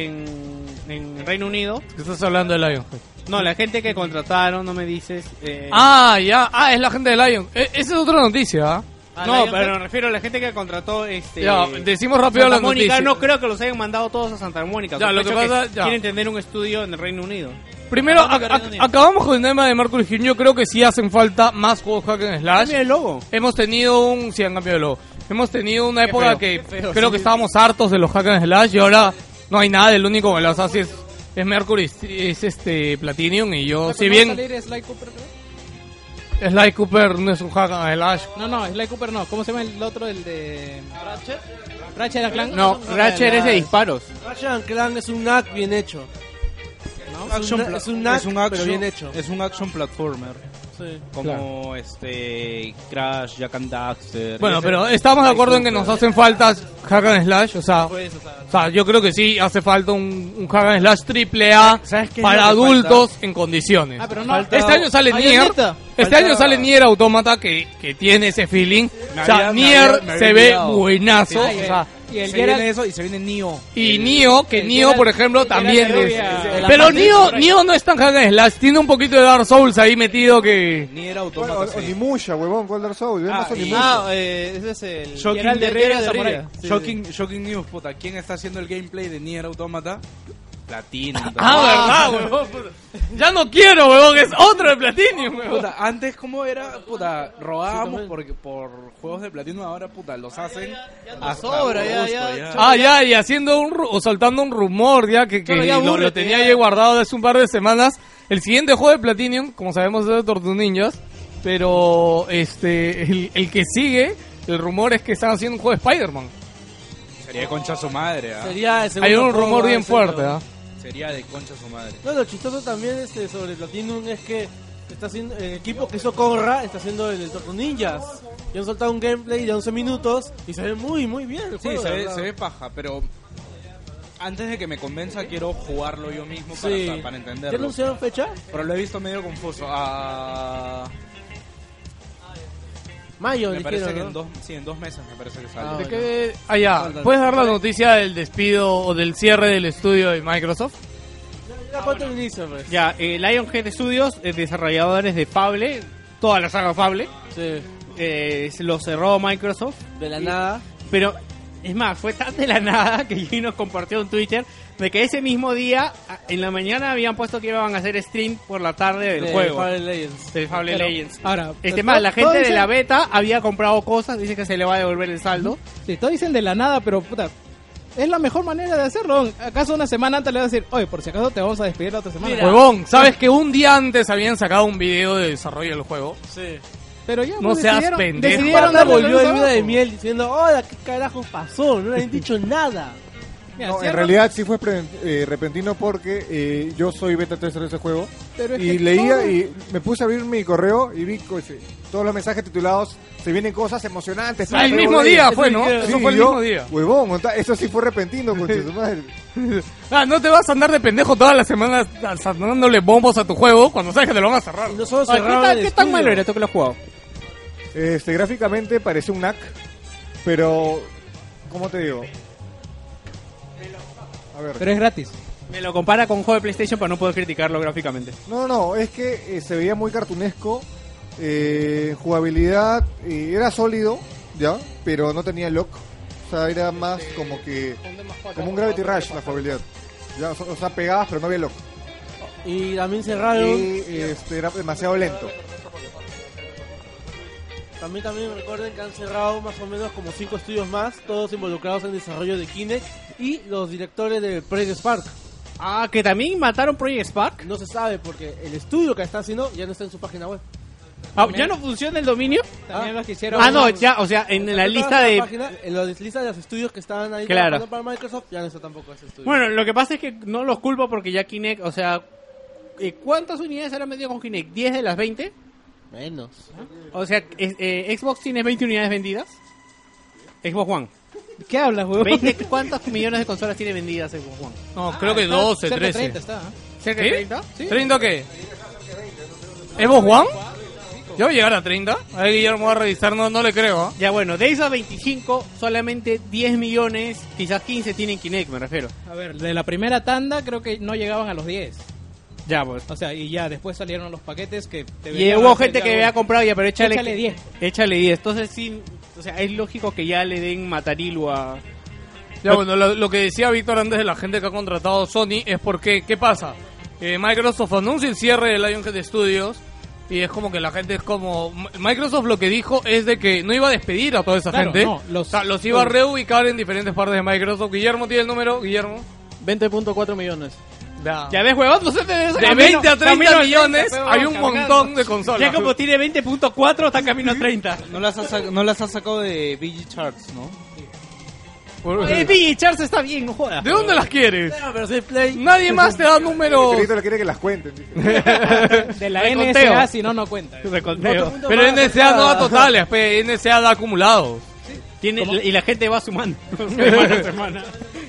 Reino Unido. ¿Qué estás hablando de Lionhead? No, la gente que contrataron, no me dices. Es la gente de Lion. Esa es otra noticia, ¿ah? No, pero me refiero a la gente que contrató Ya, decimos rápido Santa la Mónica. noticia. No creo que los hayan mandado todos a Santa Mónica. Ya, lo Sospecho que pasa- ya. quieren tener un estudio en el Reino Unido. Primero, Vamos a Reino Unido. acabamos con el tema de Mercury Steam. Yo creo que sí hacen falta más juegos hack and slash. Cambia el logo. Hemos tenido sí han cambiado de logo. Hemos tenido una época feo, que qué feo, creo sí. que estábamos hartos de los hack and slash y ahora no hay nada. El único que los hace es Mercury, es Platinum y yo, si ¿No va a bien salir Sly Cooper, creo? Sly Cooper no es un hack and slash. No, Sly Cooper no. ¿Cómo se llama el otro? El de... Ratchet and Clank. No, Ratchet es de disparos. Ratchet & Clank es un hack bien hecho. Es un hack, pero bien hecho. Es un action platformer. Sí. Como Crash, Jack and Daxter. Bueno, pero estamos de acuerdo en que nos hacen falta hack and slash, o sea, Pues, yo creo que sí hace falta un hack and slash triple A ¿Sabes qué es para lo que adultos en condiciones. Ah, pero no. Falta- Este año sale Nier. Bayonetta. Este año sale Nier Automata que tiene ese feeling. O sea, me Nier había se ve olvidado. buenazo. Sí, O sea, y el Se Geralt... viene eso y se viene Nioh. y Nioh, que el Nioh, Geralt- por ejemplo, el Geralt también de es... rubia. Pero Nioh no es tan hack and slash. Tiene un poquito de Dark Souls ahí metido que... Nier Bueno, Automata. sí. Onimusha, huevón, ¿cuál Dark Souls? Ve más y- Onimusha. ese es el... Shocking Geralt de de Rivia Rivia, Samurai. Sí, Shocking News, puta. ¿Quién está haciendo el gameplay de Nier Automata? Platinum. Verdad, huevón. Ya no quiero, huevón, es otro de Platinum, huevón. Puta, antes, ¿cómo era? Puta, robábamos por juegos de Platinum, ahora, puta, los hacen a sobra, Y haciendo o soltando un rumor, ya que Claro, ya lo aburre, tenía ya. ahí guardado desde un par de semanas. El siguiente juego de Platinum, como sabemos, es de Tortugas Ninjas, pero el que sigue, el rumor es que están haciendo un juego de Spider-Man. Sería de concha su madre, ¿ah? Sería el Hay segundo un juego rumor bien más fuerte, extenso. ¿ah? Sería de concha su madre. No, lo chistoso también sobre Platinum es que está haciendo, el equipo que hizo Conra está haciendo el Tortugas Ninjas. Y han soltado un gameplay de 11 minutos y se ve muy, muy bien el Sí, juego. ¿verdad? se ve paja, pero antes de que me convenza quiero jugarlo yo mismo Sí. para ¿Ya entenderlo. anunciaron fecha? Pero lo he visto medio confuso. Mayo, Me parece dijeron, que ¿no? en 2 meses me parece que sale. ¿De qué? ¿Puedes dar la noticia del despido o del cierre del estudio de Microsoft? Ya cuánto el inicio, pues. Ya, Lionhead Studios, desarrolladores de Fable, toda la saga Fable, Sí, se lo cerró Microsoft. de la nada. Pero, es más, fue tan de la nada que Jim nos compartió en Twitter de que ese mismo día, en la mañana, habían puesto que iban a hacer stream por la tarde del de juego. Fable Legends. Del Fable Pero, Legends. ahora, Más, la gente de dicen- la beta había comprado cosas, dice que se le va a devolver el saldo. Sí, todos dicen de la nada, pero puta, es la mejor manera de hacerlo. ¿Acaso una semana antes le vas a decir, oye, por si acaso te vamos a despedir la otra semana? Mira. Huevón, ¿sabes que un día antes habían sacado un video de desarrollo del juego? Sí. Pero ya, No pues, seas decidieron- pendejo. Decidieron Panda darle volvió luz de abajo. luna de miel diciendo, hola, ¿qué carajo pasó? No le han dicho nada. Mira, No, en cierran- realidad sí fue repentino porque yo soy beta tester de ese juego Pero es y que leía todo- y me puse a abrir mi correo y vi todos los mensajes titulados se vienen cosas emocionantes. El mismo día fue, ¿no? Sí, Eso fue el yo, mismo día. Huevón, eso sí fue repentino, concha su madre. No te vas a andar de pendejo todas las semanas dándole bombos a tu juego cuando sabes que te lo van a cerrar. Y no solo Oye, cerraron el ¿Qué tan estudio. malo era tú que lo has jugado? Gráficamente parece un NAC, pero ¿cómo te digo? A ver. Pero es gratis. Me lo compara con un juego de PlayStation para no poder criticarlo gráficamente. No, es que se veía muy cartunesco. Jugabilidad era sólido, ya, pero no tenía lock. O sea, era más como un Gravity Rush la jugabilidad. Ya, o sea, pegabas, pero no había lock. Y también cerraron. Y era demasiado lento. También recuerden que han cerrado más o menos como 5 estudios más, todos involucrados en desarrollo de Kinect y los directores de Project Spark. Ah, que también mataron Project Spark. No se sabe porque el estudio que está haciendo ya no está en su página web. ¿Ya no funciona el dominio? También los que hicieron... Ah, no, ya, o sea, en la lista de... En la lista de los estudios que estaban ahí Claro. trabajando para Microsoft ya no está tampoco ese estudio. Bueno, lo que pasa es que no los culpo porque ya Kinect, o sea, ¿cuántas unidades habrán vendido con Kinect? ¿10 de las 20? Menos. O sea, Xbox tiene 20 unidades vendidas. Xbox One. ¿Qué hablas, huevón? 20, ¿cuántos millones de consolas tiene vendidas Xbox One? No, creo que está 12, cerca de 13. 30 está, ¿eh? ¿Cerca de 30? Sí. ¿30 qué? ¿Xbox One? ¿Ya va a llegar a 30? A ver, Guillermo va a revisar, no le creo, ¿ah? Ya bueno, de esos 25, solamente 10 millones, quizás 15 tienen Kinect, me refiero. A ver, de la primera tanda creo que no llegaban a los 10. Ya, pues. O sea, y ya después salieron los paquetes que... Y hubo gente que había comprado ya, pero échale 10. Échale 10. Entonces sí, o sea, es lógico que ya le den matarilu a... Ya, bueno, lo que decía Víctor antes de la gente que ha contratado Sony es porque, ¿qué pasa? Microsoft anuncia el cierre de Lionhead Studios y es como que la gente es como... Microsoft lo que dijo es de que no iba a despedir a toda esa Claro, gente. no, O sea, los iba a reubicar en diferentes partes de Microsoft. Guillermo tiene el número, Guillermo. 20.4 millones. Ya ves, huevón, no sé, De 20 a 30 millones hay un montón de consolas. Ya como tiene 20.4 está camino a 30. No las has sacado de VG Charts, ¿no? VG Charts está bien, no jodas. ¿De dónde las quieres? Pero si Play... Nadie más te da números. Trito le quiere que las cuenten. Dice. De la Reconteo. NSA, si no cuenta. Reconteo. Pero NSA no da totales, NSA da acumulados. Tiene, y la gente va sumando semana a semana.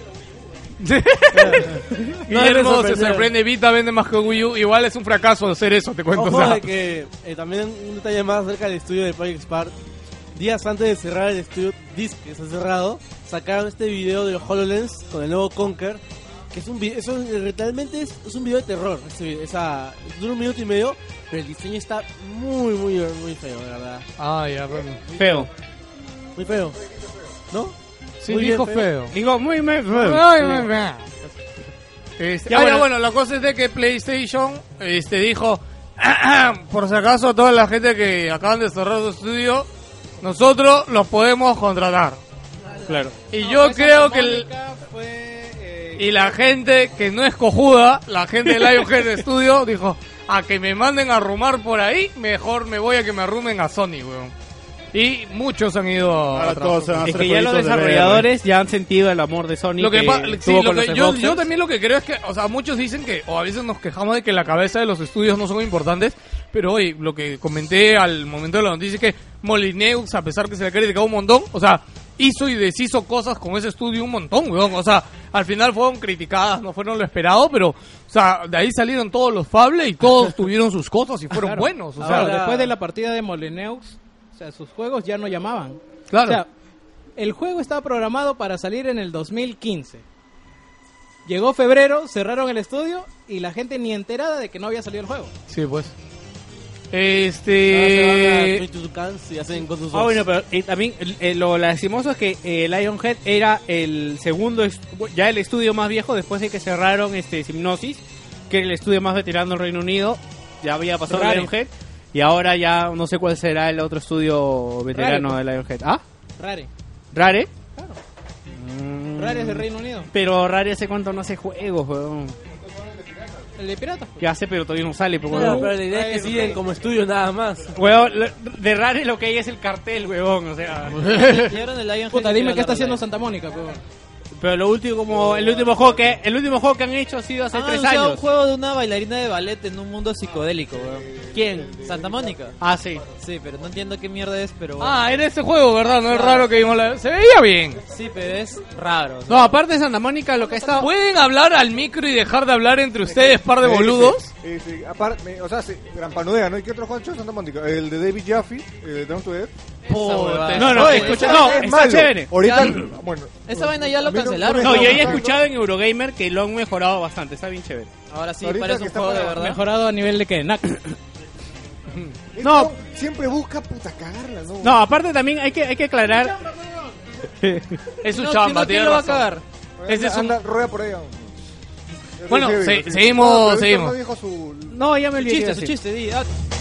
Guillermo se sorprende, Vita vende más que Wii U. Igual es un fracaso hacer eso, te cuento. Ojo o sea. de que también un detalle más acerca del estudio de Project Spark. Días antes de cerrar el estudio Disc, que está cerrado, sacaron este video de los HoloLens con el nuevo Conker, que es un video, realmente es un video de terror. Dura 1 minuto y medio, pero el diseño está muy feo, de verdad. Ah, ya, bueno. Feo. Muy feo. ¿No? Sí, Muy dijo bien, feo. Digo, muy feo. Ay, Bueno, la cosa es de que PlayStation dijo, por si acaso a toda la gente que acaban de cerrar su estudio, nosotros los podemos contratar. Claro. Y yo creo que y la gente que no es cojuda, la gente del Lionhead Studio dijo, a que me manden a arrumar por ahí, mejor me voy a que me arrumen a Sony, weón. Y muchos han ido a trabajar. Es que ya los desarrolladores ya han sentido el amor de Sony. Yo también lo que creo es que, o sea, muchos dicen que, o a veces nos quejamos de que la cabeza de los estudios no son importantes, pero hoy lo que comenté al momento de la noticia es que Molineux, a pesar que se le ha criticado un montón, o sea, hizo y deshizo cosas con ese estudio un montón, weón. O sea, al final fueron criticadas, no fueron lo esperado, pero, o sea, de ahí salieron todos los Fable y todos tuvieron sus cosas y fueron buenos. O sea, ahora, después de la partida de Molineux, o sea, sus juegos ya no llamaban. Claro. O sea, el juego estaba programado para salir en el 2015. Llegó febrero, cerraron el estudio y la gente ni enterada de que no había salido el juego. Sí, pues. Bueno, pero también lo lastimoso es que Lionhead era el segundo, ya el estudio más viejo después de que cerraron Hypnosis, que era el estudio más veterano del Reino Unido. Ya había pasado Lionhead. Y ahora ya no sé cuál será el otro estudio veterano de Lionhead. ¿Ah? Rare. ¿Rare? Claro. Rare es del Reino Unido. Pero Rare hace cuánto no hace juegos, weón. El de piratas. Ya sé, pero todavía no sale. Pero la idea es que siguen como estudio nada más. Weón, de Rare lo que hay es el cartel, weón. O sea. Puta, dime qué está haciendo Santa Mónica, weón. Pero el último juego que han hecho ha sido hace 3 años. un juego de una bailarina de ballet en un mundo psicodélico, weón. ¿Quién? Santa Mónica. Ah, sí. Sí, pero no entiendo qué mierda es, pero... Era ese juego, ¿verdad? No es raro que vimos la... Se veía bien. Sí, pero es raro. No, aparte de Santa Mónica, lo que está... ¿Pueden hablar al micro y dejar de hablar entre ustedes, par de boludos? Sí. Aparte, o sea, Gran Panudea, ¿no? ¿Y qué otro juego ha hecho Santa Mónica? El de David Jaffe, el de Down to Earth. Está chévere. Ahorita, bueno... Esa vaina ya lo cancelaron. No, yo he escuchado en Eurogamer que lo han mejorado bastante, está bien chévere. Ahora sí, parece un juego de verdad. Mejorado a nivel de que NAC. No, siempre busca puta cagarla, ¿no? No, aparte también hay que aclarar. Es su chamba, ¿quién lo va a cagar? Anda, rueda por ahí. Bueno, seguimos. No, ya me olvidé. Su chiste, di.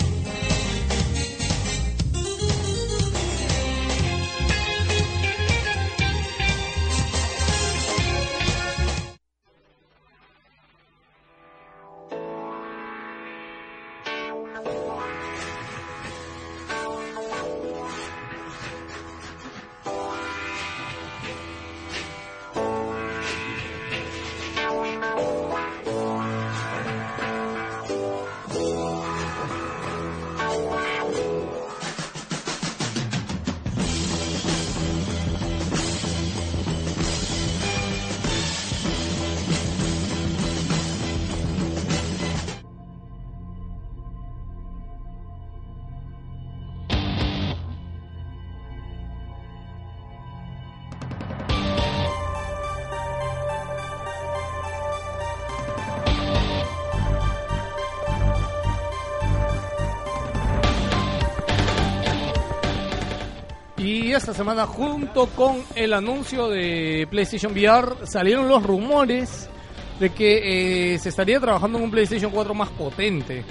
Y esta semana, junto con el anuncio de PlayStation VR, salieron los rumores de que se estaría trabajando en un PlayStation 4 más potente.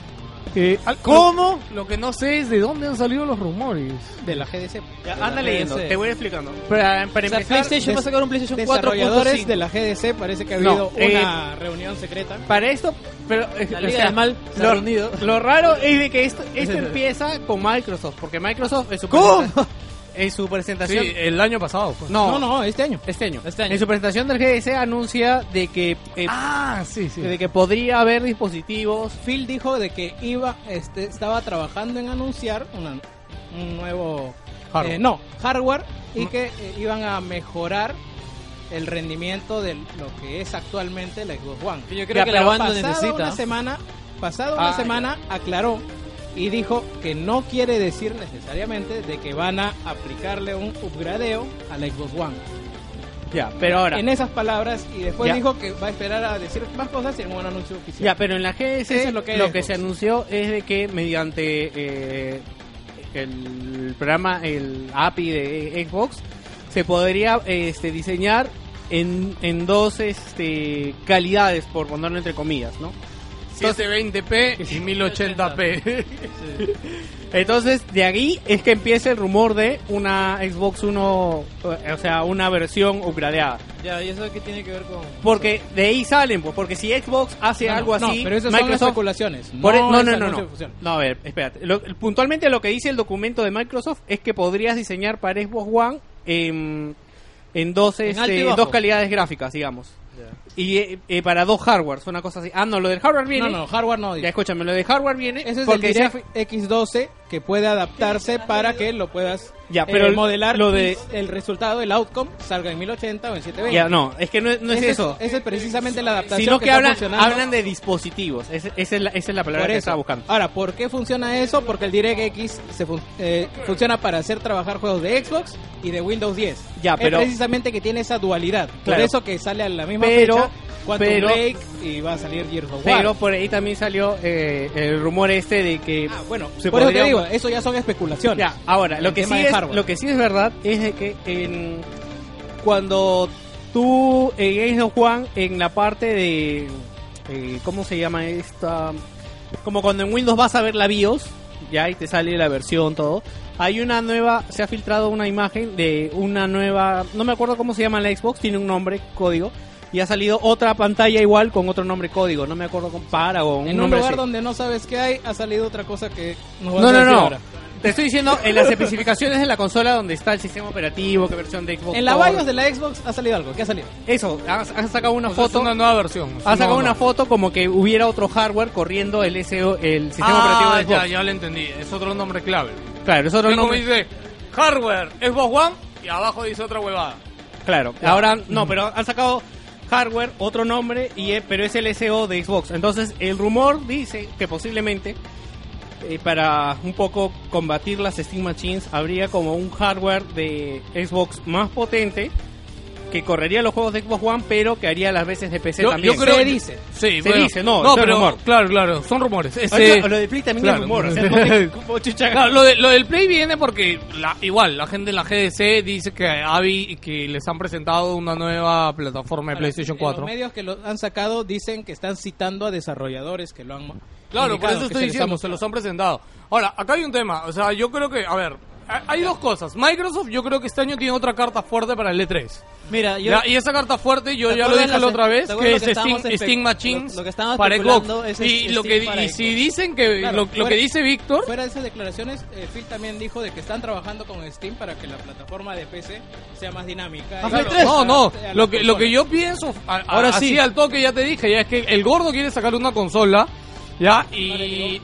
¿Cómo? Lo que no sé es de dónde han salido los rumores. De la GDC. Ya, anda leyendo, te voy explicando. Para empezar, PlayStation va a sacar un PlayStation 4.5. Desarrolladores de la GDC parece que ha habido una reunión secreta. Para esto, pero la Liga del Mal se ha reunido. Lo raro es de que esto empieza con Microsoft, porque Microsoft es su en su presentación. Sí, el año pasado. Pues. No, este año. En su presentación del GDC anuncia de que de que podría haber dispositivos. Phil dijo de que estaba trabajando en anunciar un nuevo hardware y que iban a mejorar el rendimiento de lo que es actualmente la Xbox One. Yo creo que la banda necesita. Una semana aclaró y dijo que no quiere decir necesariamente de que van a aplicarle un upgradeo a la Xbox One. Ya, pero ahora... En esas palabras, y después dijo que va a esperar a decir más cosas en un anuncio oficial. Ya, pero en la GDC lo que se anunció es de que mediante el programa, el API de Xbox, se podría diseñar en dos calidades, por ponerlo entre comillas, ¿no? 720p y 1080p. Entonces, de ahí es que empieza el rumor de una Xbox One, o sea, una versión upgradeada. Ya, ¿y eso qué tiene que ver con...? Porque de ahí salen, pues, porque si Xbox hace algo así... No, pero esas Microsoft... son especulaciones. No. No. No, a ver, espérate. Puntualmente lo que dice el documento de Microsoft es que podrías diseñar para Xbox One en dos calidades gráficas, digamos. Y para dos hardwares, una cosa así. Ah, no, lo del hardware viene. No, hardware no. Ya, escúchame, lo de hardware viene. Ese es porque el DirectX 12 que puede adaptarse para que lo puedas modelar lo de el resultado, el outcome, salga en 1080 o en 720. Ya, no, es que no es eso. Esa es precisamente la adaptación. Sino que está funcionando. hablan de dispositivos. Esa es la palabra que estaba buscando. Ahora, ¿por qué funciona eso? Porque el DirectX funciona para hacer trabajar juegos de Xbox y de Windows 10. Ya, pero es precisamente que tiene esa dualidad. Claro. Por eso que sale a la misma fecha Quantum Break y va a salir Gears of War. Pero por ahí también salió el rumor de que bueno, por eso te digo, eso ya son especulaciones. Ya, ahora, lo que sí es verdad es de que cuando tú en Xbox One, en la parte de ¿cómo se llama esta? Como cuando en Windows vas a ver la BIOS, ya y te sale la versión, todo. Hay una nueva, se ha filtrado una imagen de una nueva, no me acuerdo cómo se llama la Xbox, tiene un nombre, código. Y ha salido otra pantalla igual con otro nombre código, no me acuerdo con Paragon. En un lugar donde no sabes qué hay, ha salido otra cosa que nos vas a decir ahora. Te estoy diciendo en las especificaciones de la consola donde está el sistema operativo, qué versión de Xbox. En la BIOS de la Xbox ha salido algo. ¿Qué ha salido? Eso, han sacado una foto. Es una nueva versión. Han sacado una foto como que hubiera otro hardware corriendo el sistema operativo de Xbox. Ya lo entendí. Es otro nombre clave. Claro, es otro nombre. Como dice hardware Xbox One y abajo dice otra huevada. Claro, ahora no, pero han sacado hardware, otro nombre, pero es el SO de Xbox. Entonces, el rumor dice que posiblemente para un poco combatir las Steam Machines habría como un hardware de Xbox más potente que correría los juegos de Xbox One, pero que haría las veces de PC también. Yo creo que dice. Sí, se dice, no, pero rumor. Claro, son rumores. Lo de Play también es rumor. O sea, claro, lo del Play viene porque igual la gente en la GDC dice que les han presentado una nueva plataforma de PlayStation 4. Los medios que lo han sacado dicen que están citando a desarrolladores que lo han Claro, por eso estoy diciendo, se los han presentado. Ahora, acá hay un tema, o sea, yo creo que, a ver, hay dos cosas. Microsoft yo creo que este año tiene otra carta fuerte para el E3. Mira, y esa carta fuerte yo ya lo dije la otra vez, que es Steam Machines lo que para Xbox. Y si dicen que lo que dice Víctor... Fuera de esas declaraciones, Phil también dijo de que están trabajando con Steam para que la plataforma de PC sea más dinámica. Lo que yo pienso, ahora sí, al toque ya te dije, ya es que el gordo quiere sacar una consola... Ya, y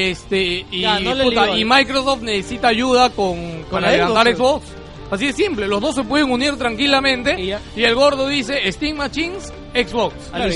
Microsoft necesita ayuda con adelantar Xbox. Así de simple, los dos se pueden unir tranquilamente y el gordo dice Steam Machines, Xbox.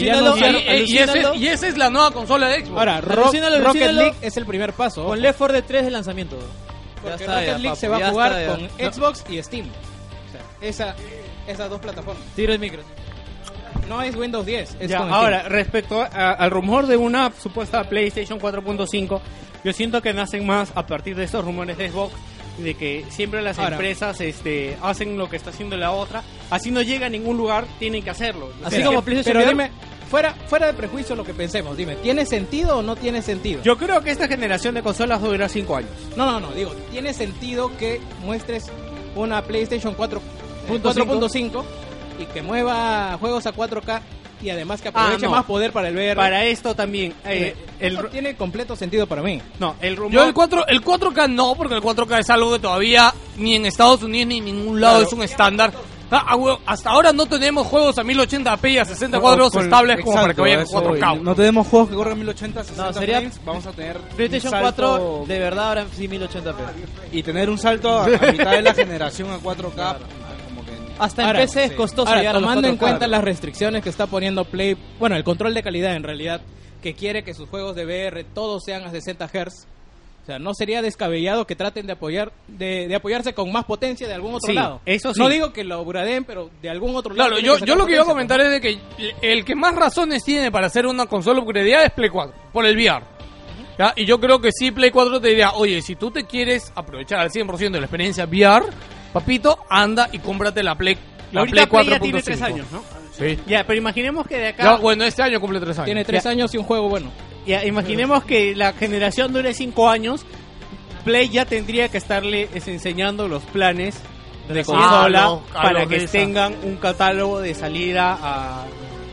Y esa es la nueva consola de Xbox. Ahora, Rocket League es el primer paso. Con Left 4 Dead 3 de lanzamiento. Porque Rocket League se va a jugar con Xbox y Steam. O sea, esas dos plataformas. Tiro el micro. No es Windows 10. Es ahora, respecto al rumor de una supuesta PlayStation 4.5, yo siento que nacen más a partir de estos rumores de Xbox, de que siempre las empresas hacen lo que está haciendo la otra. Así no llega a ningún lugar, tienen que hacerlo. Así como PlayStation. Pero dime, fuera de prejuicio lo que pensemos, dime, ¿tiene sentido o no tiene sentido? Yo creo que esta generación de consolas va a durar 5 años. No, digo, ¿tiene sentido que muestres una PlayStation 4.5 y que mueva juegos a 4K y además que aproveche más poder para el VR? Para esto también tiene completo sentido para mí. No, el rumor... Yo el 4K no, porque el 4K es algo que todavía ni en Estados Unidos ni en ningún lado es un estándar. Hasta ahora no tenemos juegos a 1080p y a 60 cuadros estables como para que vayan a 4K. No tenemos juegos que corran 1080 60 no, sería frames. Vamos a tener PlayStation 4 de verdad ahora sí 1080p. Y tener un salto a mitad de la generación a 4K. Claro. Hasta en PC es costoso llegar a los 4K. Tomando en cuenta las restricciones que está poniendo Play, bueno, el control de calidad en realidad, que quiere que sus juegos de VR todos sean a 60 Hz. O sea, no sería descabellado que traten de apoyarse con más potencia de algún otro lado. Eso sí. No digo que lo upgradeen, pero de algún otro lado. Claro, yo lo que iba a comentar es de que el que más razones tiene para hacer una consola upgradeada es Play 4, por el VR. ¿Ya? Y yo creo que sí, Play 4 te diría, oye, si tú te quieres aprovechar al 100% de la experiencia VR, papito, anda y cómprate la Play La Ahorita Play Play ya tiene 4.5. 3 años, ¿no? Sí. Ya, pero imaginemos que de acá... Ya, bueno, este año cumple 3 años. Tiene 3 años y un juego bueno. Ya, imaginemos que la generación dure 5 años. Play ya tendría que estarle enseñando los planes de consola para que tengan un catálogo de salida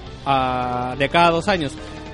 de cada 2 años.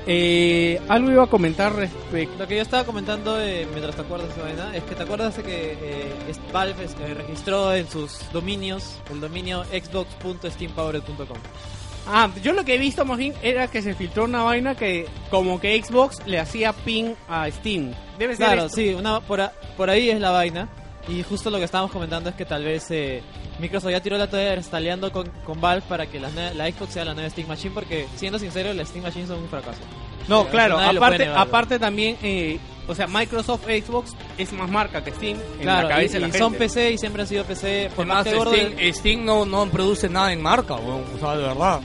Algo iba a comentar respecto... Lo que yo estaba comentando mientras te acuerdas de esa vaina es que te acuerdas de que Valve registró en sus dominios el dominio xbox.steampowered.com. Yo lo que he visto más bien era que se filtró una vaina que como que Xbox le hacía ping a Steam. Debe ser Claro, esto. sí, por ahí es la vaina. Y justo lo que estábamos comentando es que tal vez Microsoft ya tiró la toalla instaleando con Valve para que la Xbox sea la nueva Steam Machine, porque siendo sincero, las Steam Machines son un fracaso. No, claro, Nadie lo puede negar. aparte también, o sea, Microsoft Xbox es más marca que Steam en Claro, la cabeza de la y gente. son PC y siempre han sido PC. Por más Además, que gordo Steam no produce nada en marca, weón. O sea, de verdad.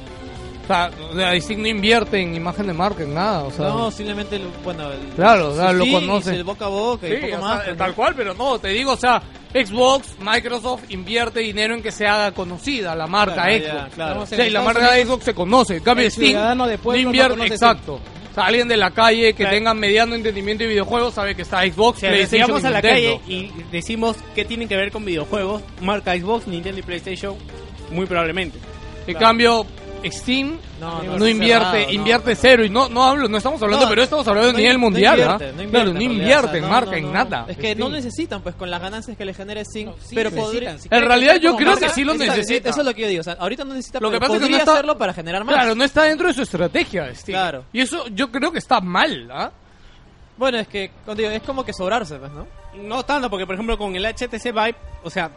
O sea, Steam no invierte en imagen de marca, en nada. O sea, no, simplemente, bueno, claro, su lo feed, conoce. el boca a boca y sí, poco o más. sea, tal cual, pero no, te digo, o sea, Xbox, Microsoft invierte dinero en que se haga conocida la marca Claro, Xbox. ya, claro. O sea, y la marca de Xbox se conoce. En cambio, el Steam ciudadano de no pueblo no invierte, conoce exacto. O sea, alguien de la calle que tenga mediano entendimiento de videojuegos sabe que está Xbox, Si PlayStation vamos y a la Nintendo. calle y decimos qué tienen que ver con videojuegos, marca Xbox, Nintendo y PlayStation, muy probablemente. En cambio, Steam no invierte, invierte cero. Y no estamos hablando, pero estamos hablando a nivel mundial. Claro, no invierte en marca, en nada. Es que no necesitan, pues, con las ganancias que le genera Steam. sí pero necesitan, podría. si En realidad yo creo marca, que sí lo necesita. Eso es lo que yo digo. O sea, ahorita no necesita, Lo que pero pasa es que podría no está- hacerlo para generar más. Claro, no está dentro de su estrategia, Steam. Claro. Y eso yo creo que está mal, ¿ah? Bueno, es que, cuando digo, es como que sobrarse, pues, ¿no? No tanto, porque por ejemplo con el HTC Vive, o sea,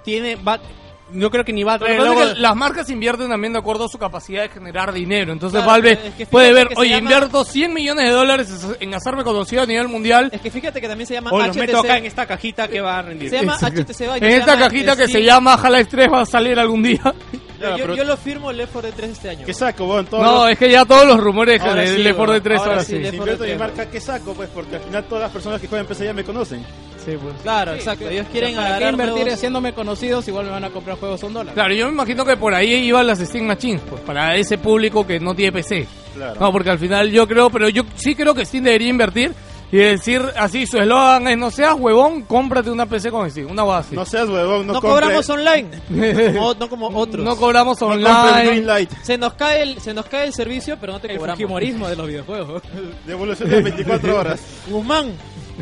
yo creo que ni va a traer Pero luego... es que las marcas invierten también de acuerdo a su capacidad de generar dinero. Entonces Claro, Valve es que fíjate puede ver, que se oye, llama- invierto $100 millones en hacerme conocido a nivel mundial. Es que fíjate que también se llama O los HTC. meto acá en esta cajita que va a rendir. Se llama HTC Vive. En esta cajita que se llama Half-Life 3 va a salir algún día. Yo lo firmo Left 4 Dead 3 este año. ¿Qué saco, weón? No, es que ya todos los rumores Ahora de sí, Left 4 Dead 3 ahora ahora sí, sí. Left Si 4 invierto Dead en mi 3. marca, ¿qué saco? Pues porque al final todas las personas que juegan en PC ya me conocen. Sí, pues. Claro, exacto. Ellos quieren ¿Para qué agarrar invertir nuevos- haciéndome conocidos? Igual me van a comprar juegos a $1. Claro, yo me imagino que por ahí iban las Steam Machines, pues, para ese público que no tiene PC. Claro. No, porque al final yo sí creo que Steam debería invertir y decir así, su eslogan es, no seas huevón, cómprate una PC con Steam, una base. No seas huevón, No cobramos online. No como otros. No cobramos No compres online. Greenlight. Se nos cae el servicio, pero no te El cobramos. fujimorismo de los videojuegos. Devolución de 24 horas. Guzmán.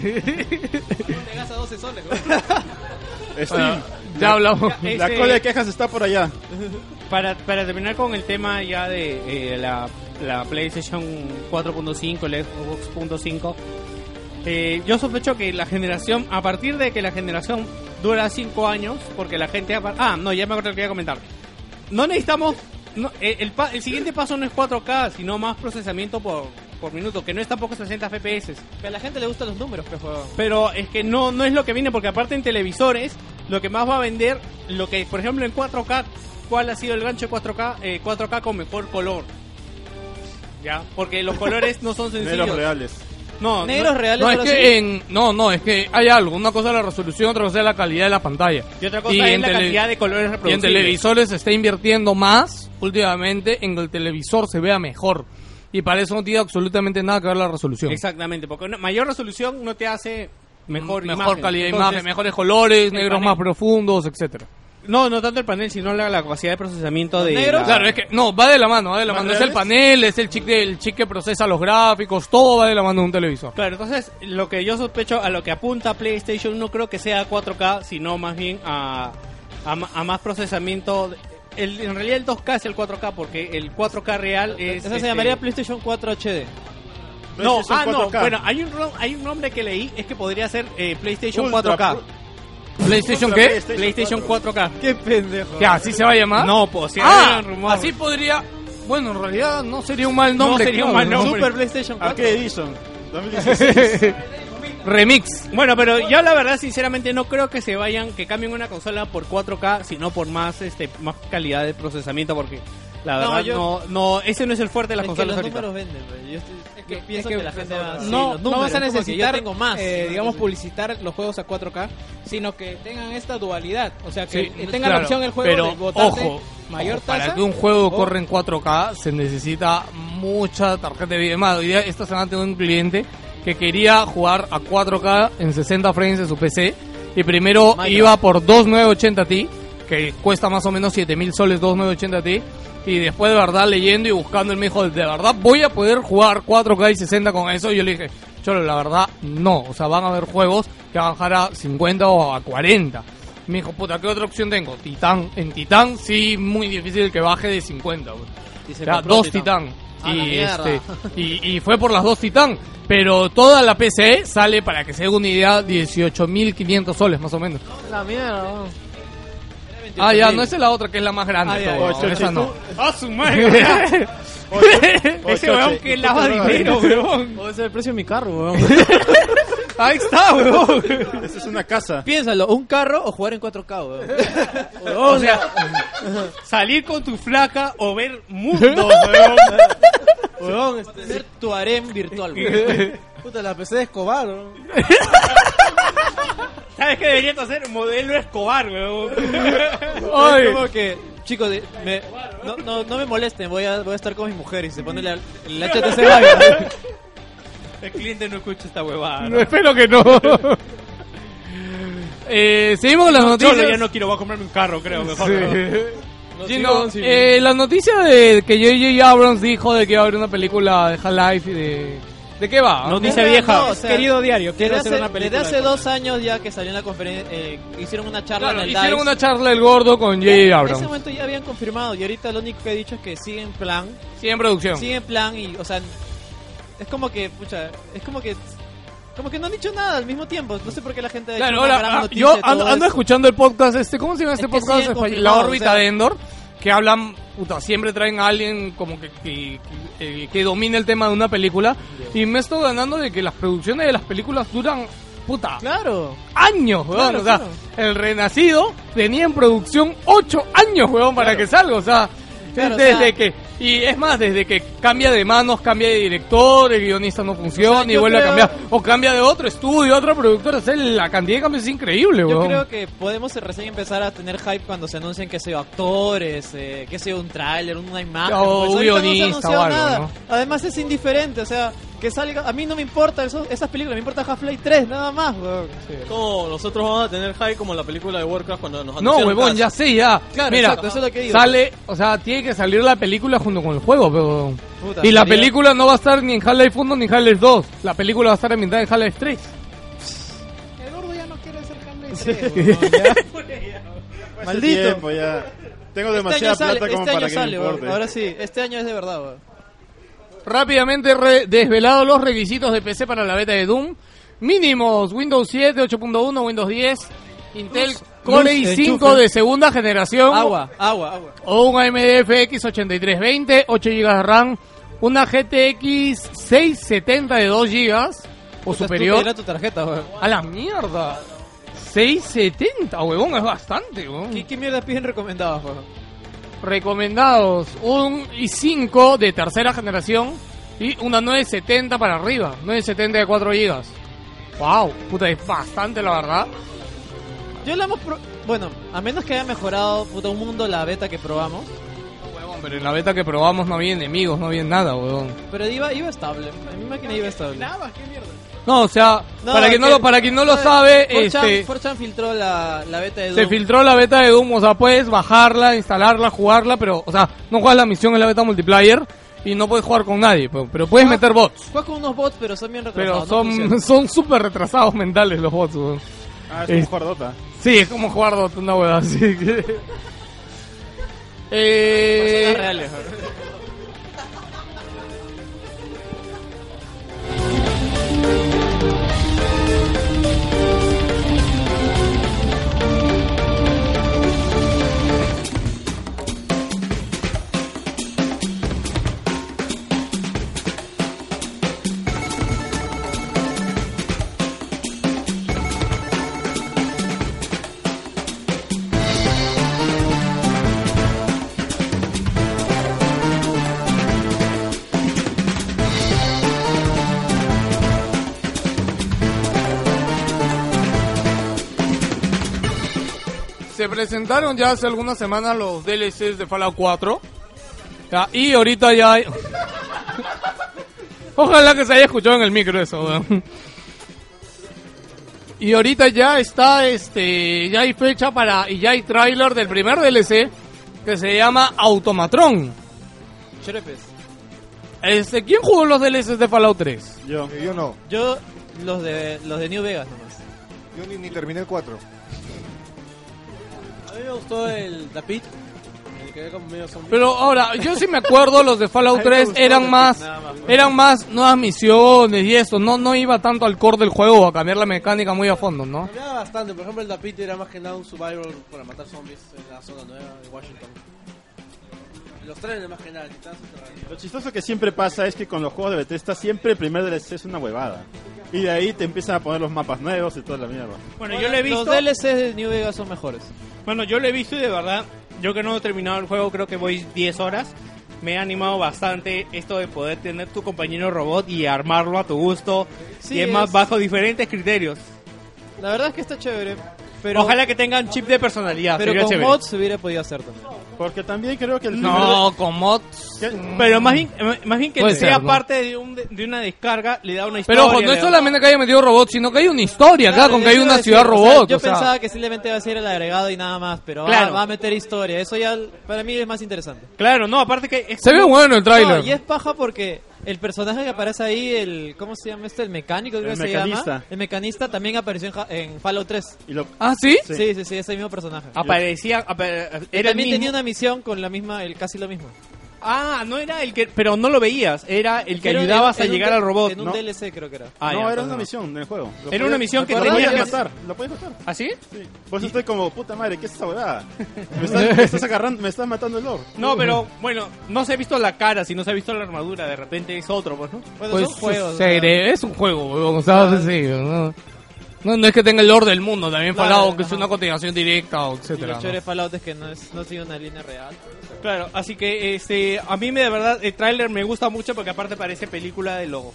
Pegas a 12 soles. Steam. Ya hablamos. La cola de quejas está por allá. Para terminar con el tema ya de la PlayStation 4.5, el Xbox 5, yo sospecho que la generación, a partir de que la generación dura 5 años, porque la gente... no, ya me acuerdo que quería comentar. No necesitamos... el siguiente paso no es 4K, sino más procesamiento por minuto, que no es tampoco 60 FPS. Que a la gente le gustan los números, que juegan. Pero es que no es lo que viene, porque aparte en televisores, lo que más va a vender, lo que por ejemplo en 4K, ¿cuál ha sido el gancho de 4K? 4K con mejor color. ¿Ya? Porque los colores no son sencillos. Negros reales. No, Negros reales. No, es ahora que sí. es que hay algo. Una cosa es la resolución, otra cosa es la calidad de la pantalla. Y otra cosa es la cantidad de colores Y en reproducibles. televisores se está invirtiendo más últimamente en que el televisor se vea mejor. Y para eso no tiene absolutamente nada que ver la resolución. Exactamente, porque una mayor resolución no te hace mejor imagen. calidad de Entonces, imagen, mejores colores, el negros panel. más profundos, etcétera. No tanto el panel, sino la capacidad de procesamiento de... negros, Claro, es que no, va de la mano. Es el panel, es el chip que procesa los gráficos, todo va de la mano de un televisor. Claro, entonces lo que yo sospecho, a lo que apunta PlayStation, no creo que sea 4K, sino más bien a más procesamiento. En realidad el 2K es el 4K, porque el 4K real es... Eso se llamaría PlayStation 4 HD. No, PlayStation no, 4K. bueno, hay un nombre que leí, es que podría ser PlayStation Ultra 4K. ¿PlayStation Ultra qué? PlayStation 4K. Qué pendejo. ¿Qué, así se va a llamar? No, pues si hay un rumor. así podría... Bueno, en realidad no sería un mal nombre. sería un claro, mal nombre. Super PlayStation 4. Arcade Edition. 2016. Remix. Bueno, pero yo la verdad sinceramente no creo que cambien una consola por 4K, sino por más calidad de procesamiento, porque La verdad, no, ese no es el fuerte de las Es que consolas los ahorita. números venden, güey. Yo pienso que la gente va... sí, no, los no números, vas a es como que necesitar, yo tengo más. digamos, publicitar los juegos a 4K, sino que tengan esta dualidad. O sea, que Sí, tenga la claro, opción el juego pero de botarte ojo, mayor tasa. para que un juego o- corra en 4K se necesita mucha tarjeta de video. Más, hoy día esta semana tengo un cliente que quería jugar a 4K en 60 frames en su PC y primero Minecraft. iba por 2980 Ti, que cuesta más o menos 7000 soles 2980 Ti, y después de verdad leyendo y buscando, él me dijo, de verdad voy a poder jugar 4K y 60 con eso. Y yo le dije, Cholo, la verdad no, o sea, van a haber juegos que van a bajar a 50 o a 40. Me dijo, puta, ¿qué otra opción tengo? Titán. En Titán sí, muy difícil que baje de 50, güey. Y O se sea, compró 2 Titán. Ah, la Y, mierda. y fue por las 2 Titán. Pero toda la PC sale, para que se haga una idea, 18.500 soles más o menos. La mierda. Ah, ya, no esa es la otra, que es la más grande. Ah, ya, todo, ya. esa no. ¡Ah, su madre! Ese weón que lava dinero, weón. Ese es el precio de mi carro, weón. Ahí está, weón. Esa es una casa. Piénsalo, ¿un carro o jugar en 4K, weón? O sea, salir con tu flaca o ver mundos, weón. Weón, ser tu harem virtual, weón. Puta, la PC de Escobar, ¿no? ¿Sabes qué deberías hacer? Modelo Escobar, weón. Ay. Es como que, chicos, no me molesten, voy a estar con mi mujer y se pone el HTC Vive. El cliente no escucha esta huevada. No, espero que no. Seguimos con las noticias. Cholo, ya no quiero, voy a comprarme un carro, creo, mejor. Sí, no, la noticia de que J.J. Abrams dijo de que iba a haber una película de Half-Life y ¿de qué va? Noticia vieja. No, o sea, Querido diario, quiero desde hacer una hace, película. desde hace 2 años ya que salió en la conferencia, hicieron una charla Claro, en el hicieron DICE. una charla el gordo con J.J. En ese Abrams. momento ya habían confirmado y ahorita lo único que he dicho es que sigue en plan. Sí, en producción. Sigue en plan y, o sea, es como que, pucha, es como que no han dicho nada al mismo tiempo. No sé por qué la gente ha hecho Claro, una gran ahora, noticia yo de todo ando esto. escuchando el podcast ¿cómo se llama este Es que podcast? siguen La confirmados, órbita o sea. de Endor, que hablan, puta, siempre traen a alguien como que domina el tema de una película, y me estoy ganando de que las producciones de las películas duran, puta, Claro. años, weón. Claro, O sea, claro. El Renacido tenía en producción 8 años, weón, para que salga, o sea, Claro, desde o sea- que, y es más, desde que cambia de manos, cambia de director, el guionista no funciona, O sea, y yo vuelve creo- a cambiar, o cambia de otro estudio, otra productora, o sea, la cantidad de cambios es increíble, Yo weón. creo que podemos recién empezar a tener hype cuando se anuncien que sea actores, que sea un tráiler, una imagen. O pues un ahorita no se ha guionista anunciado o algo, nada. ¿no? Además es indiferente, o sea, que salga, a mí no me importa esas películas, me importa Half-Life 3, nada más, weón. Como nosotros vamos a tener hype como la película de Warcraft cuando nos No, anunciaron huevón, Crash. ya sé, ya. Claro, Mira, exacto, eso es lo que digo. sale, o sea, tiene que salir la película junto con el juego, pero... Puta, y la sería- película no va a estar ni en Half-Life 1 ni en Half-Life 2. La película va a estar en mitad de Half-Life 3. El gordo ya no quiere hacer Half-Life 3, weón, Maldito. Tiempo, ya. Tengo Este demasiada año sale, plata como este para año que sale, me weón. importe. Ahora sí, este año es de verdad, weón. Rápidamente desvelado los requisitos de PC para la beta de Doom. Mínimos, Windows 7, 8.1, Windows 10, Intel Core i5 enchufe. de segunda generación. Agua. O un AMD FX 8320, 8 GB de RAM, una GTX 670 de 2 GB o superior. Era tu tarjeta, weón. A la mierda. 670, huevón, es bastante, huevón. ¿Qué mierda piden recomendados, weón? Recomendados, un i5 de tercera generación y una 970 para arriba, 970 de 4 GB. Wow, puta, es bastante la verdad. Yo la hemos bueno, a menos que haya mejorado puta un mundo la beta que probamos. Huevón, pero en la beta que probamos no había enemigos, no había nada, huevón. Pero iba estable. En mi máquina iba estable. No, o sea, No, para quien no lo sabe, 4chan filtró la beta de Doom. se filtró la beta de Doom, o sea, puedes bajarla, instalarla, jugarla, pero, o sea, no juegas la misión en la beta multiplayer y no puedes jugar con nadie, pero puedes meter bots. Juegas con unos bots, pero son bien Pero retrasados. no funcionan. son súper retrasados mentales los bots, weón. Ah, es como jugar Dota. Sí, es como jugar Dota, una hueá así que... Personas reales, weón. presentaron ya hace algunas semanas los DLCs de Fallout 4. Ya, y ahorita ya hay... Ojalá que se haya escuchado en el micro eso, weón. Y ahorita ya está, ya hay fecha y ya hay tráiler del primer DLC que se llama Automatron. Cherepes. ¿Quién jugó los DLCs de Fallout 3? Yo no. Yo los de New Vegas nomás. Yo ni terminé el 4. A mí me gustó el Dapit. El que era como medio zombie. Pero ahora, yo sí me acuerdo, los de Fallout 3 eran más nuevas misiones y eso, no iba tanto al core del juego a cambiar la mecánica muy a fondo, ¿no? Cambiaba bastante, por ejemplo el Dapit era más que nada un survival para matar zombies en la zona nueva de Washington. Los trenes más que nada, Titán subterráneo. Lo chistoso que siempre pasa es que con los juegos de Bethesda siempre el primer DLC es una huevada. Y de ahí te empiezan a poner los mapas nuevos y toda la mierda. Bueno, yo lo he visto. Los DLCs de New Vegas son mejores. Bueno, yo lo he visto y de verdad, yo que no he terminado el juego, creo que voy 10 horas. Me ha animado bastante esto de poder tener tu compañero robot y armarlo a tu gusto. Sí, y es más bajo diferentes criterios. La verdad es que está chévere. Pero, ojalá que tengan chip de personalidad. pero sería con chévere. mods se hubiera podido hacer también. Porque también creo que el No, con mods. Pero más bien que Puede sea ser, ¿no? parte de una descarga, le da una historia. Pero ojo, no es le da- solamente que haya metido robots, sino que hay una historia acá, Claro, con que hay eso iba una a decir, ciudad o sea, robot. yo o sea. pensaba que simplemente iba a ser el agregado y nada más, pero Claro. va a meter historia. Eso ya para mí es más interesante. Claro, no, aparte que... es Se ve como- bueno el tráiler. No, y es paja porque el personaje que aparece ahí, el ¿cómo se llama este? El mecánico, creo El que se mecanista. llama. El mecanista también apareció en Fallout 3. Y lo... ¿Ah, sí? Sí, ese mismo personaje. Aparecía... Él Era el también mismo. tenía una misión con la misma, casi lo mismo. Ah, no era el que... Pero no lo veías, era el que Pero ayudabas en a un llegar de- al robot, En un ¿no? DLC creo que era. Ah, no, ya, era entonces una no. misión del juego. Lo Era una misión que lo tenías podías que- matar. Lo puedes matar. ¿Ah, sí? Sí. Por eso estoy como, puta madre, ¿qué es esa huevada? Me estás agarrando, me estás matando el lore. No, pero bueno, no se ha visto la cara, si no se ha visto la armadura, de repente es otro, pues, ¿no? Bueno, Pues son juegos. es un juego, weón, o sea, sí, ¿no? No es que tenga el lore del mundo, también Claro, Fallout, que es ajá. una continuación directa, Y etcétera. lo ¿no? chévere de Fallout es que no sigue una línea real. Claro, así que a mí de verdad el tráiler me gusta mucho porque aparte parece película de los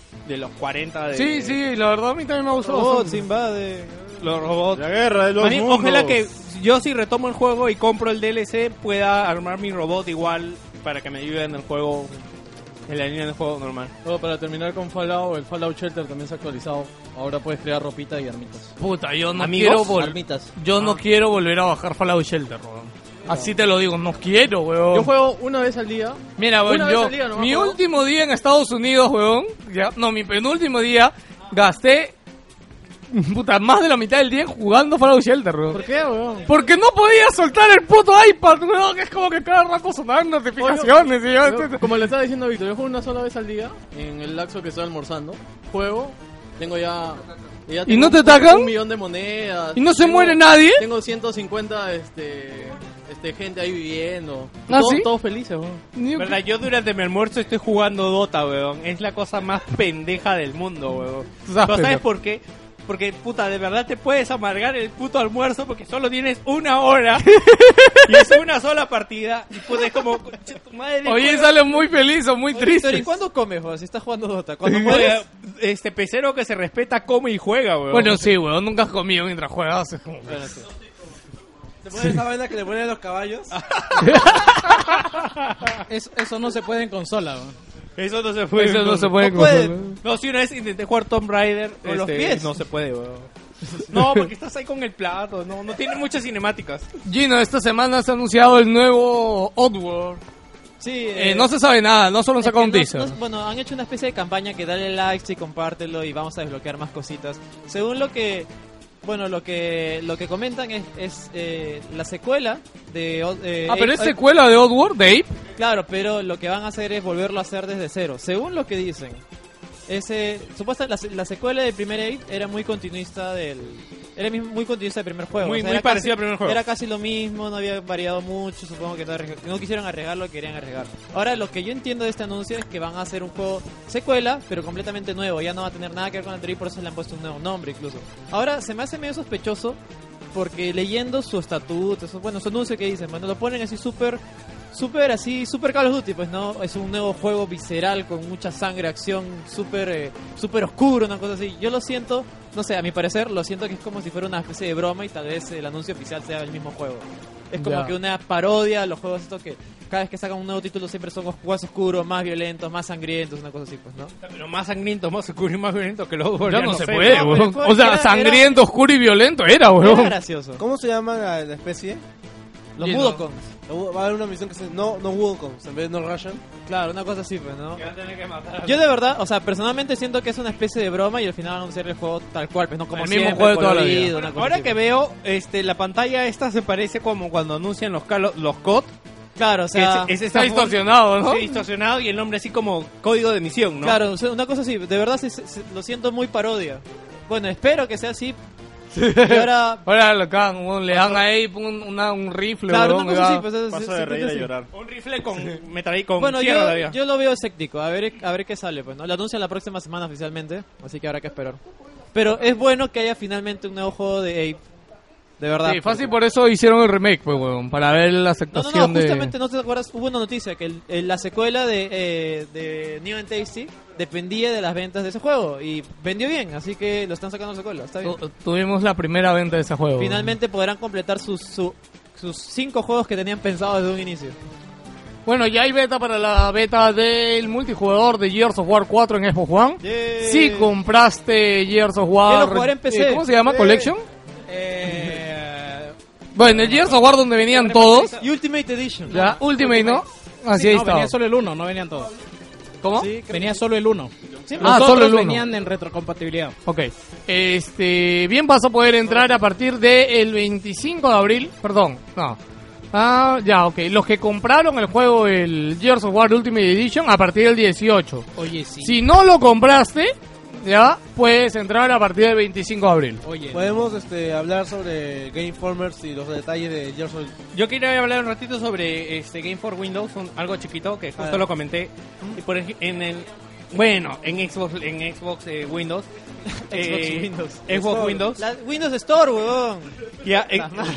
40 de Sí, sí, la verdad a mí también me gustó. Robots bastante. invade. los robots. La guerra de los Más bien, mundos. ojalá que yo si retomo el juego y compro el DLC pueda armar mi robot igual para que me ayude en el juego, en la línea del juego normal. Luego, para terminar con Fallout, el Fallout Shelter también se ha actualizado. Ahora puedes crear ropita y armitas. Puta, yo no ¿Amigos? quiero Armitas. yo no quiero volver a bajar Fallout Shelter, weón. Así te lo digo, no quiero, weón. Yo juego una vez al día. Mira, weón, Una vez al día nomás mi juego. último día en Estados Unidos, weón, mi penúltimo día, gasté puta, más de la mitad del día jugando Fallout Shelter, weón. ¿Por qué, weón? Porque no podía soltar el puto iPad, weón, que es como que cada rato sonaban notificaciones. y yo- Como le estaba diciendo a Víctor, yo juego una sola vez al día en el lapso que estoy almorzando. Juego, tengo ya ¿Y no te tengo atacan? 1 millón de monedas. ¿Y no se Tengo- muere nadie? Tengo 150 gente ahí viviendo. ¿Ah, todos, sí? todos felices, weón. ¿Verdad? Yo durante mi almuerzo estoy jugando Dota, weón. Es la cosa más pendeja del mundo, weón. sabes, ¿Pero sabes pendejo. por qué? Porque, puta, de verdad te puedes amargar el puto almuerzo porque solo tienes 1 hora y es una sola partida y puedes como... "Concha tu madre, Oye, juego". sale muy feliz o muy Oye, triste. Víctor, ¿y cuándo comes, Juan? Si estás jugando Dota. ¿Cuándo Oye, mueres? este pecero que se respeta come y juega, weón. Bueno, sí, weón, nunca has comido mientras juegas. Es como... Bueno, sí. ¿Te pones esa vaina que le ponen a los caballos? Eso no se puede en consola, weón. Eso no se puede. Eso no se puede No puede. con- No, si una vez intenté jugar Tomb Raider Con los pies. no se puede, weón. No, porque estás ahí con el plato, no tiene muchas cinemáticas. Gino, esta semana se ha anunciado el nuevo Oddworld. Sí, No se sabe nada, no solo han es sacado que un teaser. bueno, han hecho una especie de campaña que dale likes y compártelo y vamos a desbloquear más cositas. Según lo que comentan es la secuela de Pero es secuela de Oddworld, de Ape. Claro, pero lo que van a hacer es volverlo a hacer desde cero. Según lo que dicen, supuestamente la secuela del primer Ape era muy continuista muy continuista del primer juego. Muy era parecido al primer juego. Era casi lo mismo, no había variado mucho, supongo que no quisieron arriesgar lo que querían arriesgar. Ahora, lo que yo entiendo de este anuncio es que van a hacer un juego secuela, pero completamente nuevo. Ya no va a tener nada que ver con el anterior, por eso le han puesto un nuevo nombre incluso. Ahora, se me hace medio sospechoso porque leyendo su estatuto, su anuncio que dicen, bueno, lo ponen así súper super Call of Duty, pues no, es un nuevo juego visceral con mucha sangre, acción, super oscuro, una cosa así. Yo lo siento, no sé, a mi parecer lo siento que es como si fuera una especie de broma y tal vez el anuncio oficial sea el mismo juego. Es como que una parodia a los juegos estos que cada vez que sacan un nuevo título siempre son juegos oscuros, más violentos, más sangrientos, una cosa así, pues, ¿no? Pero más sangriento, más oscuro y más violento que los ya no se puede, weón. O sea, sangriento, oscuro y violento era, weón. Era gracioso. ¿Cómo se llama la especie? Los Wudokons. Va a haber una misión que se no Wudokons en vez de no Russian. Claro, una cosa así, pues, ¿no? Yo de verdad, o sea, personalmente siento que es una especie de broma y al final van a anunciar el juego tal cual, pues no como el siempre, mismo juego de toda la colorido, vida. una cosa Ahora así, que pues. veo, la pantalla esta se parece como cuando anuncian los COD. Claro, o sea, está distorsionado, ¿no? Sí, distorsionado y el nombre así como código de emisión, ¿no? Claro, o sea, una cosa así, de verdad lo siento muy parodia. Bueno, espero que sea así. Y ahora le dan ahí un rifle, claro, weón, una cosa así, pues, Paso de reír a llorar. Un rifle con con bueno, sierra todavía. yo lo veo escéptico, a ver qué sale, pues, ¿no? Lo anuncian la próxima semana oficialmente, así que habrá que esperar. Pero es bueno que haya finalmente un nuevo juego de Ape. De verdad. Sí, fácil, por eso hicieron el remake, pues, weón, para ver la aceptación No, justamente, ¿no te acuerdas? Hubo una noticia que la secuela de New and Tasty dependía de las ventas de ese juego y vendió bien, así que lo están sacando la secuela, está bien. Tuvimos la primera venta de ese juego. Finalmente podrán completar sus 5 juegos que tenían pensado desde un inicio. Bueno, ya hay beta para la beta del multijugador de Gears of War 4 en Xbox One. Yeah. Si compraste Gears of War... Yo lo jugaré en PC. ¿Cómo se llama? ¿Collection? Bueno, el Gears of War donde venían todos. Ultimate Edition. Ya, Ultimate, ¿no? Así Sí, ahí no, está. venía solo el 1, no venían todos. ¿Cómo? Sí, Venía solo el 1. Sí, Los solo otros el 1. venían en retrocompatibilidad. Ok. Bien, vas a poder entrar a partir del 25 de abril. Perdón, no. Ya, ok. Los que compraron el juego, el Gears of War Ultimate Edition, a partir del 18. Oye, sí. Si no lo compraste, ya puedes entrar a partir del 25 de abril. Oye, Podemos hablar sobre Game Informers y los detalles de Gears of War. Yo quería hablar un ratito sobre Game for Windows, algo chiquito que justo lo comenté. Y por en Xbox Windows. Xbox Windows. La Windows Store, weón. Ya,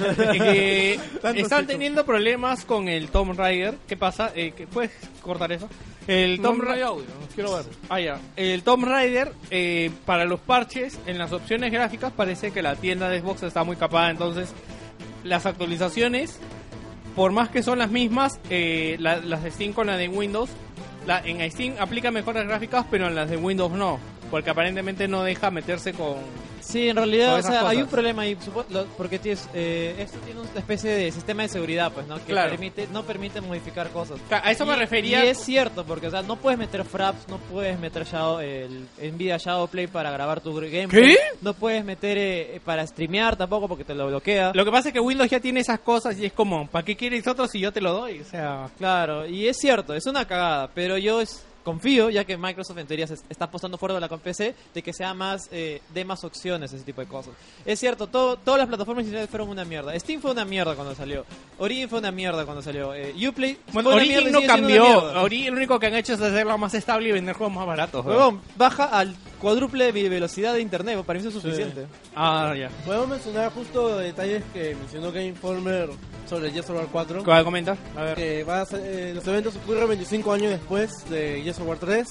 están teniendo problemas con el Tomb Raider. ¿Qué pasa? ¿Puedes cortar eso? El Tomb Raider. Quiero ver. El Tomb Raider, para los parches, en las opciones gráficas, parece que la tienda de Xbox está muy capada. Entonces, las actualizaciones, por más que son las mismas, las de Steam con la de Windows, en Steam aplica mejores gráficas, pero en las de Windows no. Porque aparentemente no deja meterse con... Sí, en realidad, Todas o sea, esas hay cosas. un problema ahí, porque esto tiene una especie de sistema de seguridad, pues, ¿no? Que Claro. no permite modificar cosas. A eso me refería. Y es cierto, porque, o sea, no puedes meter fraps, no puedes meter el Nvidia Shadowplay para grabar tu gameplay. ¿Qué? No puedes meter para streamear tampoco porque te lo bloquea. Lo que pasa es que Windows ya tiene esas cosas y es como, ¿para qué quieres otro si yo te lo doy? O sea, Claro, y es cierto, es una cagada, pero yo confío, ya que Microsoft en teoría se está apostando fuerte de la PC, de que sea más, dé más opciones, ese tipo de cosas. Es cierto, todas las plataformas iniciales fueron una mierda. Steam fue una mierda cuando salió. Origin fue una mierda cuando salió. Uplay bueno, fue una mierda Origin y no sigue siendo una cambió. mierda. Origin lo único que han hecho es hacerla más estable y vender juegos más baratos. ¿no? Huevón, baja al cuádruple de velocidad de internet, para mí eso es suficiente. Ah, ya. Podemos mencionar justo detalles que mencionó Game Informer sobre Gears of War 4. ¿Cuál comenta? A ver. Que los eventos ocurren 25 años después de Gears of War 3.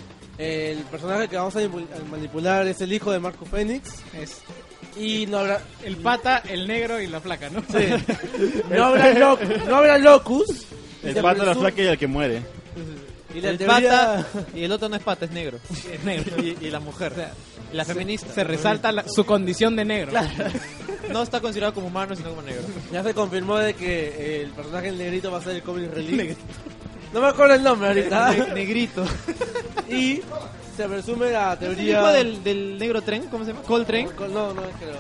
El personaje que vamos a manipular es el hijo de Marco Phoenix. Y no habrá... el pata, el negro y la flaca, ¿no? Sí. no habrá Locus. El pato, la flaca y el que muere. Y la El teoría... pata, y el otro no es pata, es negro. Es negro. Y la mujer. Y la feminista. Se resalta su condición de negro. No está considerado como humano, sino como negro. Ya se confirmó de que el personaje el negrito va a ser el comic relief. No me acuerdo el nombre ahorita. Negrito. Y se presume la ¿El teoría... hijo del negro tren? ¿Cómo se llama? ¿Cold Train? No es creo.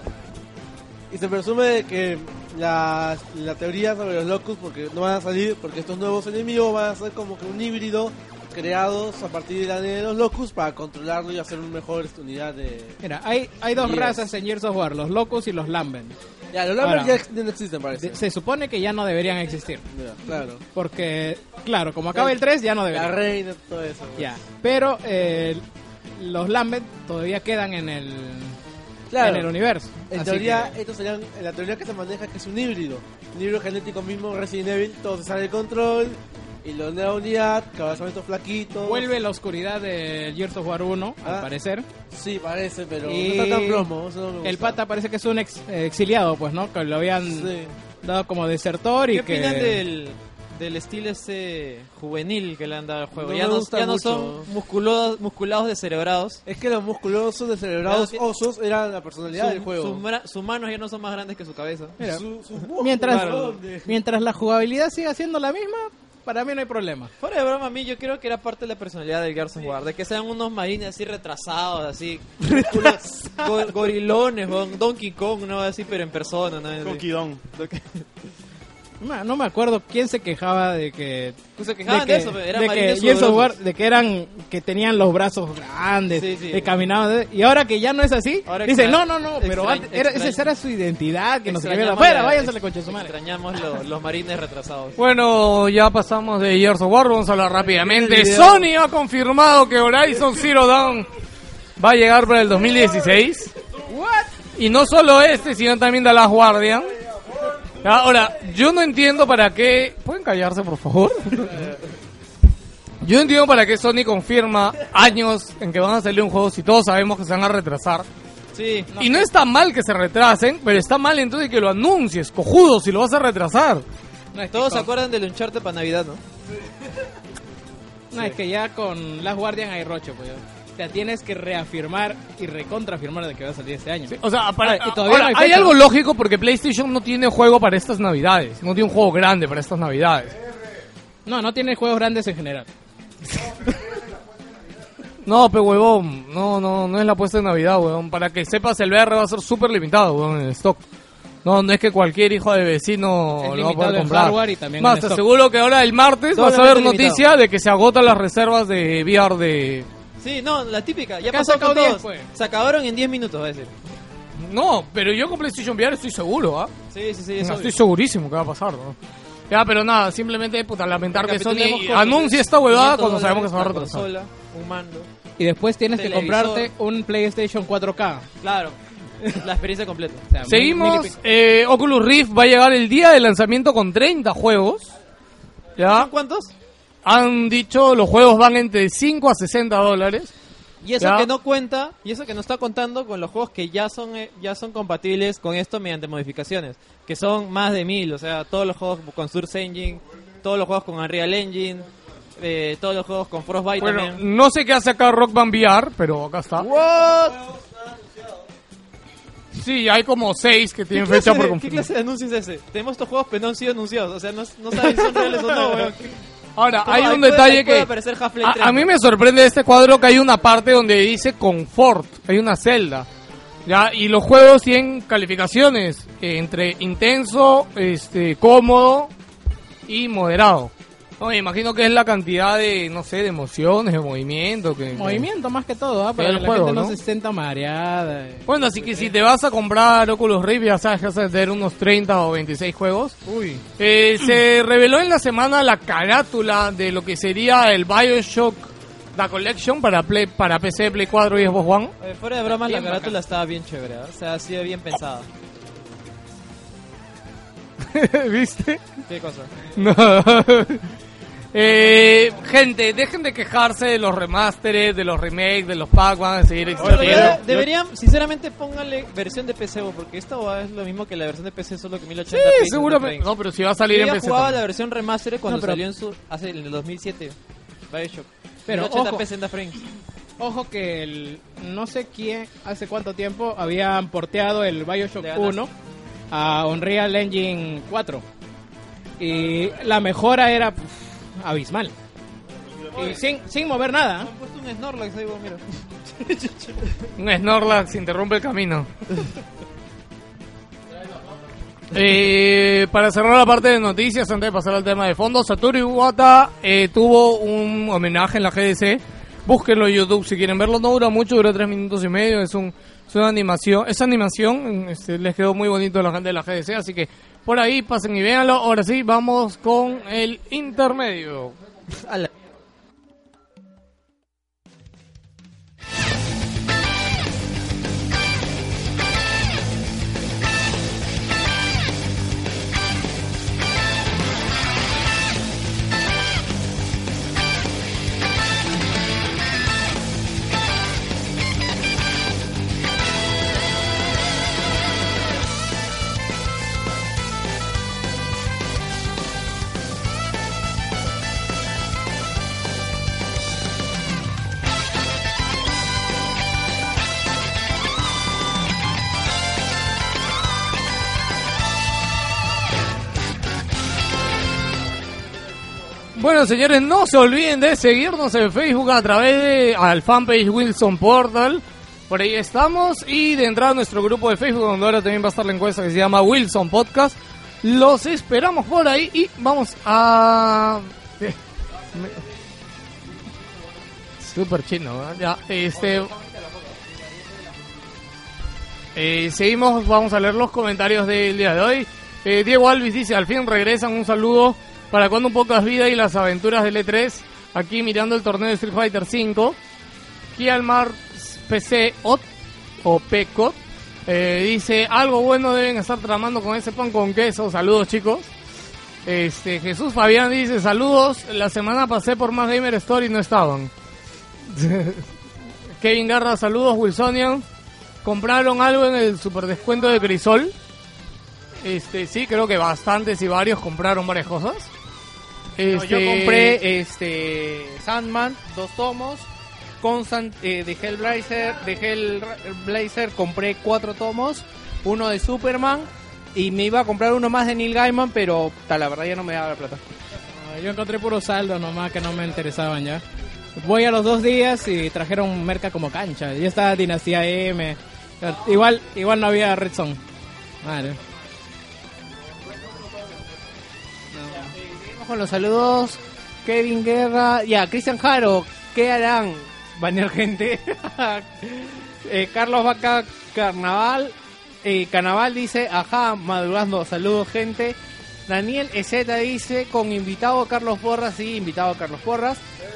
Y se presume de que la teoría sobre los Locus, porque no van a salir, porque estos nuevos enemigos van a ser como que un híbrido creados a partir de la de los Locus para controlarlo y hacer una mejor unidad de... Mira, hay dos Yes. razas en Gears of War, los Locus y los Lambent. Ya, los Lambert Ahora, ya no existen, parece. Se supone que ya no deberían existir. Ya, claro. Porque, claro, como acaba el 3 ya no La deberían. reina, todo eso. Ya. Pero los Lambent todavía quedan en el en el universo. En Así teoría, que- estos serían, en la teoría que se maneja que es un híbrido. Un híbrido genético mismo Resident Evil, todo se sale de control. Y la nueva unidad, cabezamientos flaquitos. Vuelve la oscuridad de Gears of War 1, al Ah. parecer. Sí, parece, pero Y no está tan plomo. Eso no me el gusta. pata parece que es un exiliado, pues, ¿no? Que lo habían Sí. dado como desertor y ¿Qué que... opinan del estilo ese juvenil que le han dado al juego? No ya me no, gusta ya no mucho. son musculados descerebrados. Es que los musculosos, descerebrados, Claro, osos eran la personalidad del juego. Sus manos ya no son más grandes que su cabeza. Mira, Sus mientras, músculos, mientras la jugabilidad siga siendo la misma, para mí no hay problema. Fuera de broma, a mí yo creo que era parte de la personalidad del Gears of War, de que sean unos marines así retrasados, así, gorilones, Donkey Kong, ¿no? Así, pero en persona, ¿no? Así. Donkey Kong. No me acuerdo quién se quejaba de que... Pues se quejaban de eso, pero eran de que marines Gears of War, sudorosos. de que eran, que tenían los brazos grandes, Sí, sí. que caminaban, y ahora que ya no es así, Ahora dicen, extra- no, pero extrañ- antes extrañ- esa era su identidad, que no se qué, Extrañamos afuera, la- váyanse concha de su madre. Extrañamos los marines retrasados. Bueno, ya pasamos de Gears of War, vamos a hablar rápidamente. El video. Sony ha confirmado que Horizon Zero Dawn va a llegar para el 2016. Y no solo este, sino también The Last Guardian. Ahora, yo no entiendo para qué... ¿Pueden callarse, por favor? Yo no entiendo para qué Sony confirma años en que van a salir un juego si todos sabemos que se van a retrasar. Sí. Y no está mal que se retrasen, pero está mal entonces que lo anuncies, cojudo, si lo vas a retrasar. Todos se acuerdan del Uncharted para Navidad, ¿no? No, es que ya con Last Guardian hay rocho, pues. O sea, tienes que reafirmar y recontrafirmar de que va a salir este año. O sea, y todavía ahora, no hay fecha, algo ¿no? lógico porque PlayStation no tiene juego para estas navidades. No tiene un juego grande para estas navidades. No tiene juegos grandes en general. No, pe huevón. No es la apuesta de Navidad, huevón. Para que sepas, el VR va a ser súper limitado, huevón, en stock. No es que cualquier hijo de vecino Es lo va a limitado poder en comprar. hardware y también Más, en te stock. aseguro que ahora el martes vas a Doblemente ver noticia limitado. de que se agotan las reservas de VR de... Sí, no, la típica. Ya ¿Qué ha pasó sacado con 10, todos. pues? Se acabaron en 10 minutos, va a decir. No, pero yo con PlayStation VR estoy seguro, ¿ah? Sí, eso. Estoy segurísimo que va a pasar, ¿no? Ya, pero nada, simplemente, puta, lamentar que Sony Recapitulemos cosas. anuncie esta huevada 500 cuando sabemos que se va a dólares, retrasar. una consola, un mando. Y después tienes que Televisor. comprarte un PlayStation 4K. Claro. La experiencia completa. O sea, Seguimos, mil y pico. Oculus Rift va a llegar el día de lanzamiento con 30 juegos. ¿Ya? ¿Son cuántos? Han dicho, los juegos van entre 5 a 60 dólares. Y eso Ya. que no cuenta, y eso que no está contando con los juegos que ya son compatibles con esto mediante modificaciones, que son más de 1000, o sea, todos los juegos con Source Engine, todos los juegos con Unreal Engine, todos los juegos con Frostbite Bueno, también. no sé qué hace acá Rock Band VR, pero acá está. What? Sí, hay como 6 que tienen ¿Qué fecha clase por de- ¿Qué confirmar. clase de anuncio es ese? Tenemos estos juegos pero no han sido anunciados, o sea, no saben si son reales o no, weón. Ahora, ¿Cómo? hay Ahí un puede- detalle ahí puede que aparecer Half-Life 3, a mí ¿no? me sorprende de este cuadro que hay una parte donde dice confort, hay una celda. Ya, y los juegos tienen calificaciones entre intenso, cómodo y moderado. No, me imagino que es la cantidad de, no sé, de emociones, de movimiento. Movimiento más que todo, ¿ah? Para el que la juego, gente no ¿no? se sienta mareada. Bueno, así que si te vas a comprar Oculus Rift, ya sabes que vas a tener unos 30 o 26 juegos. Uy. Se reveló en la semana la carátula de lo que sería el BioShock The Collection para PC, Play 4 y Xbox One. Fuera de bromas, la Bien carátula estaba bien chévere, ¿eh? O sea, ha sido bien pensada. ¿Viste? ¿Qué cosa? No. Gente, dejen de quejarse de los remasteres, de los remakes, de los packs, van a seguir Pero ya existiendo. deberían, sinceramente, pónganle versión de PC, porque esto es lo mismo que la versión de PC, solo que 1080p. Sí, seguramente. No, pero si va a salir Yo en ya PC jugaba también. la versión remaster cuando No, pero- salió en el 2007, Bioshock. Pero, 1080p, ojo. 60 frames. Ojo que no sé quién, hace cuánto tiempo habían porteado el Bioshock Le ganaste. 1 a Unreal Engine 4. Y la mejora era abismal. Y sin mover nada. Han puesto un Snorlax ahí, vos, mira. Un Snorlax interrumpe el camino. Para cerrar la parte de noticias, antes de pasar al tema de fondo, Satoru Iwata tuvo un homenaje en la GDC. Búsquenlo en YouTube si quieren verlo. No dura mucho, dura 3 minutos y medio. Es una animación. Esa animación les quedó muy bonito a la gente de la GDC. Así que por ahí pasen y véanlo. Ahora sí, vamos con el intermedio. Bueno, señores, no se olviden de seguirnos en Facebook a través de al fanpage Wilson Portal. Por ahí estamos. Y de entrar a nuestro grupo de Facebook, donde ahora también va a estar la encuesta que se llama Wilson Podcast. Los esperamos por ahí y vamos a... Súper chino, ¿no? Ya, seguimos, vamos a leer los comentarios del día de hoy. Diego Alvis dice, al fin regresan, un saludo. ¿Para cuando un Pocas Vida y las aventuras del E3? Aquí mirando el torneo de Street Fighter V. Kialmar PC o Pecot dice, algo bueno deben estar tramando con ese pan con queso. Saludos, chicos. Jesús Fabián dice, saludos, la semana pasé por Más Gamer Store y no estaban. Kevin Garra, saludos, Wilsonian. ¿Compraron algo en el super descuento de Crisol? Sí, creo que bastantes y varios compraron varias cosas. No, yo compré Sandman, 2 tomos. Constant de Hellblazer compré 4 tomos. Uno de Superman. Y me iba a comprar uno más de Neil Gaiman, pero la verdad ya no me daba la plata. Yo encontré puro saldo nomás que no me interesaban ya. Voy a los 2 días y trajeron merca como cancha. Ya está Dinastía M. Igual no había Red Zone. Vale. Con los saludos, Kevin Guerra, Cristian Jaro, ¿qué harán? Banear gente. Carlos Vaca Carnaval dice, ajá, madrugando, saludos gente. Daniel Ezeta dice, con invitado Carlos Porras, sí, invitado Carlos Porras.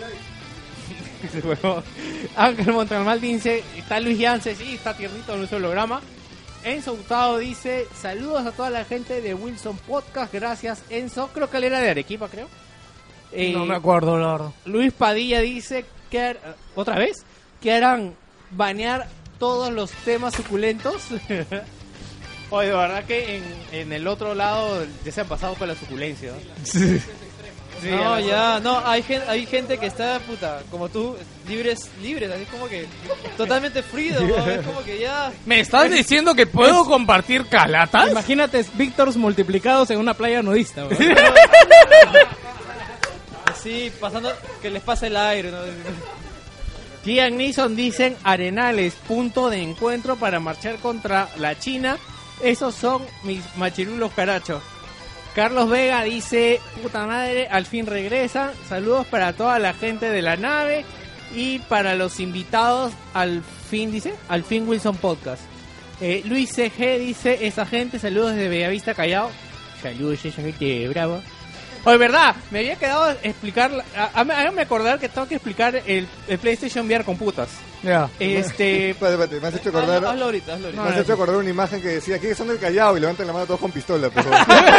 Ángel Montalmal dice, está Luis Yance, sí, está tiernito en nuestro holograma. Enzo Hurtado dice, saludos a toda la gente de Wilson Podcast, gracias Enzo, creo que él era de Arequipa, creo. No me acuerdo, la verdad. Luis Padilla dice, ¿otra vez? ¿Que harán? ¿Banear todos los temas suculentos? Oye, de verdad que en el otro lado ya se han pasado con la suculencia, ¿no? Sí. Sí, no, ya, no, hay gente que está, puta, como tú, libres, así como que totalmente fluido, ¿no? Es como que ya... ¿Me estás diciendo que puedo compartir calatas? Imagínate Víctors multiplicados en una playa nudista, ¿no? Así, pasando, que les pase el aire, ¿no? Kian Nison dicen, Arenales, punto de encuentro para marchar contra la China, esos son mis machirulos carachos. Carlos Vega dice, puta madre, al fin regresan. Saludos para toda la gente de la nave y para los invitados al fin Wilson Podcast. Luis CG dice, esa gente, saludos desde Bellavista Callao. Saludos esa gente brava. Oye, verdad, me había quedado explicar, hágame acordar que tengo que explicar el PlayStation VR con putas. Ya. Espérate, me has hecho acordar. Hazlo ahorita. Me has hecho acordar una imagen que decía, aquí son del Callao y levantan la mano todos con pistola, pero...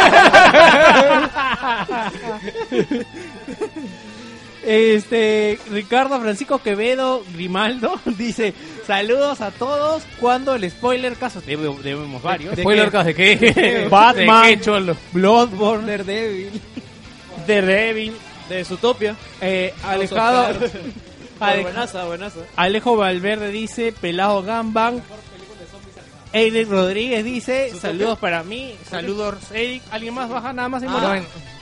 Ricardo Francisco Quevedo Grimaldo dice, saludos a todos, cuando el spoiler caso, debemos varios. ¿Spoiler caso de qué? Batman, ¿de qué, cholo? Bloodborne, Daredevil, de Zootopia, Alejado, buenaza. Alejo Valverde dice, pelado Gambang. Eric Rodríguez dice, saludos para mí, saludos Eric. ¿Alguien más baja nada más en bueno.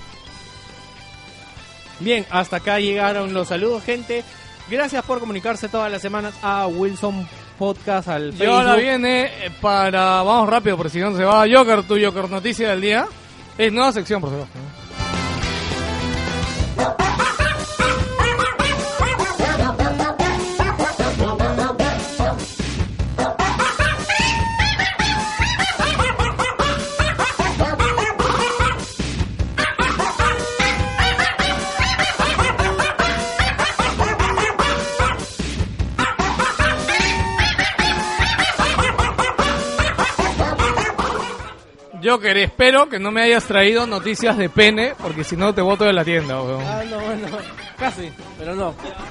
Bien, hasta acá llegaron los saludos, gente. Gracias por comunicarse todas las semanas a Wilson Podcast, al Facebook. Y ahora viene vamos rápido, porque si no se va Joker, tu Joker noticia del día. Es nueva sección, por favor. Joker, espero que no me hayas traído noticias de pene, porque si no te boto de la tienda, weón. No, bueno, casi, pero no.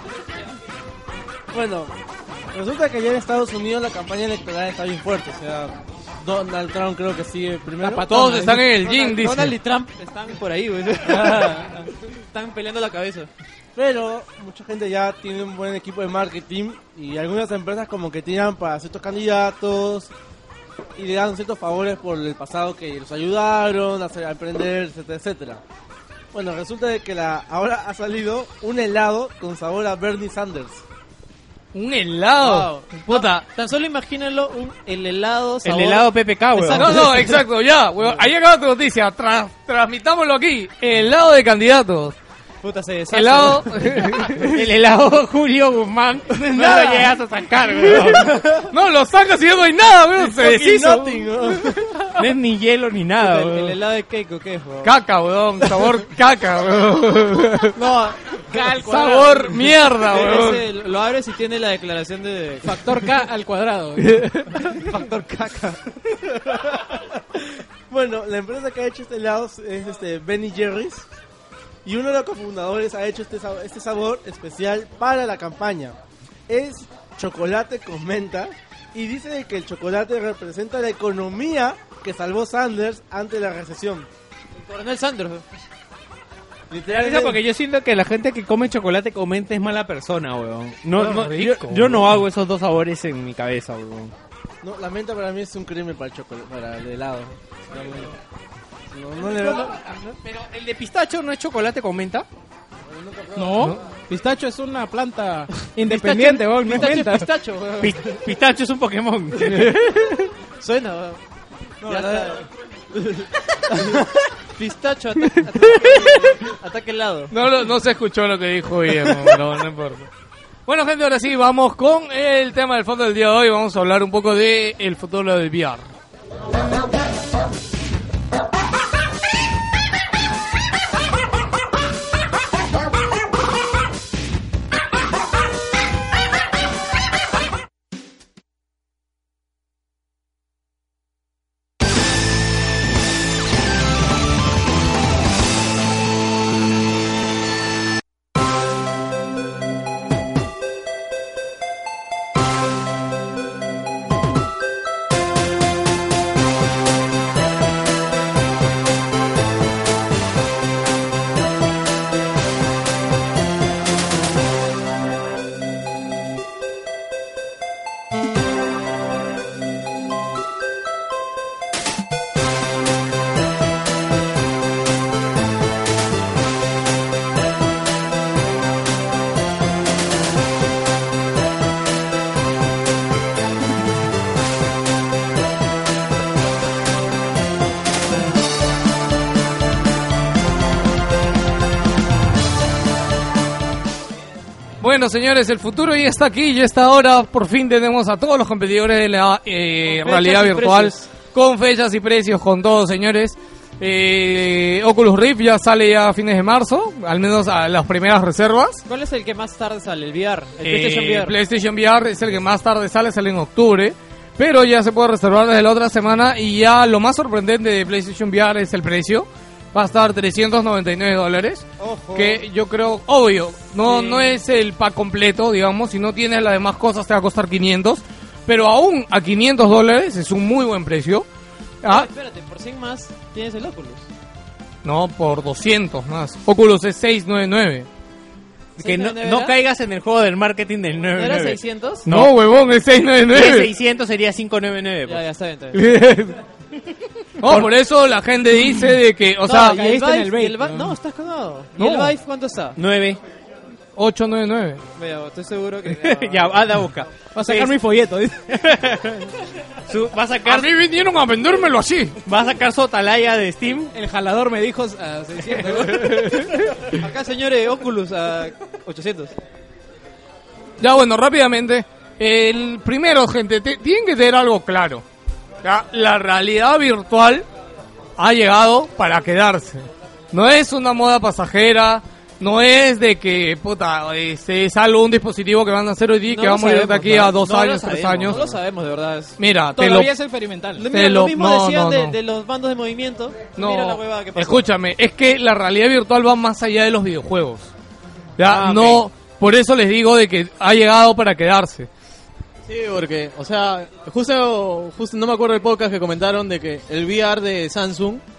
Bueno, resulta que allá en Estados Unidos la campaña electoral está bien fuerte, o sea, Donald Trump creo que sigue primero. Todos están en el gym, dice. Donald y Trump están por ahí, güey. Están peleando la cabeza. Pero mucha gente ya tiene un buen equipo de marketing y algunas empresas como que tiran para ciertos candidatos y le dan ciertos favores por el pasado que los ayudaron a emprender, etcétera, etcétera. Bueno, resulta de que ahora ha salido un helado con sabor a Bernie Sanders. ¿Un helado? Wow. Puta. No, tan solo imagínenlo, el helado sabor... El helado PPK, weón. No, exacto, ya, weón. Ahí acaba tu noticia. Transmitámoslo aquí. Helado de candidatos. Puta, se deshace. Helado. El helado Julio Guzmán no lo llegas a sacar, weón. No, lo sacas y ya no hay nada, weón. Se deshizo. No es ni hielo ni nada, El weón. helado de Keiko, ¿qué es, weón? Caca, weón. Sabor caca, weón. No, Sabor mierda, weón. ese lo abres y tiene la declaración de... Factor K al cuadrado. Factor caca. Bueno, la empresa que ha hecho este helado es Ben & Jerry's. Y uno de los cofundadores ha hecho este sabor especial para la campaña. Es chocolate con menta. Y dice de que el chocolate representa la economía que salvó Sanders ante la recesión. El coronel Sanders. Literalmente. Porque yo siento que la gente que come chocolate con menta es mala persona, weón. Rico, Yo no hago esos dos sabores en mi cabeza, weón. No, la menta para mí es un crimen para el chocolate, para el helado. No le veo. Pero el de pistacho no es chocolate con menta. No, pistacho es una planta independiente, weón, no es menta. Pistacho, weón. Pistacho es un Pokémon. Suena, weón. No, Ya está. Pistacho, ataque helado. No se escuchó lo que dijo Guillermo, pero no importa. Bueno, gente, ahora sí, vamos con el tema del fondo del día de hoy. Vamos a hablar un poco de el futuro del VR. Bueno, señores, el futuro ya está aquí, ya está ahora. Por fin tenemos a todos los competidores de la realidad virtual, con fechas y precios, con todo, señores. Oculus Rift ya sale ya a fines de marzo, al menos a las primeras reservas. ¿Cuál es el que más tarde sale? ¿El VR? ¿El PlayStation VR? PlayStation VR es el que más tarde sale en octubre. Pero ya se puede reservar desde la otra semana. Y ya lo más sorprendente de PlayStation VR es el precio. Va a estar $399. Ojo. Que yo creo, obvio, no es el pack completo, digamos. Si no tienes las demás cosas te va a costar 500. Pero aún a $500 es un muy buen precio. Ah, espérate, por 100 más tienes el Oculus. No, por 200 más. Oculus es 699. Que no caigas en el juego del marketing del 99. ¿No era 600? No, huevón, es 699. 600 sería 599. Ya está bien, está bien. No, por eso la gente dice de que, o sea, y el Vive, no, estás cagado. ¿Y el Vive cuánto está? 9. 899. Veo, estoy seguro que... Ya, anda a buscar. Va a sacar mi folleto, dice. Va a sacar... A mí vinieron a vendérmelo así. Va a sacar su atalaya de Steam. El jalador me dijo a 600. Acá, señores, Oculus a 800. Ya, bueno, rápidamente. El primero, gente, tienen que tener algo claro. Ya, la realidad virtual ha llegado para quedarse. No es una moda pasajera. No es de que, puta, es algo, un dispositivo que van a hacer hoy día y que vamos a ir de aquí a 2 años, 3 años. No lo sabemos, de verdad. Mira, todavía es experimental. Mira, lo mismo decían de los bandos de movimiento. No, mira la huevada que pasó. Escúchame, es que la realidad virtual va más allá de los videojuegos. Ya, no, por eso les digo de que ha llegado para quedarse. Sí, porque, o sea, justo no me acuerdo del podcast que comentaron de que el VR de Samsung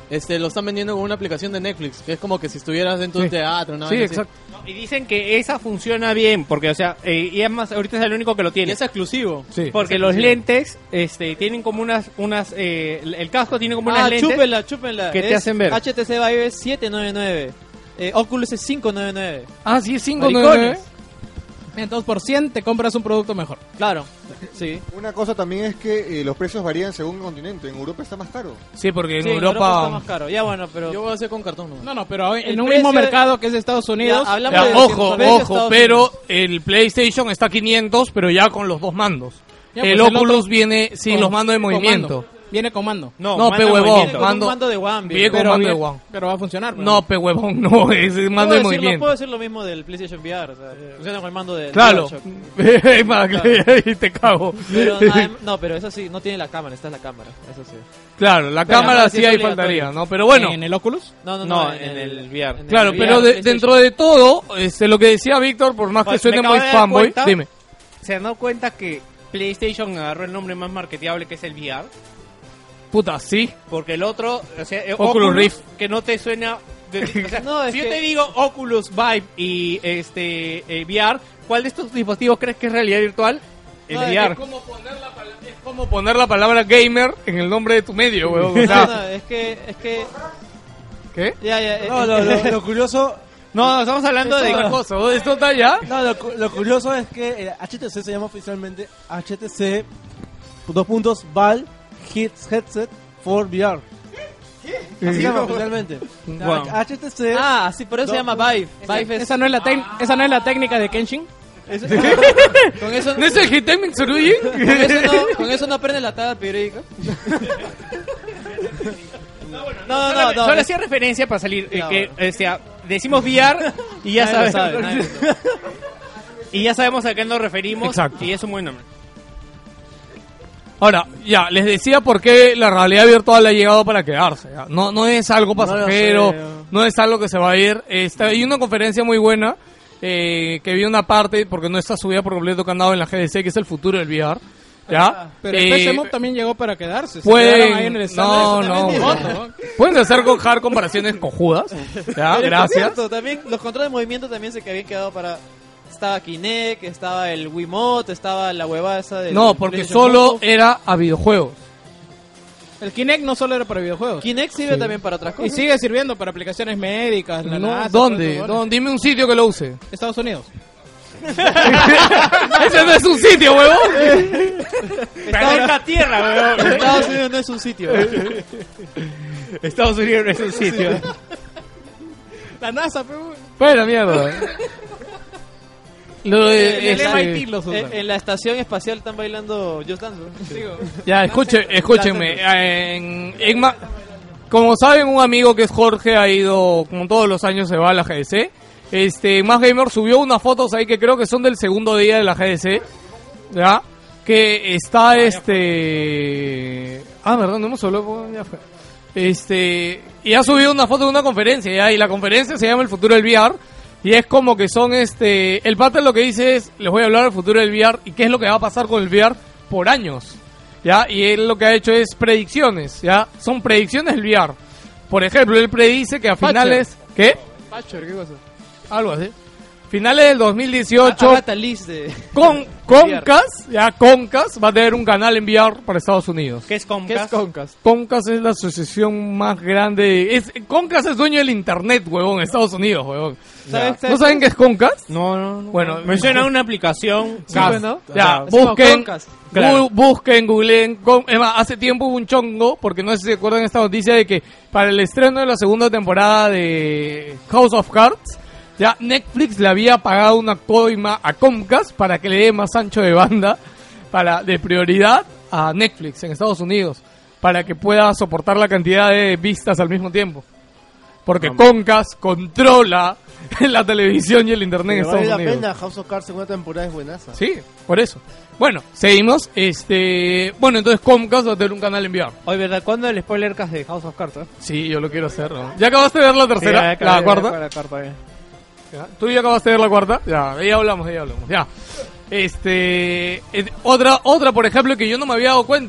lo están vendiendo con una aplicación de Netflix, que es como que si estuvieras dentro de un teatro, ¿no? Sí, exacto. Y dicen que esa funciona bien, porque, o sea, y es más, ahorita es el único que lo tiene. Y es exclusivo. Sí. Porque los lentes tienen como unas el casco tiene como unas lentes chúpenla. que te hacen ver. HTC Vive es 799. Oculus es 599. Ah, sí, es 599. Entonces por 100 te compras un producto mejor. Claro, sí. Una cosa también es que los precios varían según el continente. En Europa está más caro. Sí, porque en Sí, Europa... está más caro. Ya bueno, pero Yo voy a hacer con cartón, ¿no? No, pero en El un precio mismo de- mercado que es Estados Unidos. Ya, hablamos Ya, de ojo, precio de ojo, Estados pero Unidos. el PlayStation está a 500, pero ya con los dos mandos. Ya, El pues el Oculus otro viene sin con- los mandos de con movimiento. mando. Viene con mando. No, manda pe en huevón, movimiento. Con un mando de One, viene con Pero, mando de bien- One. pero va a funcionar. pero- No, pe huevón, no, es el mando de No movimiento. puedo decir lo mismo del PlayStation VR. O sea, funciona con el mando de Claro. DualShock. Y te cago. Pero, no, pero eso sí, no tiene la cámara, esta es la cámara. Eso sí. Claro, la Pero cámara sí sí es ahí obligatorio. faltaría, ¿no? Pero bueno, ¿En el Oculus? No, en el VR. claro, en el pero VR, PlayStation. dentro de todo, lo que decía Víctor, por más que Pues, suene me muy acabo de dar fanboy, cuenta. dime. ¿Se han dado cuenta que PlayStation agarró el nombre más marketeable que es el VR? Puta, sí. Porque el otro, o sea, Oculus Rift. que no te suena... o sea, No, es si yo que- te digo Oculus Vive y VR, ¿cuál de estos dispositivos crees que es realidad virtual? El No, es VR. Es como poner la palabra gamer en el nombre de tu medio, weón. O sea, No, es que ¿qué? ya, No, lo curioso... No, estamos hablando de... Otra cosa, ¿dónde esto está ya? No, lo curioso es que HTC se llama oficialmente HTC Valve Headset for VR. Así se llama oficialmente. Wow. HTC... Ah, sí, por eso se llama Vive. Vive es... ¿Esa no es la técnica de Kenshin? Con eso, ¿No es el Hitman Tsurugi? con eso no aprende la tabla periódica. No, Solo hacía referencia para salir, Ya, que, bueno. o sea, decimos VR y ya Nadie lo sabes. sabe, nadie lo sabe. Y ya sabemos a qué nos referimos. Exacto. Y es un buen nombre. Ahora, ya, les decía por qué la realidad virtual ha llegado para quedarse. ¿Ya? No es algo pasajero, no es algo que se va a ir. Hay una conferencia muy buena que vi una parte, porque no está subida por completo, que han dado en la GDC, que es el futuro del VR. ¿Ya? Pero el PC Move también llegó para quedarse. Se Pueden, quedaron ahí en el stand, no, eso también no, es foto, ¿no? pueden hacer comparaciones cojudas. ¿Ya? Pero Gracias. es cierto, también los controles de movimiento también se que habían quedado para... Estaba Kinect, estaba el Wiimote, estaba la huevada esa del... No, porque PlayStation solo Move. era a videojuegos. El Kinect no solo era para videojuegos. Kinect sirve también para otras Y cosas. sigue sirviendo para aplicaciones médicas. La No, NASA, ¿dónde? todo eso, No, dime un sitio que lo use. bueno. Estados Unidos. Ese no es un sitio, huevón. Planeta Tierra, weón. Estados Unidos no es un sitio. Estados Unidos no es un sitio. La NASA, pero... Buena mierda. Lo de, En el este- MIT los usan. En la estación espacial están bailando Just Dance. ¿no? Ya, escúchenme. Como saben, un amigo que es Jorge ha ido, como todos los años se va a la GDC. Más Gamer subió unas fotos ahí que creo que son del segundo día de la GDC. ¿Ya? Que está verdad, no hemos hablado. Ya fue. Y ha subido una foto de una conferencia, ¿ya? Y la conferencia se llama El futuro del VR. Y es como que son el pata lo que dice es, les voy a hablar del futuro del VR y qué es lo que va a pasar con el VR por años, ¿ya? Y él lo que ha hecho es predicciones, ¿ya? Son predicciones del VR. Por ejemplo, él predice que a finales... ¿Qué? Patcher, ¿qué cosa? Algo así. Finales del 2018, Agatha Liz de... Comcast va a tener un canal en VR para Estados Unidos. ¿Qué es ¿Qué Comcast? es Comcast? Comcast es la asociación más grande. Comcast es dueño del internet, huevón, en Estados Unidos, huevón. ¿Sabes? ¿No saben qué es Comcast? No. Bueno, Me suena a una aplicación. Sí, Cast. ¿no? Ya, Es como busquen, Comcast. Claro. busquen, googleen. Es más, hace tiempo hubo un chongo, porque no sé si se acuerdan esta noticia de que para el estreno de la segunda temporada de House of Cards, ya Netflix le había pagado una coima a Comcast para que le dé más ancho de banda de prioridad a Netflix en Estados Unidos, para que pueda soportar la cantidad de vistas al mismo tiempo. Porque Comcast controla la televisión y el internet en Pero vale Estados la Unidos. pena, House of Cards segunda temporada es buenaza. Sí, por eso. Bueno, seguimos. Bueno, entonces Comcast va a tener un canal en VR. Oye, ¿verdad? ¿Cuándo el spoiler cast de House of Cards? Sí, yo lo quiero hacer, ¿no? ¿Ya acabaste de ver la tercera? ¿La cuarta? ¿Ya? ¿Tú ya acabaste de ver la cuarta? Ya, de ahí hablamos, ya. Otra, por ejemplo, que yo no me había dado cuenta.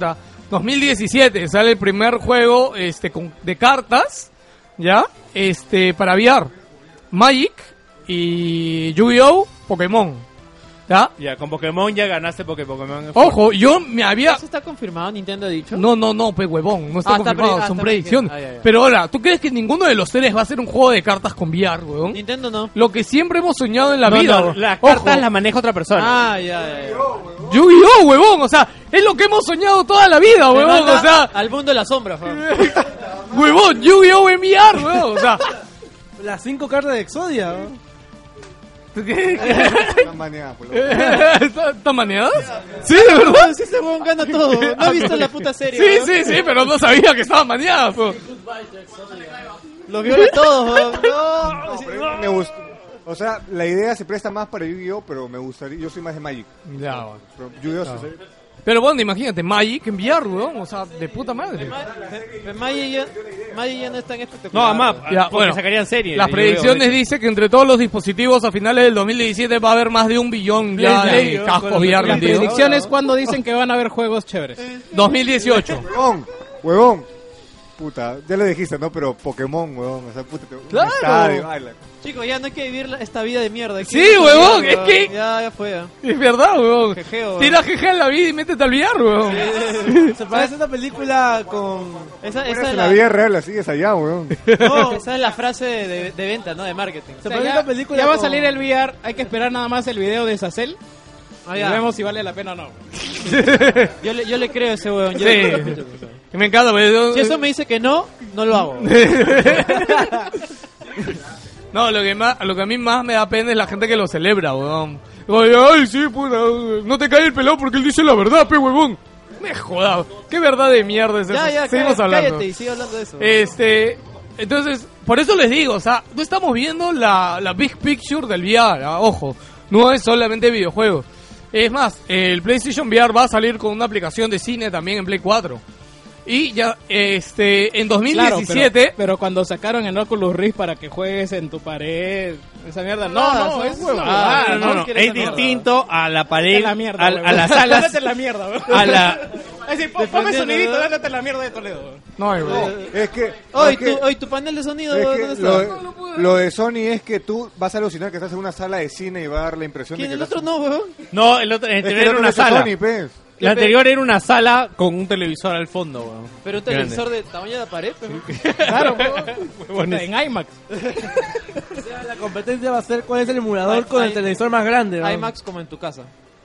2017 sale el primer juego de cartas, ¿ya? Para VR. Magic y Yu-Gi-Oh! Pokémon. ¿Ya? Ya, con Pokémon ya ganaste porque Pokémon es Ojo, yo me había... ¿Eso está confirmado? ¿Nintendo ha dicho? No, huevón, no está confirmado, son predicciones. ya. Pero ahora, ¿tú crees que ninguno de los tres va a ser un juego de cartas con VR, huevón? Nintendo no. Lo que siempre hemos soñado en la vida. No, las cartas las maneja otra persona. Ya. Yu-Gi-Oh, huevón, o sea, es lo que hemos soñado toda la vida, Me huevón, manda o sea... al mundo de la sombra, huevón. Huevón, Yu-Gi-Oh en VR, huevón, o sea... Las 5 cartas de Exodia, ¿no? Están baneadas, por lo menos. ¿Están baneadas? Sí, de verdad. Sí, ese huevón gana todo. No ha visto la puta serie. Sí, pero no sabía que estaban baneadas, huevón. Los viola todos, huevón. No, pero me gustó. O sea, la idea se presta más para Yu-Gi-Oh, pero me gustaría... Yo soy más de Magic. Ya, bueno. Pero Yu-Gi-Oh Pero bueno, imagínate, Magic en VR, weón, o sea, de puta madre. Magic ya no es tan espectacular. No, además, Ya, porque bueno, sacarían series. Las predicciones dicen que entre todos los dispositivos a finales del 2017 va a haber más de 1 billón ya de cascos VR Las vendidos. predicciones cuando dicen que van a haber juegos chéveres. 2018. Huevón. Puta, ya lo dijiste, ¿no? Pero Pokémon, huevón. O sea, puta, Claro. un estadio, baila. Chicos, ya no hay que vivir esta vida de mierda. Sí, huevón, es que... Ya fue. Ya. Es verdad, weón. Jeje, weón. Tira jeje en la vida y métete al VR, weón. Se parece a una película con... Esa Es es la vida real, así es allá, weón. No, esa es la frase de venta, ¿no? De marketing. Se O sea, parece a ya, una película ya va a con- salir el VR, hay que esperar nada más el video de Sacel. Y Ya. vemos si vale la pena o no. Yo le creo a ese huevón. Yo Sí. le creo a ese huevón. Me encanta, pero... Si eso me dice que no, no lo hago. No, lo que a mí más me da pena es la gente que lo celebra, weón. Ay, sí, puta, no te cae el pelado porque él dice la verdad, pe, huevón. Me jodas, qué verdad de mierda es eso. Ya, Seguimos hablando. cállate y sigue hablando de eso. Entonces, por eso les digo, o sea, no estamos viendo la big picture del VR, ojo, no es solamente videojuegos. Es más, el PlayStation VR va a salir con una aplicación de cine también en Play 4. Y ya, en 2017... Claro, pero cuando sacaron el Oculus Rift para que juegues en tu pared, esa mierda, no, es huevada. No, es distinto a la pared, la mierda, a las salas, Date la mierda, weón. a la... Es decir, ponme sonidito, date la mierda de Toledo, weón. No, weón. Es que... Hoy es que- tu panel de sonido, es ¿dónde que está? lo de Sony es que tú vas a alucinar que estás en una sala de cine y va a dar la impresión ¿Quién? de que El otro no, weón. No, el otro, el Es que anterior era no una es de sala. Sony, pues. La anterior era una sala con un televisor al fondo, weón. Pero un Grande. televisor de tamaño de pared, pero... Claro, weón. En IMAX. O sea, la competencia va a ser cuál es el emulador con el televisor más grande, ¿no? IMAX como en tu casa.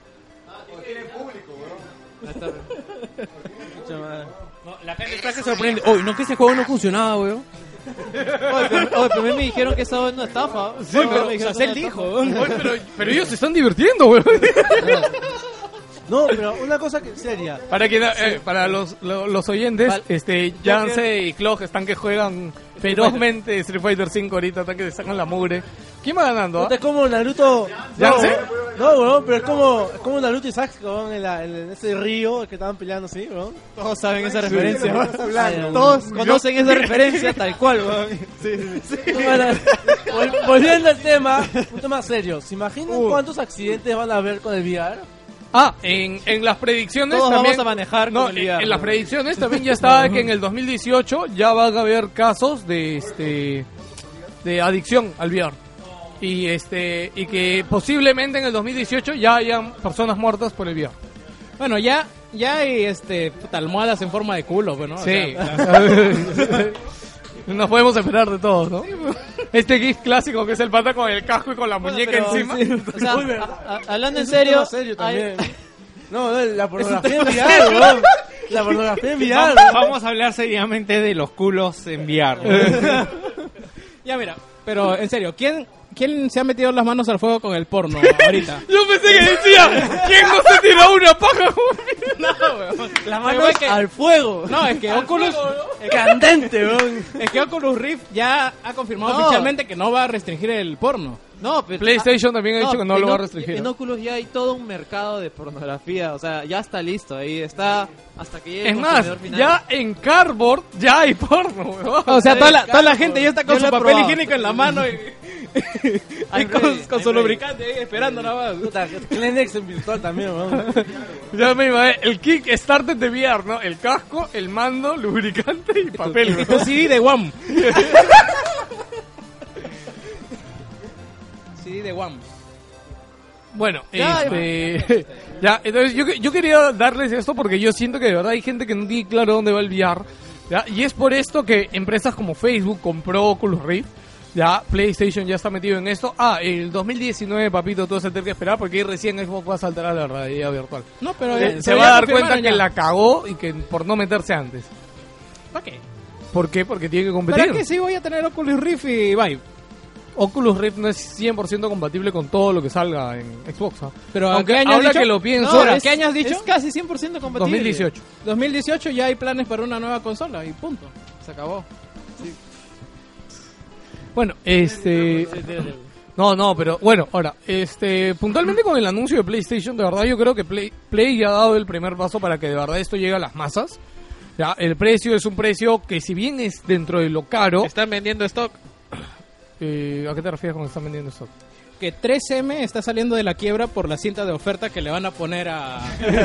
No, la gente está que sorprende. Uy, no, que ese juego no funcionaba, weón. Oye, pero a mí me dijeron que estaba en una estafa. Sí, pero Sacel dijo, weón. Pero ellos se están divirtiendo, weón. No, pero una cosa que seria. Para los oyentes, Jance y Clog están que juegan ferozmente Street Fighter 5 ahorita, están que se sacan la mugre. ¿Quién va ganando? Es como Naruto. ¿Jance? No, weón, pero es como Naruto y Sasuke, weón, en ese río que estaban peleando así, weón. Todos saben esa referencia, weón. estás hablando. Todos conocen esa referencia tal cual, weón. Bueno, volviendo al tema, un tema serio. ¿Se imaginan cuántos accidentes van a haber con el VR? En las predicciones Todos también, vamos a manejar no, con el VR. en las predicciones también ya está que en el 2018 ya van a haber casos de adicción al VR. Y y que posiblemente en el 2018 ya hayan personas muertas por el VR. Bueno, ya hay almohadas en forma de culo, pues, ¿no? O Sí. sea, Nos podemos esperar de todos, ¿no? Este GIF clásico que es el pata con el casco y con la muñeca pero- encima. O sea, hablando en Es un tema serio, también. hay- No, la pornografía en VR, weón. La pornografía en VR. Vamos a hablar seriamente de los culos en VR. ya mira, pero en serio, ¿quién se ha metido las manos al fuego con el porno ahorita? Yo pensé que decía, ¿quién no se tiró una paja? No, weón. Las manos al fuego. No, es que Oculus... Candente, weón. Es que Oculus Rift ya ha confirmado No. oficialmente que no va a restringir el porno. No, pero PlayStation también ha dicho que no lo va a restringir. En Oculus ya hay todo un mercado de pornografía, o sea, ya está listo, ahí está hasta que llegue Es el más, consumidor final. ya en Cardboard ya hay porno, weón. O sea, toda la gente ya está con Yo su lo he papel probado. higiénico en la mano y I'm con ready, su I'm ready. lubricante ahí esperando nada más. Puta, Kleenex en virtual también, weón. Ya me iba, el Kickstarter de VR, ¿no? El casco, el mando, lubricante y papel, Tu weón. CD de Wham. CD de Wham. Bueno, Ya, ya, entonces yo quería darles esto porque yo siento que de verdad hay gente que no tiene claro dónde va el VR, ¿ya? Y es por esto que empresas como Facebook compró Oculus Rift, ya PlayStation ya está metido en esto. El 2019, papito, todo se tiene que esperar porque ahí recién Xbox va a saltar a la realidad virtual. No, pero Se va a dar cuenta que la cagó y que por no meterse antes. ¿Para qué? ¿Por qué? Porque tiene que competir. ¿Para qué sí voy a tener Oculus Rift y Vive? Oculus Rift no es 100% compatible con todo lo que salga en Xbox. ¿Ah? Pero aunque ¿qué año has ahora dicho? que lo pienso, No, Ahora, es- ¿qué año has dicho? Es casi 100% compatible. 2018. 2018 ya hay planes para una nueva consola y punto. Se acabó. Bueno, No, pero bueno, ahora, puntualmente con el anuncio de PlayStation, de verdad yo creo que Play ya ha dado el primer paso para que de verdad esto llegue a las masas. Ya, el precio es un precio que si bien es dentro de lo caro... Están vendiendo stock. ¿A qué te refieres con están vendiendo esto? Que 3M está saliendo de la quiebra por la cinta de oferta que le van a poner a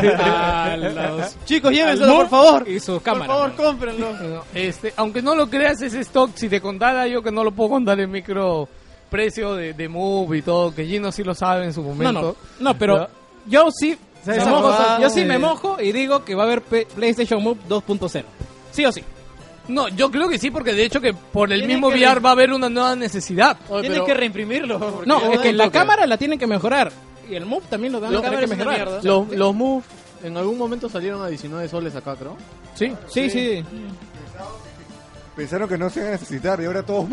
los Chicos, al llévenselo, Move por favor. y sus Por cámaras. favor, cómprenlo. No, aunque no lo creas, ese stock, si te contara yo que no lo puedo contar en micro precio de Move y todo, que Gino sí lo sabe en su momento. No, pero ¿Ya? yo sí me Esa mojo, huevada, yo sí me mojo y digo que va a haber PlayStation Move 2.0. Sí o sí. No, yo creo que sí, porque de hecho que por el Tienen mismo que VR va a haber una nueva necesidad. Tienen que reimprimirlo. porque No, ya es que hay la toque. cámara la tienen que mejorar y el Move también lo van a La tener cámara que es una mejorar. mierda. Los Move en algún momento salieron a 19 soles acá, creo. Sí. Sí. Pensaron que no se iban a necesitar y ahora todos...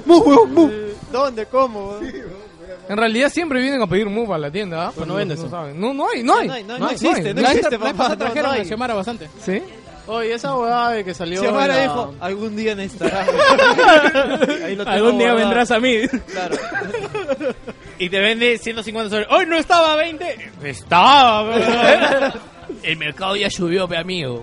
¿Dónde? ¿Cómo? En realidad siempre vienen a pedir Move a la tienda, ¿ah? Pero no vende no eso. saben. No hay. No existe, no La existe, vez papá. pasada trajeron a Xiomara bastante. ¿Sí? Oye, esa huevada de que salió... Xiomara en la- dijo, algún día necesitarás. Ahí lo tengo Algún día guardado. vendrás a mí. Claro. Y te vende 150 soles. ¡Hoy no estaba a 20! ¡Estaba! El mercado ya subió, pe amigo.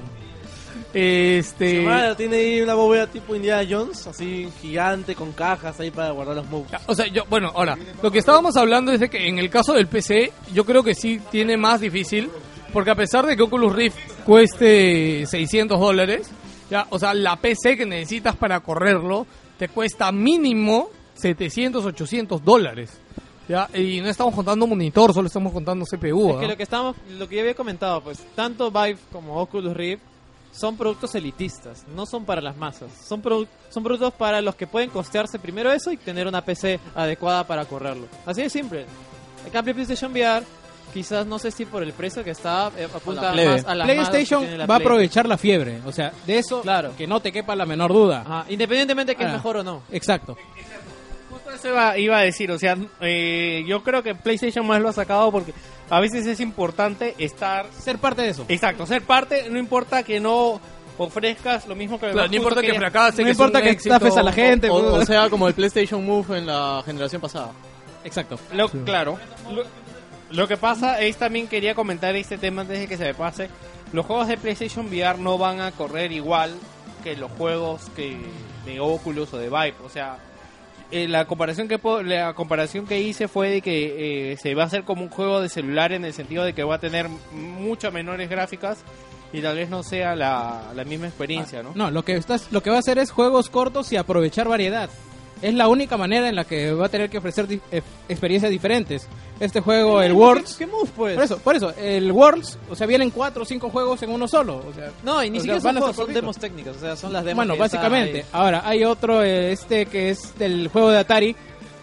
Xiomara tiene ahí una bóveda tipo Indiana Jones, así gigante, con cajas ahí para guardar los moves. O sea, ahora, lo que estábamos hablando es de que en el caso del PC, yo creo que sí tiene más difícil, porque a pesar de que Oculus Rift cueste $600, ya, o sea, la PC que necesitas para correrlo te cuesta mínimo $700, $800. Ya, y no estamos contando monitor, solo estamos contando CPU. Es que lo que yo había comentado, pues, tanto Vive como Oculus Rift son productos elitistas, no son para las masas. Son productos para los que pueden costearse primero eso y tener una PC adecuada para correrlo. Así de simple. En cambio, PlayStation VR, quizás no sé si por el precio que está, apunta plebe. más a las masas que PlayStation tiene la va a Play. aprovechar la fiebre. O sea, de eso Claro. que no te quepa la menor duda. Ajá, independientemente de que es Ah. mejor o no. Exacto. Justo eso iba a decir, o sea, yo creo que PlayStation más lo ha sacado porque a veces es importante estar... Ser parte de eso. Exacto, ser parte, no importa que no ofrezcas lo mismo que... Claro, no importa que fracase, No que importa sea un que éxito. estafes a la gente. O sea, como el PlayStation Move en la generación pasada. Exacto. Claro. Lo que pasa es, también quería comentar este tema antes de que se me pase. Los juegos de PlayStation VR no van a correr igual que los juegos de Oculus o de Vive. O sea, la comparación que hice fue de que se va a hacer como un juego de celular en el sentido de que va a tener muchas menores gráficas y tal vez no sea la misma experiencia, ¿no? No, lo que va a hacer es juegos cortos y aprovechar variedad. Es la única manera en la que va a tener que ofrecer experiencias diferentes. Este juego, el Worlds... ¿Qué move, pues? Por eso, el Worlds, o sea, vienen 4 o 5 juegos en uno solo. O sea, No, y ni o siquiera sea, son van a juegos, ser son cortitos. demos técnicas. O sea, son las demos. Bueno, que ya están básicamente. ahí. Ahora, hay otro, que es del juego de Atari,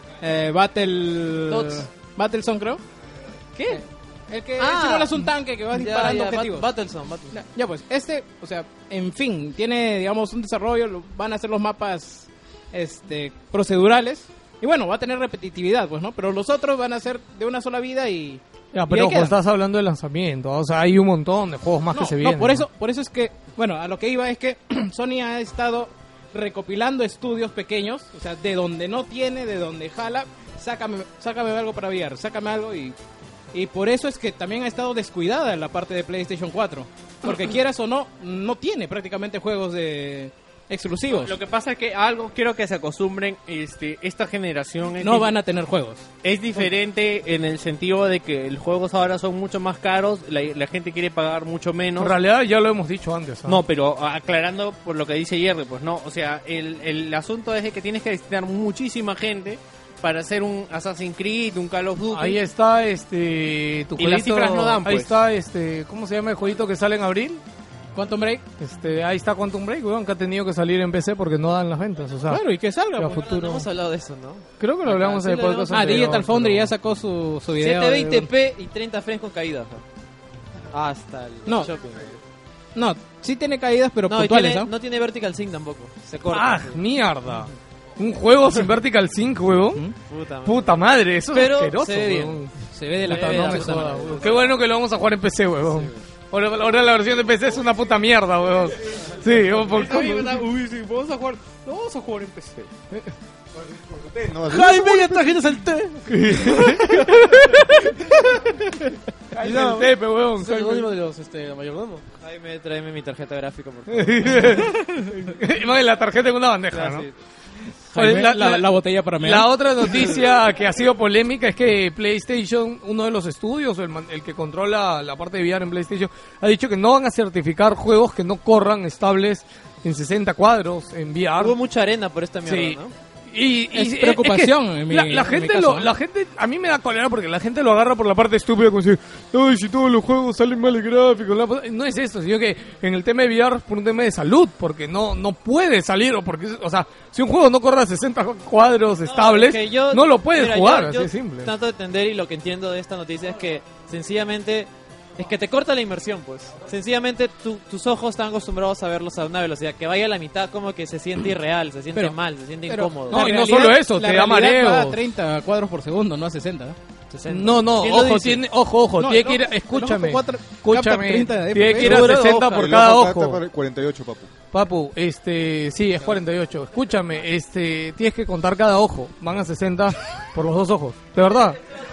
Tots. Battlezone, creo. ¿Qué? El que Ah, simulas un tanque que va disparando objetivos. Battlezone. Ya pues, o sea, en fin, tiene, digamos, un desarrollo, van a hacer los mapas procedurales. Y bueno, va a tener repetitividad, pues, ¿no? Pero los otros van a ser de una sola vida y... Ya, y pero ahí ojo, quedan. estás hablando de lanzamiento, o sea, hay un montón de juegos más que se vienen. No, por eso es que, bueno, a lo que iba es que Sony ha estado recopilando estudios pequeños, o sea, de donde no tiene, de donde jala, sácame algo para VR, sácame algo y por eso es que también ha estado descuidada en la parte de PlayStation 4. Porque quieras o no, no tiene prácticamente juegos de exclusivos. Lo que pasa es que algo quiero que se acostumbren, esta generación no van a tener juegos. Es diferente en el sentido de que los juegos ahora son mucho más caros, la gente quiere pagar mucho menos. En realidad ya lo hemos dicho antes. No, pero aclarando por lo que dice Jerry, pues no, o sea, el asunto es de que tienes que destinar muchísima gente para hacer un Assassin's Creed, un Call of Duty. Ahí está tu y jueguito, las cifras no dan, pues. Ahí está ¿cómo se llama el jueguito que sale en abril? Quantum Break. Ahí está Quantum Break, weón, que ha tenido que salir en PC porque no dan las ventas, o sea. Claro, y que salga. A Pues. futuro. No hemos hablado de eso, ¿no? Creo que lo hablamos en el podcast anterior, Digital Foundry pero- ya sacó su video. 720p y 30 frames con caídas. ¿no? Hasta el No. shopping. No, sí tiene caídas, pero No, puntuales, ¿no? no tiene vertical sync tampoco. Se corta. Ah, mierda. Un juego sin vertical sync, huevón. Puta madre, eso Pero es asqueroso, se ve bien. huevón. Se ve de la Puta, puta no me madre. jodas, huevón. Qué bueno que lo vamos a jugar en PC, huevón. Ahora la versión de PC es una puta mierda, huevón. Sí, Uy, sí, vamos a jugar en PC. Jaime, ya trajiste el té. Ay, no, el tepe, huevón. Es el sinónimo de los mayordomos. Jaime, tráeme mi tarjeta gráfica, por favor. Más la tarjeta en una bandeja, ¿no? Jaime, la botella para mear. La otra noticia que ha sido polémica es que PlayStation, uno de los estudios, el que controla la parte de VR en PlayStation, ha dicho que no van a certificar juegos que no corran estables en 60 cuadros en VR. Hubo mucha arena por esta mierda, Sí. ¿no? Y Es preocupación que en mi- la en gente mi caso, ¿no? la gente a mí me da cólera porque la gente lo agarra por la parte estúpida como si, ay, si todos los juegos salen mal el gráfico, no es eso, sino que en el tema de VR por un tema de salud, porque no puede salir o sea, si un juego no corre a 60 cuadros estables, que yo- no lo puedes mira, jugar, yo así de simple. Trato de entender y lo que entiendo de esta noticia es que sencillamente es que te corta la inmersión, pues. Sencillamente tus ojos están acostumbrados a verlos a una velocidad que vaya a la mitad, como que se siente irreal, se siente Pero- mal, se siente pero- incómodo. No, y no realidad- solo eso, la te da realidad mareo. va a 30 cuadros por segundo, no a 60. ¿no? 60. No, ¿Quién lo dice? ojo, No, tiene el que ir, ojo- escúchame, el ojo capta escúchame, 30 de tiene que ir a FPS. 60 por El cada capta ojo. 48, papu. Papu, sí, es 48. Escúchame, tienes que contar cada ojo. Van a 60 por los dos ojos. ¿De verdad?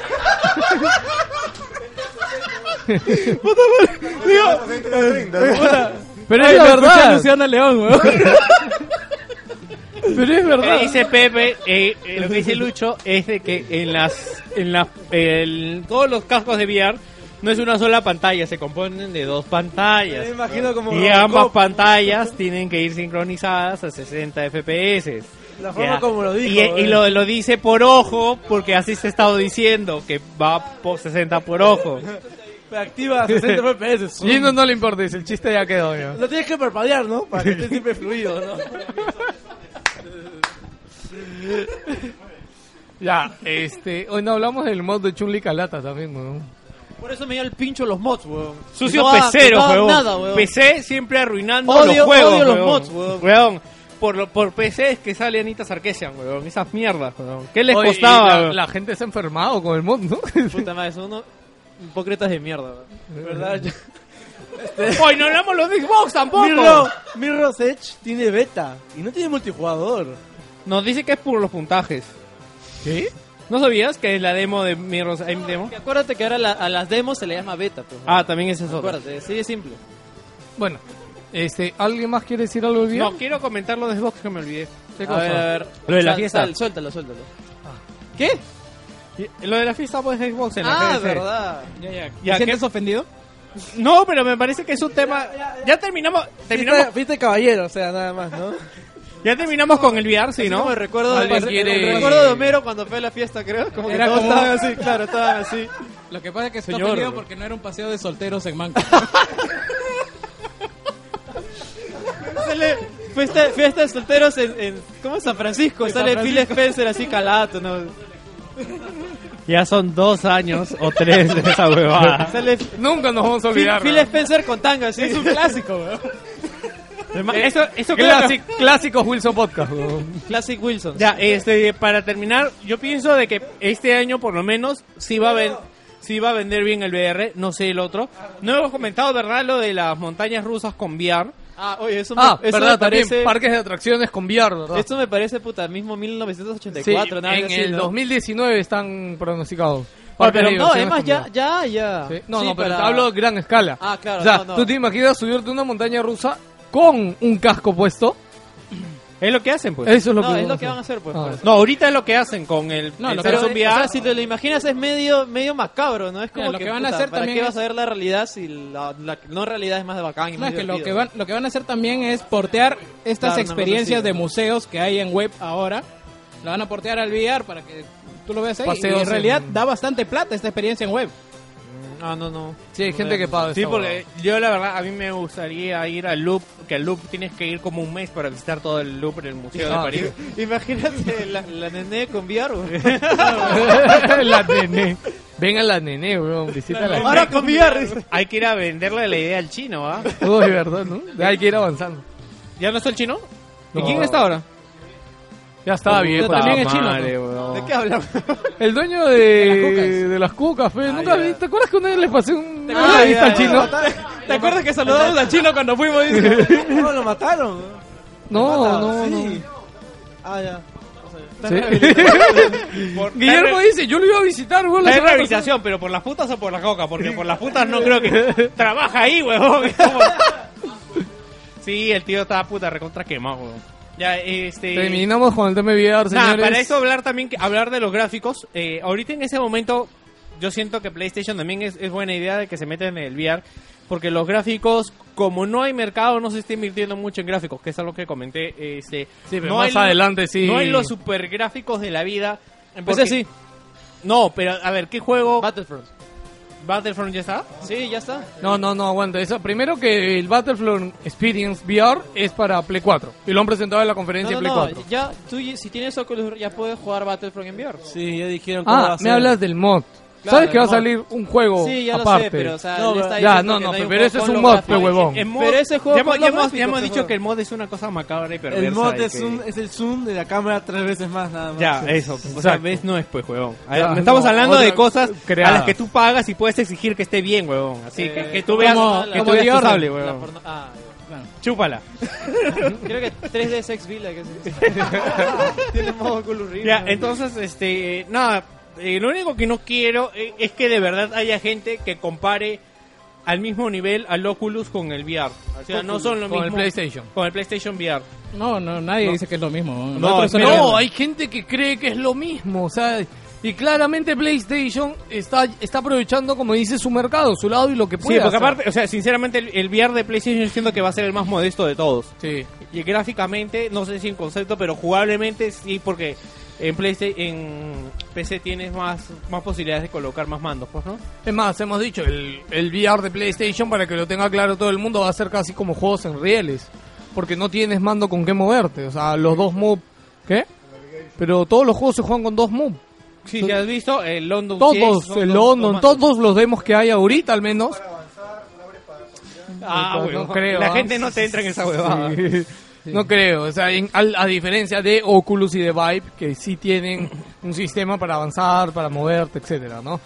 Pero es verdad. Luciana León, weón. Pero es Lo verdad. que dice Pepe, lo que dice Lucho es de que en todos los cascos de VR no es una sola pantalla, se componen de dos pantallas. Me imagino como Y ambas pantallas tienen que ir sincronizadas a 60 FPS. La forma Ya. como lo dijo. Y lo dice por ojo, porque así se ha estado diciendo, que va por 60 por ojo. Activa 60 FPS. Y no le importa, dice, el chiste ya quedó. Ya. Lo tienes que parpadear, ¿no? Para que esté siempre fluido, ¿no? Ya, hoy no hablamos del mod de Chun-Li Calata también, ¿no? Por eso me dio el pincho los mods, weón. Sucio No hagan- pecero, no hagan huevón. nada, weón. PC siempre arruinando Odio- los juegos, odio los huevón. mods, weón. Huevón. Por PC es que sale Anita Sarkeesian, weón. Esas mierdas, weón. ¿Qué les Oye, costaba, y weón? la gente se ha enfermado con el mod, ¿no? Puta madre, son unos hipócritas de mierda, weón. ¿Verdad? Hoy no hablamos los de Xbox tampoco. Mirror's Edge tiene beta y no tiene multijugador. Nos dice que es por los puntajes. ¿Qué? ¿No sabías que es la demo de Mirror's Edge demo? Que acuérdate que ahora a las demos se le llama beta, pues. Ah, también es eso. Acuérdate, sí es simple. Bueno, ¿alguien más quiere decir algo del video? No, quiero comentar lo de Xbox que me olvidé. ¿Qué A cosa? ver, Lo de la fiesta. Suéltalo. ¿Qué? Lo de la fiesta pues de Xbox en la Ah, GDC. verdad. Ya, ¿Te sientes ¿qué? ofendido? No, pero me parece que es un tema... Ya terminamos Viste caballero, o sea, nada más, ¿no? ya terminamos con el VR, sí, ¿No? ¿no? Me recuerdo, ¿Alguien quiere- recuerdo de Homero cuando fue a la fiesta, creo. Como que Era todos como- estaban así, claro, estaban así. Lo que pasa es que está Señor. ofendido porque no era un paseo de solteros en Manco. Sale fiesta de solteros en ¿cómo es? San Francisco. En Sale San Phil Francisco. Spencer así calato, ¿no? Ya son 2 años o 3 de esa huevada. Sale Nunca nos vamos a olvidar. Phil ¿no? Spencer con tanga, así. Es un clásico, weón. Eso creo que- Clásicos Wilson Podcast. ¿no? Classic Wilson. Ya, para terminar, yo pienso de que este año por lo menos sí va a vender bien el VR, no sé el otro. No hemos comentado, ¿verdad? Lo de las montañas rusas con VR. Oye, eso verdad, me también parece... parques de atracciones con VR, ¿verdad? Esto me parece, puta, mismo 1984, Sí, nada en así, el ¿no? 2019 están pronosticados. Ah, pero Parques de no, diversiones además con ya. VR. Sí. No, Sí, no, pero para- te hablo de gran escala. Ah, claro, O sea, no. tú te imaginas subirte a una montaña rusa con un casco puesto. Es lo que hacen, pues. Eso es lo No, que es lo vamos que a van a hacer, pues. Ah. por eso. No, ahorita es lo que hacen con el No, lo Pero, que- Samsung o sea, VR. si te lo imaginas es medio macabro, ¿no? Es como Mira, lo que, que van a puta, hacer ¿para también qué es- vas a ver la realidad si la no realidad es más de bacán y No, más es que divertido? lo que van a hacer también es portear estas Claro, una experiencias cosa así, de museos que hay en web ahora. La van a portear al VR para que tú lo veas ahí. Paseos Y en realidad en- da bastante plata esta experiencia en web. No. Sí, hay gente que paga. Sí, esa porque yo la verdad a mí me gustaría ir al Louvre, que al Louvre tienes que ir como un mes para visitar todo el Louvre en el Museo de París. Imagínate la nene con VR, güey. huevada. La nene. Venga la nene, weón. Visita la Ahora con VR. Hay que ir a venderle la idea al chino, ¿ah? Uy, verdad, ¿no? Hay que ir avanzando. ¿Ya no está el chino? ¿Y No. quién está ahora? Ya está bien. también es chino, Madre, pues. weón. ¿De qué hablamos? El dueño de las cucas, fe. ¿Nunca ya. vi? ¿Te acuerdas que una vez le pasé un Ah, entrevista ya, al chino? ¿Te acuerdas que saludamos al chino cuando fuimos? Dice? No, lo mataron. No. Sí. Ah, ya. Guillermo dice, yo lo iba a visitar, weón. la Está en semana rehabilitación, pero por las putas o por la coca, porque por las putas no creo que trabaja ahí, weón. Es como- Sí, el tío estaba puta recontra quemado, weón. Ya, Terminamos con el tema de VR, señores. Nada, para eso hablar también, hablar de los gráficos. Ahorita en ese momento, yo siento que PlayStation también es buena idea de que se meta en el VR, porque los gráficos, como no hay mercado, no se está invirtiendo mucho en gráficos, que es algo que comenté. Sí, pero no más hay- adelante sí. No hay los super gráficos de la vida. Empecé porque- así. No, pero a ver, ¿qué juego? Battlefront. ¿Battlefront ya está? Sí, ya está. No, aguanta. Eso. Primero que el Battlefront Experience VR es para Play 4. Y lo han presentado en la conferencia No, de Play 4. ya, tú si tienes Oculus ya puedes jugar Battlefront en VR. Sí, ya dijeron cómo va Ah, a me ser. hablas del mod. Claro, ¿Sabes que va a el mod. salir un juego Sí, ya aparte? lo sé, pero o sea, No, le está ya, diciendo no, que no, hay un pero juego ese es con un los mod, gráficos. pe huevón. En mod- Pero ese juego ya hemos, con los ya hemos gráficos, dicho ese que el mod es una cosa macabra y perversa. El mod y es, que- es el zoom de la cámara 3 veces más, nada más. Ya, eso. O sea, Exacto. ves, no es pues, huevón. Ya, Estamos no, hablando de otra- cosas creadas. a las que tú pagas y puedes exigir que esté bien, huevón. Así que tú veas, como- que como tú veas The tu Order. sable, La huevón. porno- ah, Chúpala. creo que 3D Sex Villa que tiene modo Oculus Rift. Ya, ¿no? entonces, nada, lo único que no quiero es que de verdad haya gente que compare al mismo nivel al Oculus con el VR. O sea, no son lo Con mismo. el PlayStation. Con el PlayStation VR. No, nadie dice que es lo mismo. No, Nosotros pero- somos- No, hay gente que cree que es lo mismo, o sea, y claramente PlayStation está aprovechando, como dice, su mercado, su lado y lo que Sí, puede porque hacer. aparte, o sea, sinceramente el VR de PlayStation yo siento que va a ser el más modesto de todos. Sí. Y gráficamente, no sé si en concepto, pero jugablemente sí, porque en PlayStation, en PC tienes más posibilidades de colocar más mandos, pues, ¿no? Es más, hemos dicho, el VR de PlayStation, para que lo tenga claro todo el mundo, va a ser casi como juegos en rieles, porque no tienes mando con qué moverte, o sea, los dos moves, ¿qué? Pero todos los juegos se juegan con dos moves. Sí, si has visto, el London Todos, CX son el dos London, mandos. todos los demos que hay ahorita al menos. Ah, No huevón. creo, La ¿ah? gente no te entra en esa huevada. Sí. No creo, o sea, a diferencia de Oculus y de Vive, que sí tienen un sistema para avanzar, para moverte, etcétera, ¿no?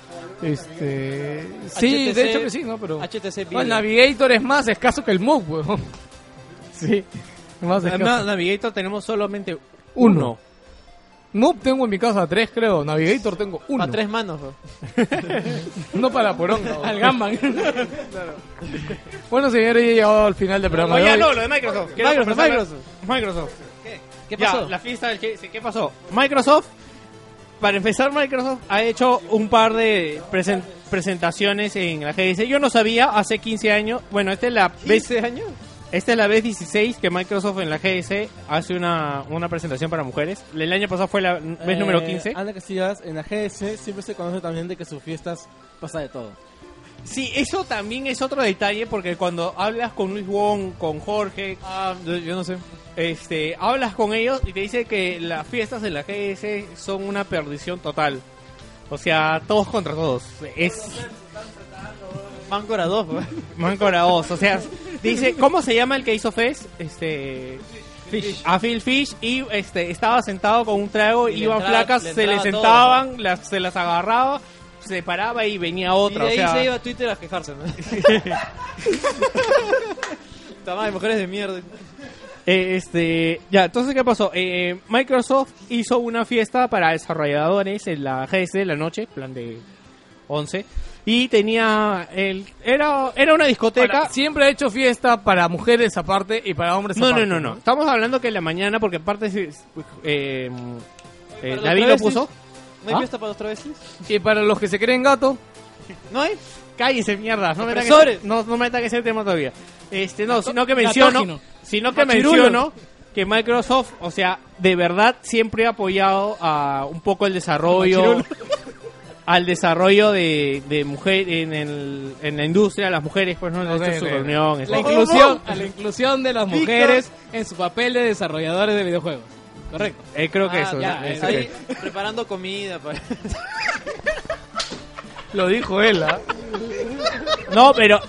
Sí, HTC de hecho que sí, ¿no? Pero HTC no, el Villa. Navigator es más escaso que el Move, weón. Sí, más escaso. Además, Navigator tenemos solamente Uno. Move tengo en mi casa 3, creo. Navigator tengo 1. Para 3 manos, bro. No para la poronga. Al Gamban. Bueno, señores, ya he llegado al final del programa. Oye, de hoy. no, lo de Microsoft. Quiero Microsoft. Microsoft. ¿Qué Ya, pasó? la fiesta del ¿qué pasó? Microsoft, para empezar, Microsoft ha hecho un par de presentaciones en la GDC. Yo no sabía, hace 15 años, bueno, esta es la vez, 15 años. esta es la vez 16 que Microsoft en la GDC hace una presentación para mujeres. El año pasado fue la vez número 15. Antes que sigas, en la GS siempre se conoce también de que sus fiestas pasa de todo. Sí, eso también es otro detalle, porque cuando hablas con Luis Wong, con Jorge, Yo no sé. hablas con ellos y te dice que las fiestas en la GS son una perdición total. O sea, todos contra todos. Es Mancora 2, bro. Mancora 2. O sea, dice, ¿cómo se llama el que hizo Fest? Fish. A Phil Fish, y estaba sentado con un trago, Y le iban entraba- flacas, le se le entraba todo, sentaban, se las agarraba, se paraba y venía Y otra. de ahí o sea, se iba a Twitter a quejarse, ¿no? Tamaño, mujeres de mierda. Ya, entonces, ¿qué pasó? Microsoft hizo una fiesta para desarrolladores en la GDC de la noche, plan de 11, y tenía era una discoteca. Ahora, siempre ha hecho fiesta para mujeres aparte y para hombres aparte. No. Estamos hablando que en la mañana, porque aparte ¿Para David los lo puso. ¿No hay fiesta para los travestis? Y para los que se creen gato. ¿No hay? Cállese, mierda. No me Opresores. meta que ese tema todavía. No, sino que Gatógeno. menciono que Microsoft, o sea, de verdad siempre ha apoyado a un poco el desarrollo, al desarrollo de mujer en la industria, las mujeres, pues no, Ok, su ok. reunión, A la inclusión de las mujeres en su papel de desarrolladores de videojuegos. Correcto. creo que eso. ya, eso Ahí, preparando comida para... Lo dijo él, ¿ah? No, pero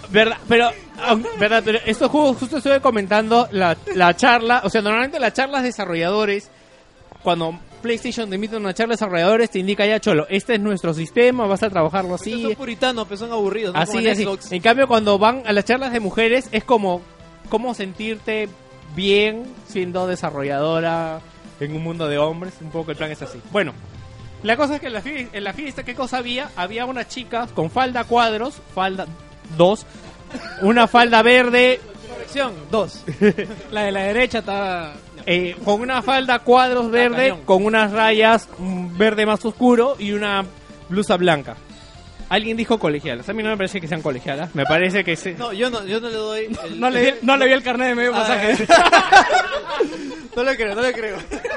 esto justo estuve comentando la charla, o sea, normalmente las charlas desarrolladores, cuando PlayStation te invita a una charla de desarrolladores, te indica ya, cholo, este es nuestro sistema, vas a trabajarlo así. Son puritanos, pero son aburridos, ¿no? Como Así, en así. Xbox. En cambio, cuando van a las charlas de mujeres, es como cómo sentirte bien siendo desarrolladora en un mundo de hombres, un poco el plan es así. Bueno, la cosa es que en la fiesta, ¿qué cosa había? Había unas chicas con falda cuadros, una falda verde, Corrección, 2. La de la derecha estaba... con una falda cuadros verde, cañón. con unas rayas verde más oscuro y una blusa blanca. Alguien dijo colegialas. A mí no me parece que sean colegialas. Me parece que No, yo no le doy... el- No le vi el carnet de medio pasaje. No le creo.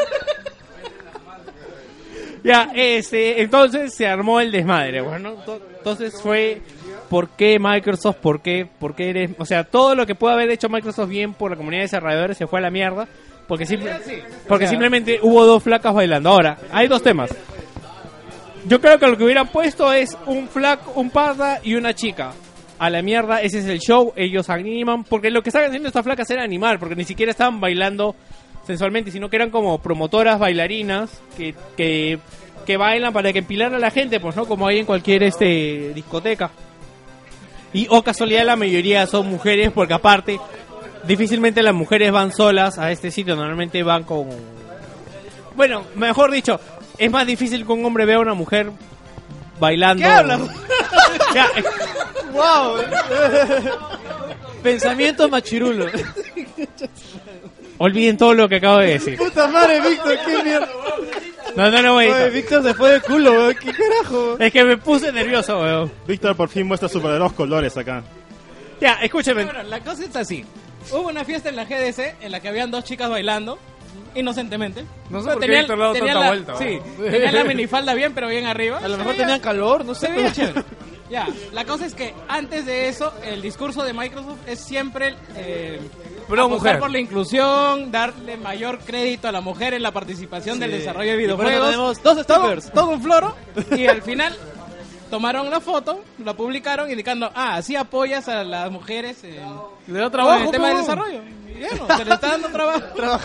Ya, entonces se armó el desmadre, bueno, entonces fue ¿por qué Microsoft? ¿Por qué eres? O sea, todo lo que puede haber hecho Microsoft bien por la comunidad de desarrolladores se fue a la mierda, porque simplemente hubo dos flacas bailando. Ahora, hay dos temas. Yo creo que lo que hubieran puesto es un parda y una chica. A la mierda, ese es el show, ellos animan, porque lo que estaban haciendo estas flacas era animar, porque ni siquiera estaban bailando sensualmente, sino que eran como promotoras bailarinas que bailan para que empilar a la gente, pues no, como hay en cualquier discoteca. Y casualidad la mayoría son mujeres, porque aparte difícilmente las mujeres van solas a este sitio, normalmente van con... Bueno, mejor dicho, es más difícil que un hombre vea a una mujer bailando. ¿Qué hablas? Ya, ¡Wow! Pensamiento machirulo. olviden todo lo que acabo de decir. Puta madre, Víctor, qué mierda. No, güey. Oye, Víctor se fue de culo, weón. ¿Qué carajo? Es que me puse nervioso, weón. Víctor por fin muestra sus verdaderos colores acá. Ya, escúcheme. Bueno, la cosa está así. Hubo una fiesta en la GDC en la que habían dos chicas bailando, inocentemente. No sé Pero por qué Víctor le ha dado tanta la, vuelta. Sí, ¿no? tenían la minifalda bien, pero bien arriba. A lo mejor tenían calor, no sé. Se veía chévere. Ya, la cosa es que antes de eso, el discurso de Microsoft es siempre Pro apostar mujer. por la inclusión, darle mayor crédito a la mujer en la participación del desarrollo de Y por eso videojuegos. tenemos dos stickers. Todo un floro. Y al final tomaron la foto, la publicaron indicando, así apoyas a las mujeres en, Le da trabajo, en el tema de pero- desarrollo. Y bueno, se le está dando trabajo.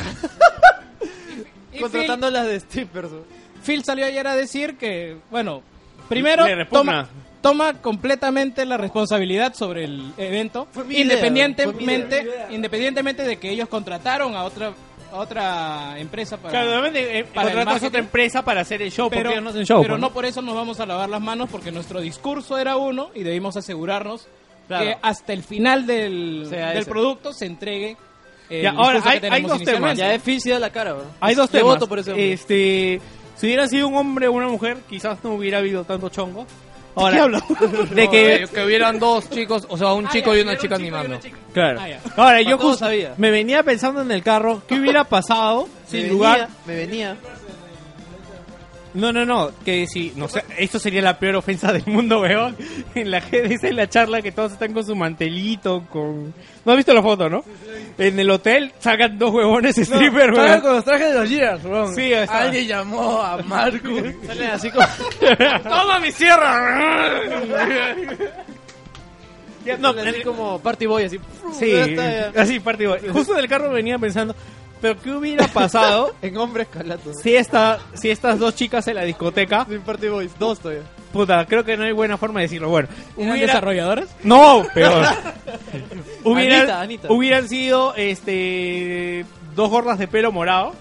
Y Contratando las de strippers. Phil salió ayer a decir que, bueno, primero Le repugna. toma completamente la responsabilidad sobre el evento, Fue mi idea, independientemente de que ellos contrataron a otra empresa para, Claro, normalmente para el contratas marketing. otra empresa para hacer el show, porque pero, ellos no hacen show. pero pues, no por eso nos vamos a lavar las manos, porque nuestro discurso era uno y debimos asegurarnos Claro. que hasta el final del Sea del ese. producto se entregue el Ya, ahora, discurso que hay tenemos dos temas. inicialmente. Ya es Phil sí da la cara, weón. Hay dos Yo temas. voto por ese hombre. Si hubiera sido un hombre o una mujer, quizás no hubiera habido tanto chongo. Ahora, ¿Qué habla? de No, que hubieran dos chicos, o sea, un chico y una chica era un chico y animando. una chica. Claro. Ya. Ahora, yo Todos justo sabía. me venía pensando en el carro, ¿qué hubiera pasado sin lugar? Me venía. No, que si, no sé, esto sería la peor ofensa del mundo, weón. En la GDC, en la charla, que todos están con su mantelito, con... ¿No has visto la foto, no? En el hotel salgan dos huevones stripper, Salgan weón. con los trajes de los Gears, weón. Sí, ahí está. Alguien llamó a Marco. Salen así como... ¡Toma mi sierra! No, Salen así como Party Boy, así. sí, Ya está, ya. así partido. Justo del carro venía pensando, ¿pero qué hubiera pasado En hombres calatos. si estas dos chicas en la discoteca? Sin Party Boys, dos todavía. Puta, creo que no hay buena forma de decirlo. Bueno, ¿Eran desarrolladores? No, peor. hubieran sido dos gordas de pelo morado.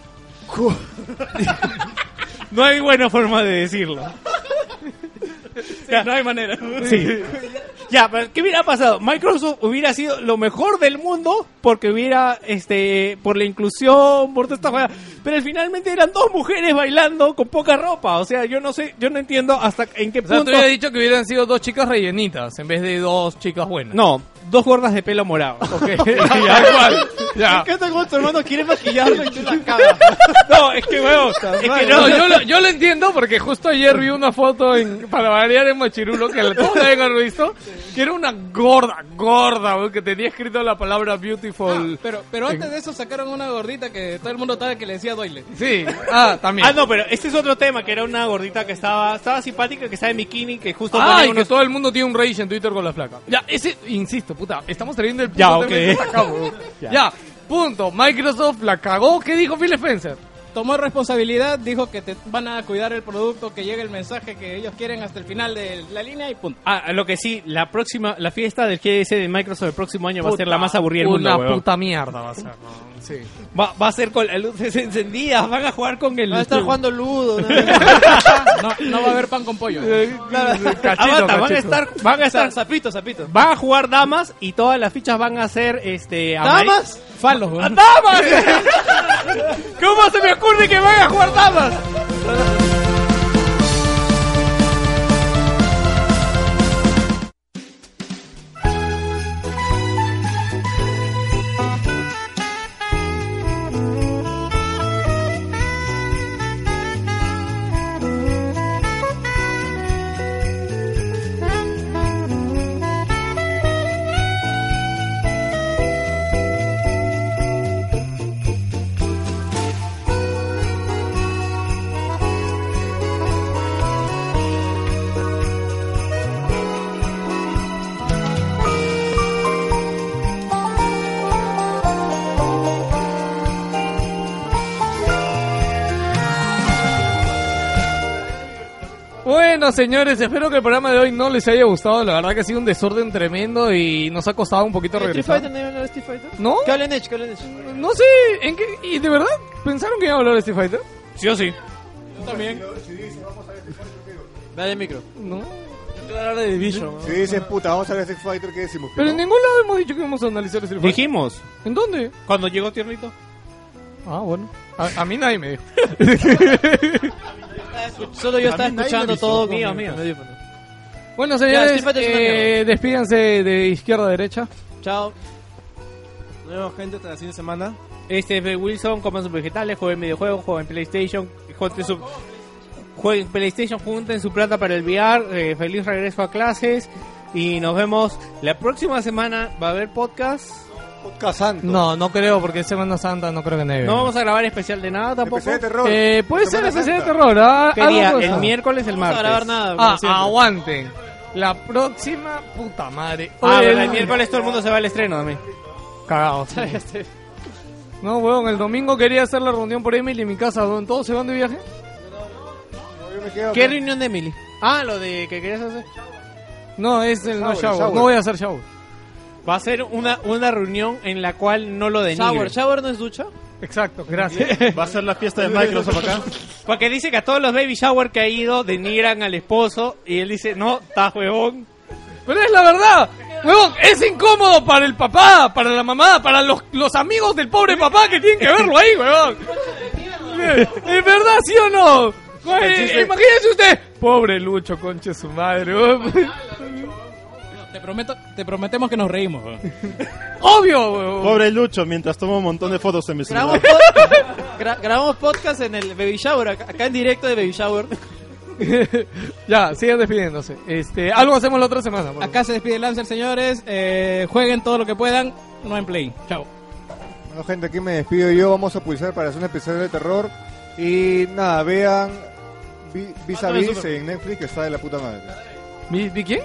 No hay buena forma de decirlo. Sí, no hay manera. Sí. Ya, pero ¿qué hubiera pasado? Microsoft hubiera sido lo mejor del mundo porque hubiera, por la inclusión, por toda esta juega. Pero finalmente eran dos mujeres bailando con poca ropa. O sea, yo no sé, yo no entiendo hasta en qué O sea, punto. te hubiera dicho que hubieran sido dos chicas rellenitas en vez de dos chicas buenas. No, dos gordas de pelo morado. Ok, ya, igual. Ya. ¿Qué tal cuando tu hermano quiere maquillarlo y tú la cagas? No, es que, weón, es que No, yo lo entiendo porque justo ayer vi una foto para variar en Machirulo que todos la hayan visto, que era una gorda, weón, que tenía escrito la palabra beautiful. Pero antes de eso sacaron una gordita que todo el mundo sabe que le decía doile. Sí, también. Ah, no, pero este es otro tema, que era una gordita que estaba simpática, que estaba en bikini, que justo y ponía que todo el mundo tiene un rage en Twitter con la flaca. Ya, insisto, puta, estamos trayendo el punto Ya, ok. de acá, weón. Ya, punto. Microsoft la cagó. ¿Qué dijo Phil Spencer? Tomó responsabilidad, dijo que te van a cuidar el producto, que llegue el mensaje que ellos quieren hasta el final de la línea y punto. Lo que sí, la fiesta del GS de Microsoft el próximo año va a ser la más aburrida del mundo, Una weón. puta mierda va a ser, ¿no? Sí. Va a ser con las luces encendidas, van a jugar con el... Va a estar jugando Ludo. No va a haber pan con pollo. Van a estar Zapito. Van a jugar damas y todas las fichas van a ser ¿Damas? Falos, weón. ¡Damas! ¿Cómo se me ocurre que van a jugar damas? Bueno, señores, espero que el programa de hoy no les haya gustado. La verdad que ha sido un desorden tremendo y nos ha costado un poquito regresar. ¿Street Fighter no iba a hablar de Street Fighter? ¿No? Que hablen Edge. No sé, ¿en qué? ¿Y de verdad pensaron que iba a hablar de Street Fighter? Sí o sí. Yo también. Dale el micro. No. Yo voy a hablar de Division. Si dicen, puta, vamos a ver Street Fighter, ¿qué decimos? Pero en ningún lado hemos dicho que íbamos a analizar Street Fighter. Dijimos. ¿En dónde? Cuando llegó Tiernito. Ah, bueno. A mí nadie me dijo. Solo yo estaba escuchando todo mío. Bueno, Ya, señores, Street Fighter es una mierda. despídanse de izquierda a derecha. Chao. Nos vemos, gente, hasta la siguiente semana. Este es Wilson, coman sus vegetales, jueguen videojuegos, jueguen PlayStation, jueguen PlayStation, junten su plata para el VR, feliz regreso a clases y nos vemos la próxima semana. ¿Va a haber podcast? Podcast santo. No creo, porque es Semana Santa, no creo que nadie. No vamos a grabar especial de nada tampoco. Especial de terror. Puede ser Semana especial de Santa. terror, ¿ah? ¿Qué día? Algo El cosa. miércoles, el No vamos a martes. grabar nada. como siempre. Aguanten. La próxima, puta madre. El miércoles todo el mundo se va al estreno también. Cagados. No, weón, el domingo quería hacer la reunión por Emily en mi casa, donde todos se van de viaje. Yo me quedo ¿Qué acá. reunión de Emily? Lo de que querías hacer. No, es el no Shower, shower. shower. No voy a hacer shower. Va a ser una reunión en la cual no lo denigre. ¿Shower no es ducha? Exacto, gracias. Va a ser la fiesta de Microsoft acá. Porque dice que a todos los baby shower que ha ido denigran al esposo y él dice, no, está huevón. Pero es la verdad, huevón, es incómodo para el papá, para la mamá, para los amigos del pobre papá que tienen que verlo ahí, huevón. ¿Es verdad, sí o no? Imagínese usted, pobre Lucho, conche su madre, huevón. Te prometemos que nos reímos, weón. Obvio, huevón. Pobre Lucho, mientras toma un montón de fotos en mi celular. Grabamos podcast en el Baby Shower, acá en directo de Baby Shower. Ya, sigan despidiéndose. Algo hacemos la otra semana. por Acá se despide Lancer, señores. Jueguen todo lo que puedan. No en play. Chao. Bueno, gente, aquí me despido yo. Vamos a pulsar para hacer un episodio de terror. Y nada, vean Vis a Vis en Netflix, que está de la puta madre. ¿Vi quién?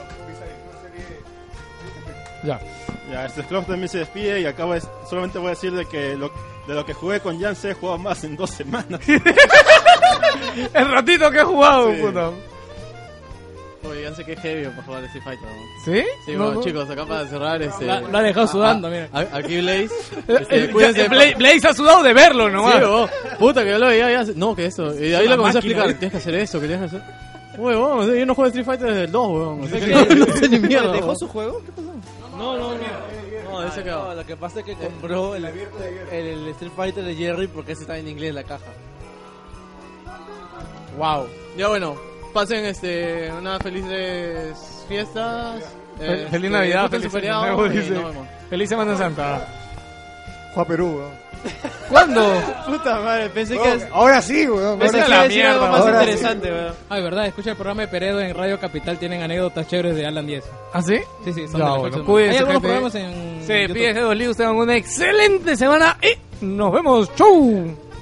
Ya. Ya, este Club también se despide y acabo solamente voy a decir de que de lo que jugué con Janse he jugado más en 2 semanas. El ratito que he jugado, Sí. puta. Oye, díganse que es heavy para jugar Street Fighter. ¿No? ¿Sí? Sí, No, bueno, no. chicos, acá para cerrar Lo ha dejado sudando, mira. Aquí Blaze. Ya, Blaze ha sudado de verlo nomás. Sí, vos. Puta, que yo lo veía ya. No, que eso. Y ahí Una lo comencé a máquina, explicar. ¿eh? Tienes que hacer eso, que tienes que hacer. Huevón, yo no juego Street Fighter desde el 2, huevón. O sea que no sé ni mierda. ¿Dejó huevón. su juego? ¿Qué pasó? No, ese quedó. No, lo que pasa es que compró el Street Fighter de Jerry porque ese está en inglés en la caja. Wow. Ya bueno, pasen unas felices fiestas. Feliz Navidad, disfruten feliz su Año feriado Nuevo, y dice. nos vemos. Feliz Semana Santa. Fue a Perú, weón. ¿Cuándo? Puta madre, pensé que... Weón, ahora sí, weón. Pensé Ahora que iba a sí. decir algo más Ahora sí. interesante, weón. Ay, verdad, escucha el programa de Peredo en Radio Capital, tienen anécdotas chéveres de Alan 10. ¿Ah, sí? Sí, son Ya, de la bueno, próxima. cuídense, Hay algunos gente. programas en Sí, YouTube. pies de Dolivos, tengan una excelente semana y nos vemos. ¡Chau!